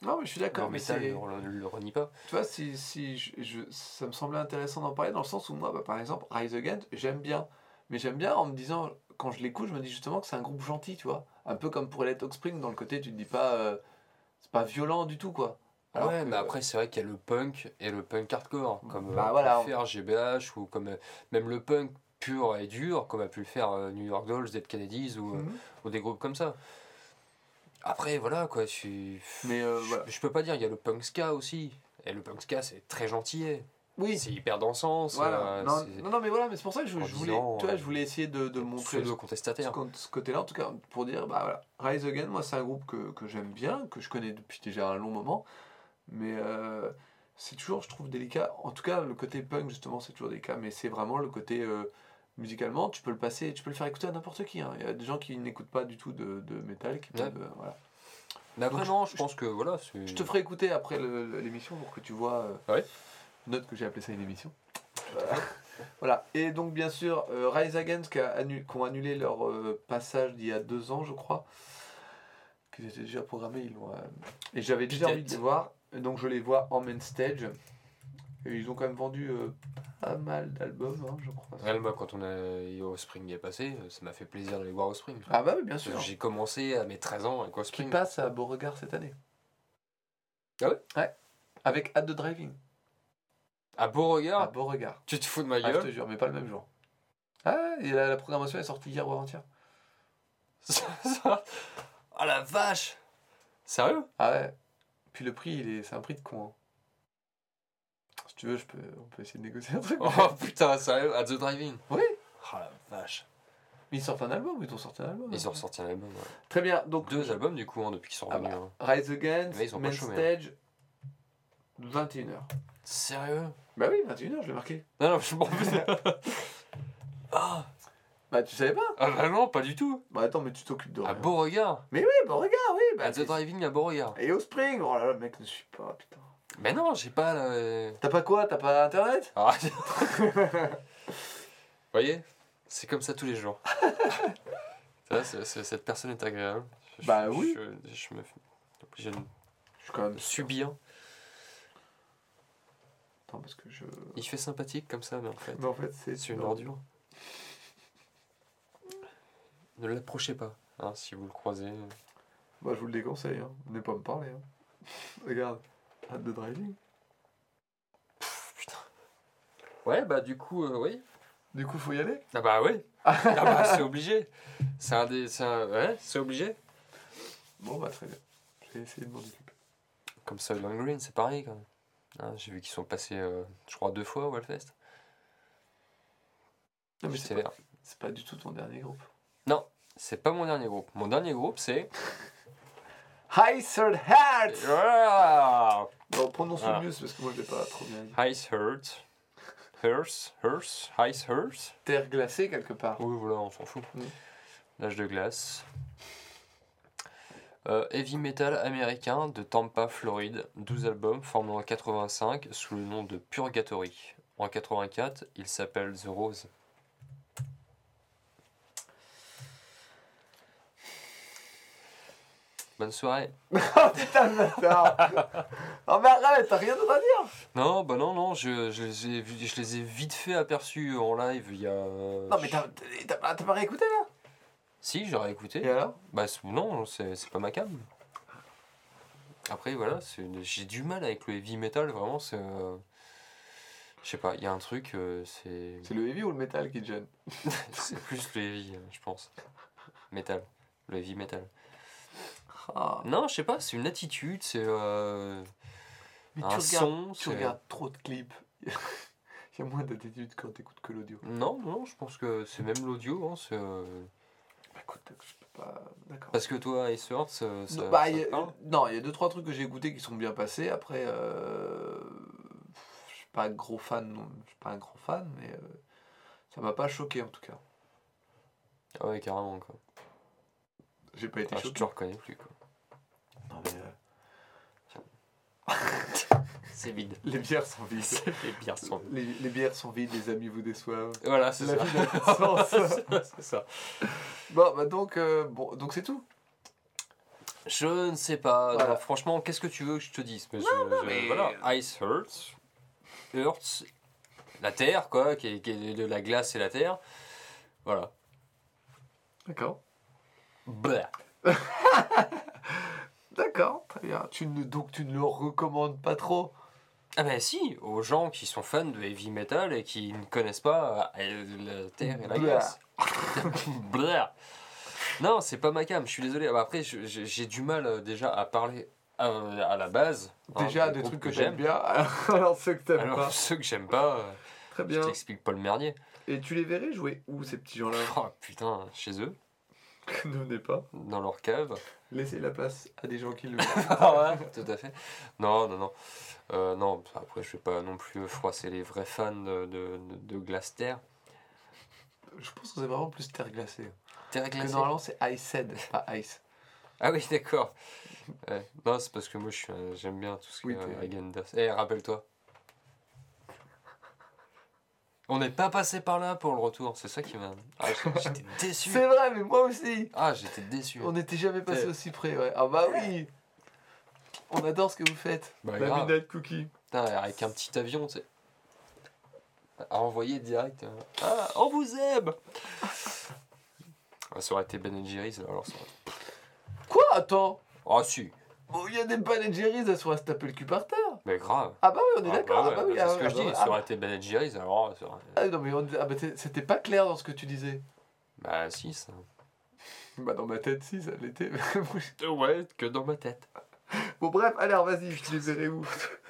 Non, mais je suis d'accord. Le métal ne le renie pas. Tu vois, ça me semblait intéressant d'en parler dans le sens où moi, par exemple, Rise Against, j'aime bien. Mais j'aime bien en me disant, quand je l'écoute, je me dis justement que c'est un groupe gentil, tu vois. Un peu comme pour Let Offspring, dans le côté, tu te dis pas... c'est pas violent du tout, quoi. Alors mais après, c'est vrai qu'il y a le punk et le punk hardcore, comme voilà, peut le faire GBH, ou comme même le punk pur et dur, comme a pu le faire New York Dolls, Dead Kennedys, ou des groupes comme ça. Après, voilà, quoi, voilà. Je peux pas dire, il y a le punk ska aussi. Et le punk ska, c'est très gentil. Oui. C'est hyper dansant. Voilà. Non, mais voilà, mais c'est pour ça que je voulais essayer de montrer ce côté-là, en tout cas, pour dire, bah voilà, Rise Again, moi, c'est un groupe que j'aime bien, que je connais depuis déjà un long moment, mais c'est toujours, je trouve, délicat. En tout cas, le côté punk, justement, c'est toujours délicat, mais c'est vraiment le côté... musicalement, tu peux le passer, tu peux le faire écouter à n'importe qui. Hein. Il y a des gens qui n'écoutent pas du tout de métal, qui peuvent... voilà. Mais après, non, je pense que voilà. Je te ferai écouter après l'émission pour que tu vois. Ouais. Note que j'ai appelé ça une émission. Voilà. Et donc, bien sûr, Rise Against qui ont annulé leur passage d'il y a 2 ans, je crois. Qu'ils étaient déjà programmés. Et j'avais déjà envie de les voir. Donc, je les vois en main stage. Et ils ont quand même vendu pas mal d'albums, hein, je crois. Ouais, moi, quand on a au Spring est passé, ça m'a fait plaisir de les voir au Spring. Ah bah oui, bien sûr. J'ai commencé à mes 13 ans avec Spring. Qui passe à Beauregard cette année. Ah ouais? Ouais. Avec At the Driving. À Beauregard? À Beauregard. Tu te fous de ma gueule? Je te jure, mais pas le même jour. Ah, et la programmation est sortie hier ou avant-hier. Ah la vache! Sérieux? Ah ouais. Puis le prix, c'est un prix de con. Hein. Si tu veux, on peut essayer de négocier un truc. Oh putain, sérieux? At the Driving? Oui. Oh la vache. Mais ils sortent un album ou ils ont sorti un album? Ils ont sorti un album, ouais. Très bien. Donc, 2 albums du coup, depuis qu'ils sont revenus. Rise Against, Main Stage, 21h. Sérieux? Bah oui, 21h, je l'ai marqué. Non, je m'en fous. Ah. Bah tu savais pas? Ah bah non, pas du tout. Bah attends, mais tu t'occupes de rien. À Beauregard? Mais oui, Beauregard, oui. Bah, At the Driving à Beauregard. Et au Spring. Oh là là, le mec ne suit pas, putain. Mais non, j'ai pas... T'as pas quoi? T'as pas internet? Ah. Vous voyez? C'est comme ça tous les jours. Cette personne est agréable. Oui. Je me obligé de quand même subir. Attends, parce que Il fait sympathique comme ça, mais en fait... Mais en fait, c'est une ordure. Ne l'approchez pas, hein, si vous le croisez. Bah, je vous le déconseille, hein. Venez pas me parler. Hein. Regarde, At the Driving. Putain. Ouais, bah du coup, oui. Du coup, faut y aller? Ah bah oui. Ah bah c'est obligé. Ouais, c'est obligé. Bon bah très bien. Je vais essayer de m'en occuper. Comme Soylent Green, c'est pareil quand même. Hein, j'ai vu qu'ils sont passés, je crois, 2 fois au Wellfest. Non mais c'est pas du tout ton dernier groupe. Non, c'est pas mon dernier groupe. Mon dernier groupe, c'est... Ice Heart. Yeah. Bon, prononce-le mieux, parce que moi je l'ai pas trop bien dit. Ice Heart. Ice Heart. Terre glacée quelque part. Oui, voilà, on s'en fout. L'âge de glace. Heavy metal américain de Tampa, Floride. 12 albums formés en 85 sous le nom de Purgatory. En 84, il s'appelle The Rose. Bonne soirée. Oh putain de bâtard. Oh mais arrête, t'as rien d'autre à dire? Non, bah non, je les ai vite fait aperçus en live il y a... Non mais t'as pas réécouté là? Si, j'aurais écouté. Et alors? Bah non, c'est pas ma cam. Après voilà, j'ai du mal avec le heavy metal, vraiment, c'est... Je sais pas, il y a un truc, c'est... C'est le heavy ou le metal qui te gêne? C'est plus le heavy, je pense. Metal, le heavy metal. Ah. Non, je sais pas, c'est une attitude, c'est mais tu regardes trop de clips. Il y a moins d'attitude quand t'écoutes que l'audio. Non, je pense que c'est même l'audio. Hein, c'est, Bah écoute, je peux pas... D'accord. Parce que toi, Ice Heart, ça non, il y a 2-3 trucs que j'ai écoutés qui sont bien passés. Après, je suis pas un gros fan, non. Je suis pas un grand fan, mais ça m'a pas choqué en tout cas. Ah ouais, carrément, quoi. J'ai pas été choqué. Je te reconnais plus, quoi. Non mais... C'est vide. Les bières sont vides. Les bières sont vides. Les bières sont vides, les amis vous déçoivent. Voilà, c'est ça. La vie n'a plus de sens. C'est ça. Bon, bah donc c'est tout. Je ne sais pas. Voilà. Non, franchement, qu'est-ce que tu veux que je te dise? Mais voilà, Ice Earth, la terre, quoi, qui est de la glace et la terre. Voilà. D'accord. Bah. D'accord, très bien. Donc tu ne le recommandes pas trop? Ah ben si, aux gens qui sont fans de heavy metal et qui ne connaissent pas la terre et la glace. Blah. Non, c'est pas ma cam, je suis désolé. Après, j'ai du mal déjà à parler à la base. Déjà, des trucs que j'aime bien, alors ceux que t'aimes pas. Alors ceux que j'aime pas, très bien. Je t'explique Paul Mernier. Et tu les verrais jouer où, ces petits gens-là? Oh putain, chez eux. Ne venez pas. Dans leur cave. Laissez la place à des gens qui le ouais, tout à fait. Non. Non, après je vais pas non plus froisser les vrais fans de glace terre. Je pense que c'est vraiment plus terre glacée. Terre glacée. Que normalement c'est Iced, pas Ice. Ah oui, d'accord. Ouais. Non, c'est parce que moi j'aime bien tout ce qui est Häagen-Dazs. Rappelle-toi. On n'est pas passé par là pour le retour, c'est ça qui m'a... Ah, j'étais déçu. C'est vrai, mais moi aussi. Ah, j'étais déçu. On n'était jamais passé aussi près, ouais. Ah bah oui. On adore ce que vous faites. Bah, la Midnight Cookie. Putain, avec un petit avion, tu sais. À envoyer direct. Ah, on vous aime. Ça aurait été Ben & Jerry's, alors ça aurait... Quoi? Attends. Ah si. Oh, il y a des Ben & Jerry's, elles sont à se taper le cul par terre. Mais grave. Ah bah oui, on est d'accord. Bah ouais, c'est ce que je dis, ça aurait été Ben & Jerry's, alors... Ça aurait... Ah non, mais c'était pas clair dans ce que tu disais. Bah si, ça... Bah dans ma tête, si, ça l'était. Ouais, que dans ma tête. Bon bref, alors vas-y, je les verrai où?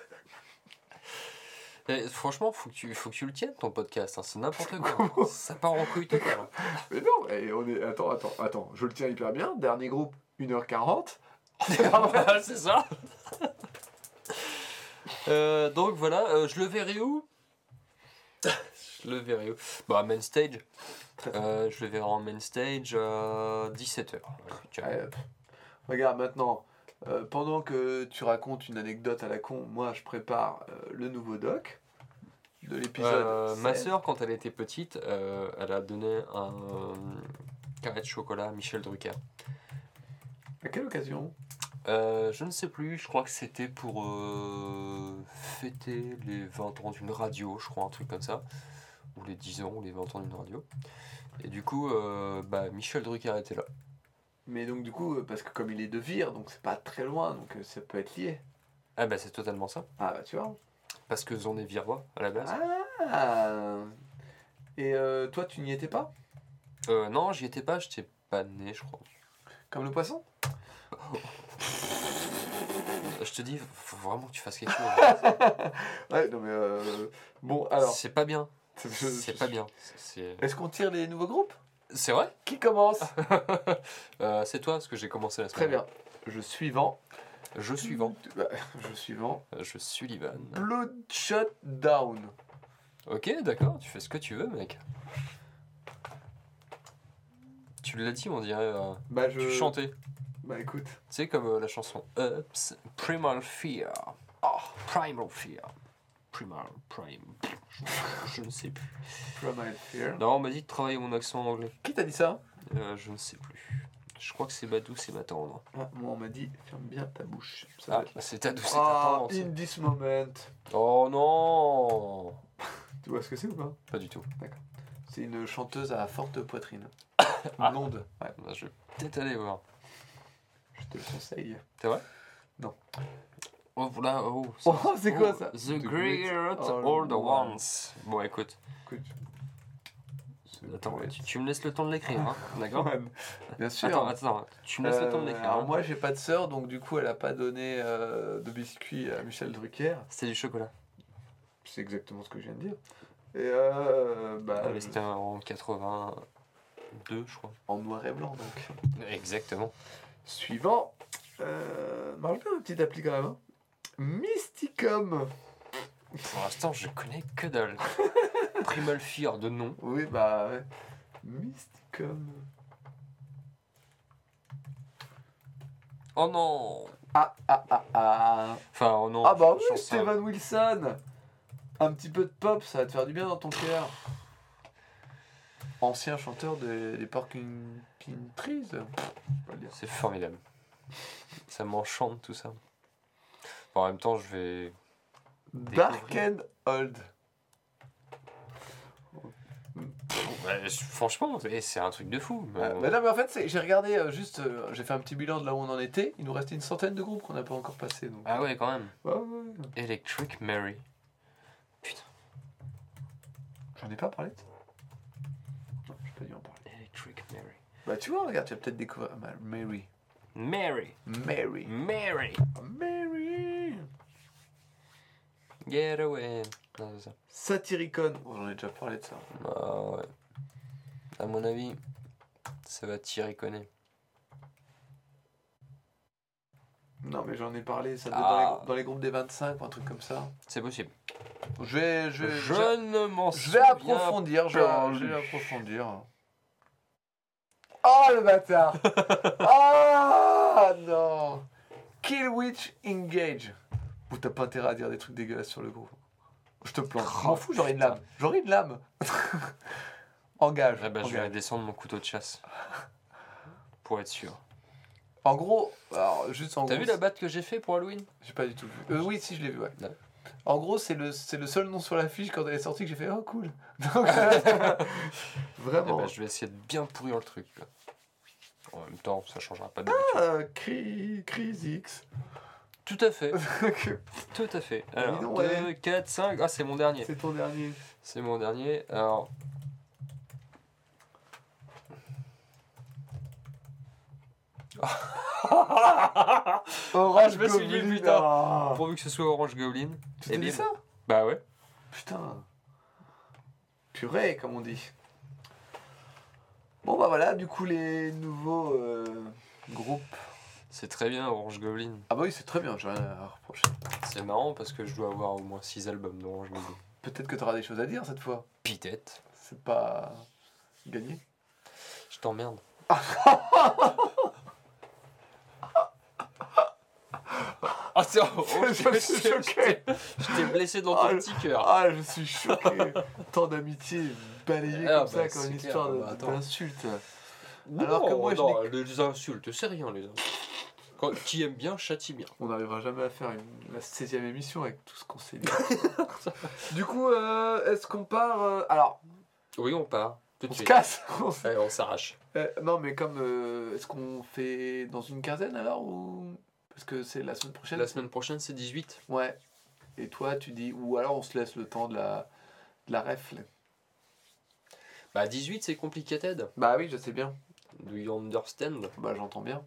Franchement, faut que tu le tiennes ton podcast, hein, c'est n'importe quoi. Ça part en couille total. Mais non, on est... Attends, je le tiens hyper bien. Dernier groupe, 1h40. C'est ça. Donc voilà, je le verrai où? Je le verrai où? Bah, main stage. Je le verrai en main stage 17h. Regarde maintenant, pendant que tu racontes une anecdote à la con, moi je prépare le nouveau doc de l'épisode. Ma soeur, quand elle était petite, elle a donné un carré de chocolat à Michel Drucker. À quelle occasion? Je ne sais plus, je crois que c'était pour fêter les 20 ans d'une radio, je crois, un truc comme ça. Ou les 10 ans, ou les 20 ans d'une radio. Et du coup, Michel Drucker était là. Mais donc du coup, parce que comme il est de Vire, donc c'est pas très loin, donc ça peut être lié. Ah bah c'est totalement ça. Ah bah tu vois. Parce que Zon est virois, à la base. Ah. Et toi, tu n'y étais pas? Non, j'y étais pas, j'étais pas né, je crois. Comme le poisson? Je te dis, faut vraiment que tu fasses quelque chose. Ouais, non mais bon, alors... C'est pas bien. C'est pas bien. Est-ce qu'on tire les nouveaux groupes? C'est vrai? Qui commence? C'est toi, parce que j'ai commencé la semaine. Très bien. Je suivant. Je suivant. Je suivant. Je suis Livan. Bloodshot Down. Ok, d'accord, tu fais ce que tu veux, mec. Tu l'as dit, on dirait. Tu chantais. Bah écoute. Tu sais, comme la chanson Ups, Primal Fear. Oh, Primal Fear. Prime. Je ne sais plus. Primal Fear. Non, on m'a dit de travailler mon accent anglais. Qui t'a dit ça? Je ne sais plus. Je crois que c'est Badou, c'est ma tendre. Ah, moi, on m'a dit, ferme bien ta bouche. C'est ta douce, c'est ta tendre. In this moment. Oh non. Tu vois ce que c'est ou pas? Pas du tout. D'accord. C'est une chanteuse à forte poitrine. Blonde. Ouais. Bah, je vais peut-être aller voir. Je te le conseille. C'est vrai? Non. Oh, voilà, c'est quoi ça? The Great All the Ones. Bon, écoute. Attends, tu me laisses le temps de l'écrire, hein, d'accord? Bien sûr. Attends, tu me laisses le temps de l'écrire. Alors moi, j'ai pas de sœur, donc du coup, elle a pas donné de biscuits à Michel Drucker. C'est du chocolat. C'est exactement ce que je viens de dire. Et c'était en 82, je crois. En noir et blanc, donc. Exactement. Suivant. Marche bien une petite appli quand même. Hein. Mysticum. Pour l'instant, je connais que dalle. Primal Fear de nom. Oui, bah ouais. Mysticum. Oh non. Enfin, oh non. Ah bah oui, Steven Wilson. Un petit peu de pop, ça va te faire du bien dans ton cœur. Ancien chanteur des Porcupine Trees. C'est formidable. Ça m'enchante tout ça. En même temps, je vais... Dark and Old. Ouais, franchement, c'est un truc de fou. Non, mais en fait, j'ai regardé j'ai fait un petit bilan de là où on en était. Il nous restait une centaine de groupes qu'on n'a pas encore passé. Donc. Ah ouais, quand même. Ouais. Electric Mary. Putain. J'en ai pas parlé de ça. Non, j'ai pas dû en parler. Electric Mary. Bah tu vois, regarde, tu vas peut-être découvrir Mary. Mary. Get away. Non, c'est ça. Satyricon. Oh, j'en ai déjà parlé de ça. Ah ouais. À mon avis, ça va t'y connaître. Non, mais j'en ai parlé, ça dans les groupes des 25 ou un truc comme ça. C'est possible. Je ne m'en Je vais approfondir. Oh le bâtard. Ah non. Kill Witch Engage. Ou t'as pas intérêt à dire des trucs dégueulasses sur le groupe. Je te plante. Je m'en fous, j'aurai une lame. Engage. Ah bah, je vais descendre mon couteau de chasse. Pour être sûr. En gros, alors juste en T'as gros, vu la batte que j'ai fait pour Halloween? J'ai pas du tout vu. Oui, si, je l'ai vu, ouais. Non. En gros, c'est le seul nom sur l'affiche quand elle est sortie que j'ai fait oh cool. Donc, vraiment. Eh ben, je vais essayer de bien pourrir le truc. Là. En même temps, ça changera pas d'habitude. Chris X. Tout à fait. Tout à fait. Alors, 2, 4, 5. Ah, c'est mon dernier. C'est ton dernier. C'est mon dernier. Alors. Orange je me suis dit, Goblin. putain. Pourvu que ce soit Orange Goblin. Tu t'es dit ça? Bah ouais. Putain. Purée, comme on dit. Bon bah voilà, du coup les nouveaux groupes. C'est très bien Orange Goblin. Ah bah oui, c'est très bien, j'ai rien à reprocher. C'est marrant parce que je dois avoir au moins 6 albums d'Orange Goblin. Peut-être que tu auras des choses à dire cette fois. Peut-être. C'est pas gagné. Je t'emmerde. Ah c'est je suis choqué. Je t'ai blessé dans ton petit cœur. Ah je suis choqué. Tant d'amitié balayée comme ça comme une histoire d'insulte. Alors que moi non, les insultes, c'est rien les insultes. Quand qui aime bien, châtie bien. On n'arrivera jamais à faire la 16e émission avec tout ce qu'on s'est dit. Du coup, est-ce qu'on part alors. Oui, on part. On se casse. On s'arrache. Non mais comme est-ce qu'on fait dans une quinzaine alors ou parce que c'est la semaine prochaine. La semaine prochaine c'est 18. Ouais. Et toi tu dis ou alors on se laisse le temps de la ref. Bah 18 c'est complicated. Bah oui je sais bien. Do you understand? Bah j'entends bien.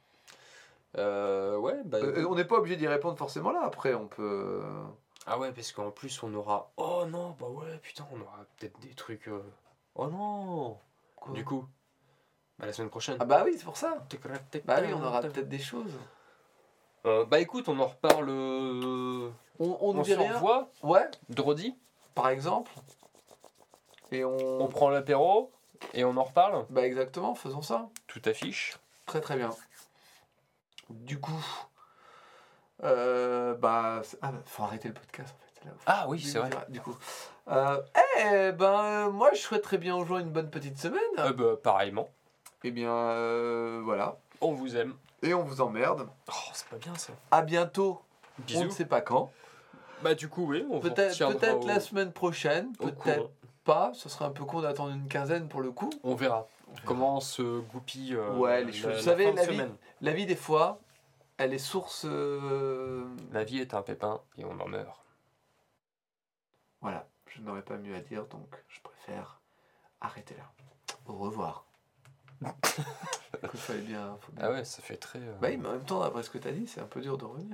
Ouais bah. On n'est pas obligé d'y répondre forcément là. Après on peut. Ah ouais parce qu'en plus on aura. Oh non bah ouais putain on aura peut-être des trucs. Oh non. Quoi? Du coup. Bah la semaine prochaine. Ah bah oui c'est pour ça. Bah oui on aura peut-être des choses. Bah écoute, on en reparle. On se revoit. Ouais. Drodi. Par exemple. Et on prend l'apéro et on en reparle. Bah exactement, faisons ça. Tout affiche. Très très bien. Du coup. Faut arrêter le podcast en fait. Là, ah oui, c'est vrai. Du coup. Moi je souhaiterais bien aux gens une bonne petite semaine. Bah pareillement. Eh bien voilà. On vous aime. Et on vous emmerde. Oh, c'est pas bien ça. À bientôt. Bisous. On ne sait pas quand. Bah du coup oui, on peut-être la semaine prochaine, peut-être pas. Ce serait un peu con d'attendre une quinzaine pour le coup. On verra. Comment on se goupille les choses. Vous savez, la vie des fois, elle est source... La vie est un pépin et on en meurt. Voilà, je n'aurais pas mieux à dire, donc je préfère arrêter là. Au revoir. Fallait bien. Ah ouais, ça fait très... Bah oui, mais en même temps, après ce que t'as dit, c'est un peu dur de revenir.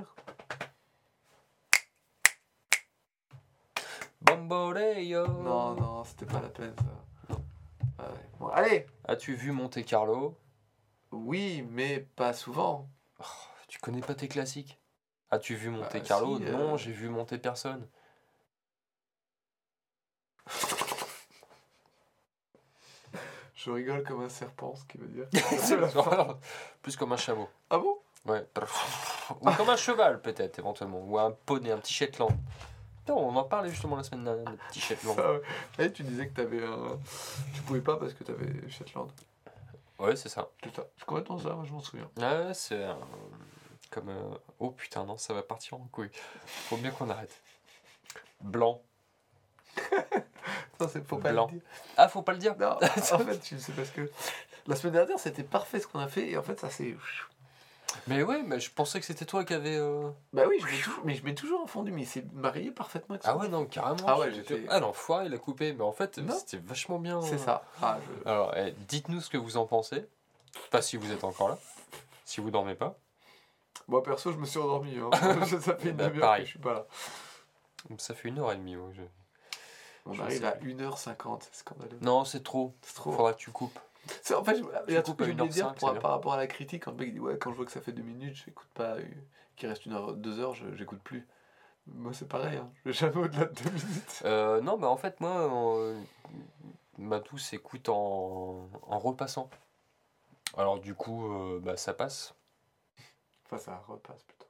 Bamboleyo. Non, c'était pas la peine ça. Ah ouais. Bon, allez. As-tu vu Monte Carlo? Oui, mais pas souvent. Oh, tu connais pas tes classiques? As-tu vu Monte Carlo? Si, non, j'ai vu monter personne. Je rigole comme un serpent, ce qui veut dire. Plus comme un chameau. Ah bon? Ouais. Ou comme un cheval, peut-être, éventuellement. Ou un poney, un petit Shetland. Non, on en parlait justement la semaine dernière, le petit Shetland. Et tu disais que t'avais un... Tu pouvais pas parce que t'avais Shetland. Ouais, c'est ça. C'est ça. C'est complètement ça, moi je m'en souviens. Ouais, c'est comme... Oh putain, non, ça va partir en couille. Faut bien qu'on arrête. Blanc. Ça, faut pas le dire. Ah, faut pas le dire. Non, en fait, c'est parce que la semaine dernière, c'était parfait ce qu'on a fait, et en fait, ça c'est... Mais ouais, mais je pensais que c'était toi qui avais... Bah oui, je mets toujours un fondu, mais c'est marié parfaitement avec ça. Ah ouais, non, carrément. Ah ouais, j'étais... Ah, l'enfoiré, il a coupé, mais en fait, c'était vachement bien. C'est ça. Ah, Alors, dites-nous ce que vous en pensez. Pas si vous êtes encore là. Si vous dormez pas. Moi, perso, je me suis endormi. Hein. Ça fait une demi-heure que je suis pas là. Ça fait 1h30, moi. On arrive à 1h50, c'est scandaleux. Non, c'est trop. Faudra que tu coupes. En fait, il y a un truc que je voulais dire par rapport à la critique. Quand le mec dit ouais, quand je vois que ça fait 2 minutes, j'écoute pas, qu'il reste 2 heures, j'écoute plus. Moi, c'est pareil, hein. Je vais jamais au-delà de 2 minutes. Non, bah en fait, moi, ma douce écoute en repassant. Alors, du coup, bah ça passe. Enfin, ça repasse plutôt.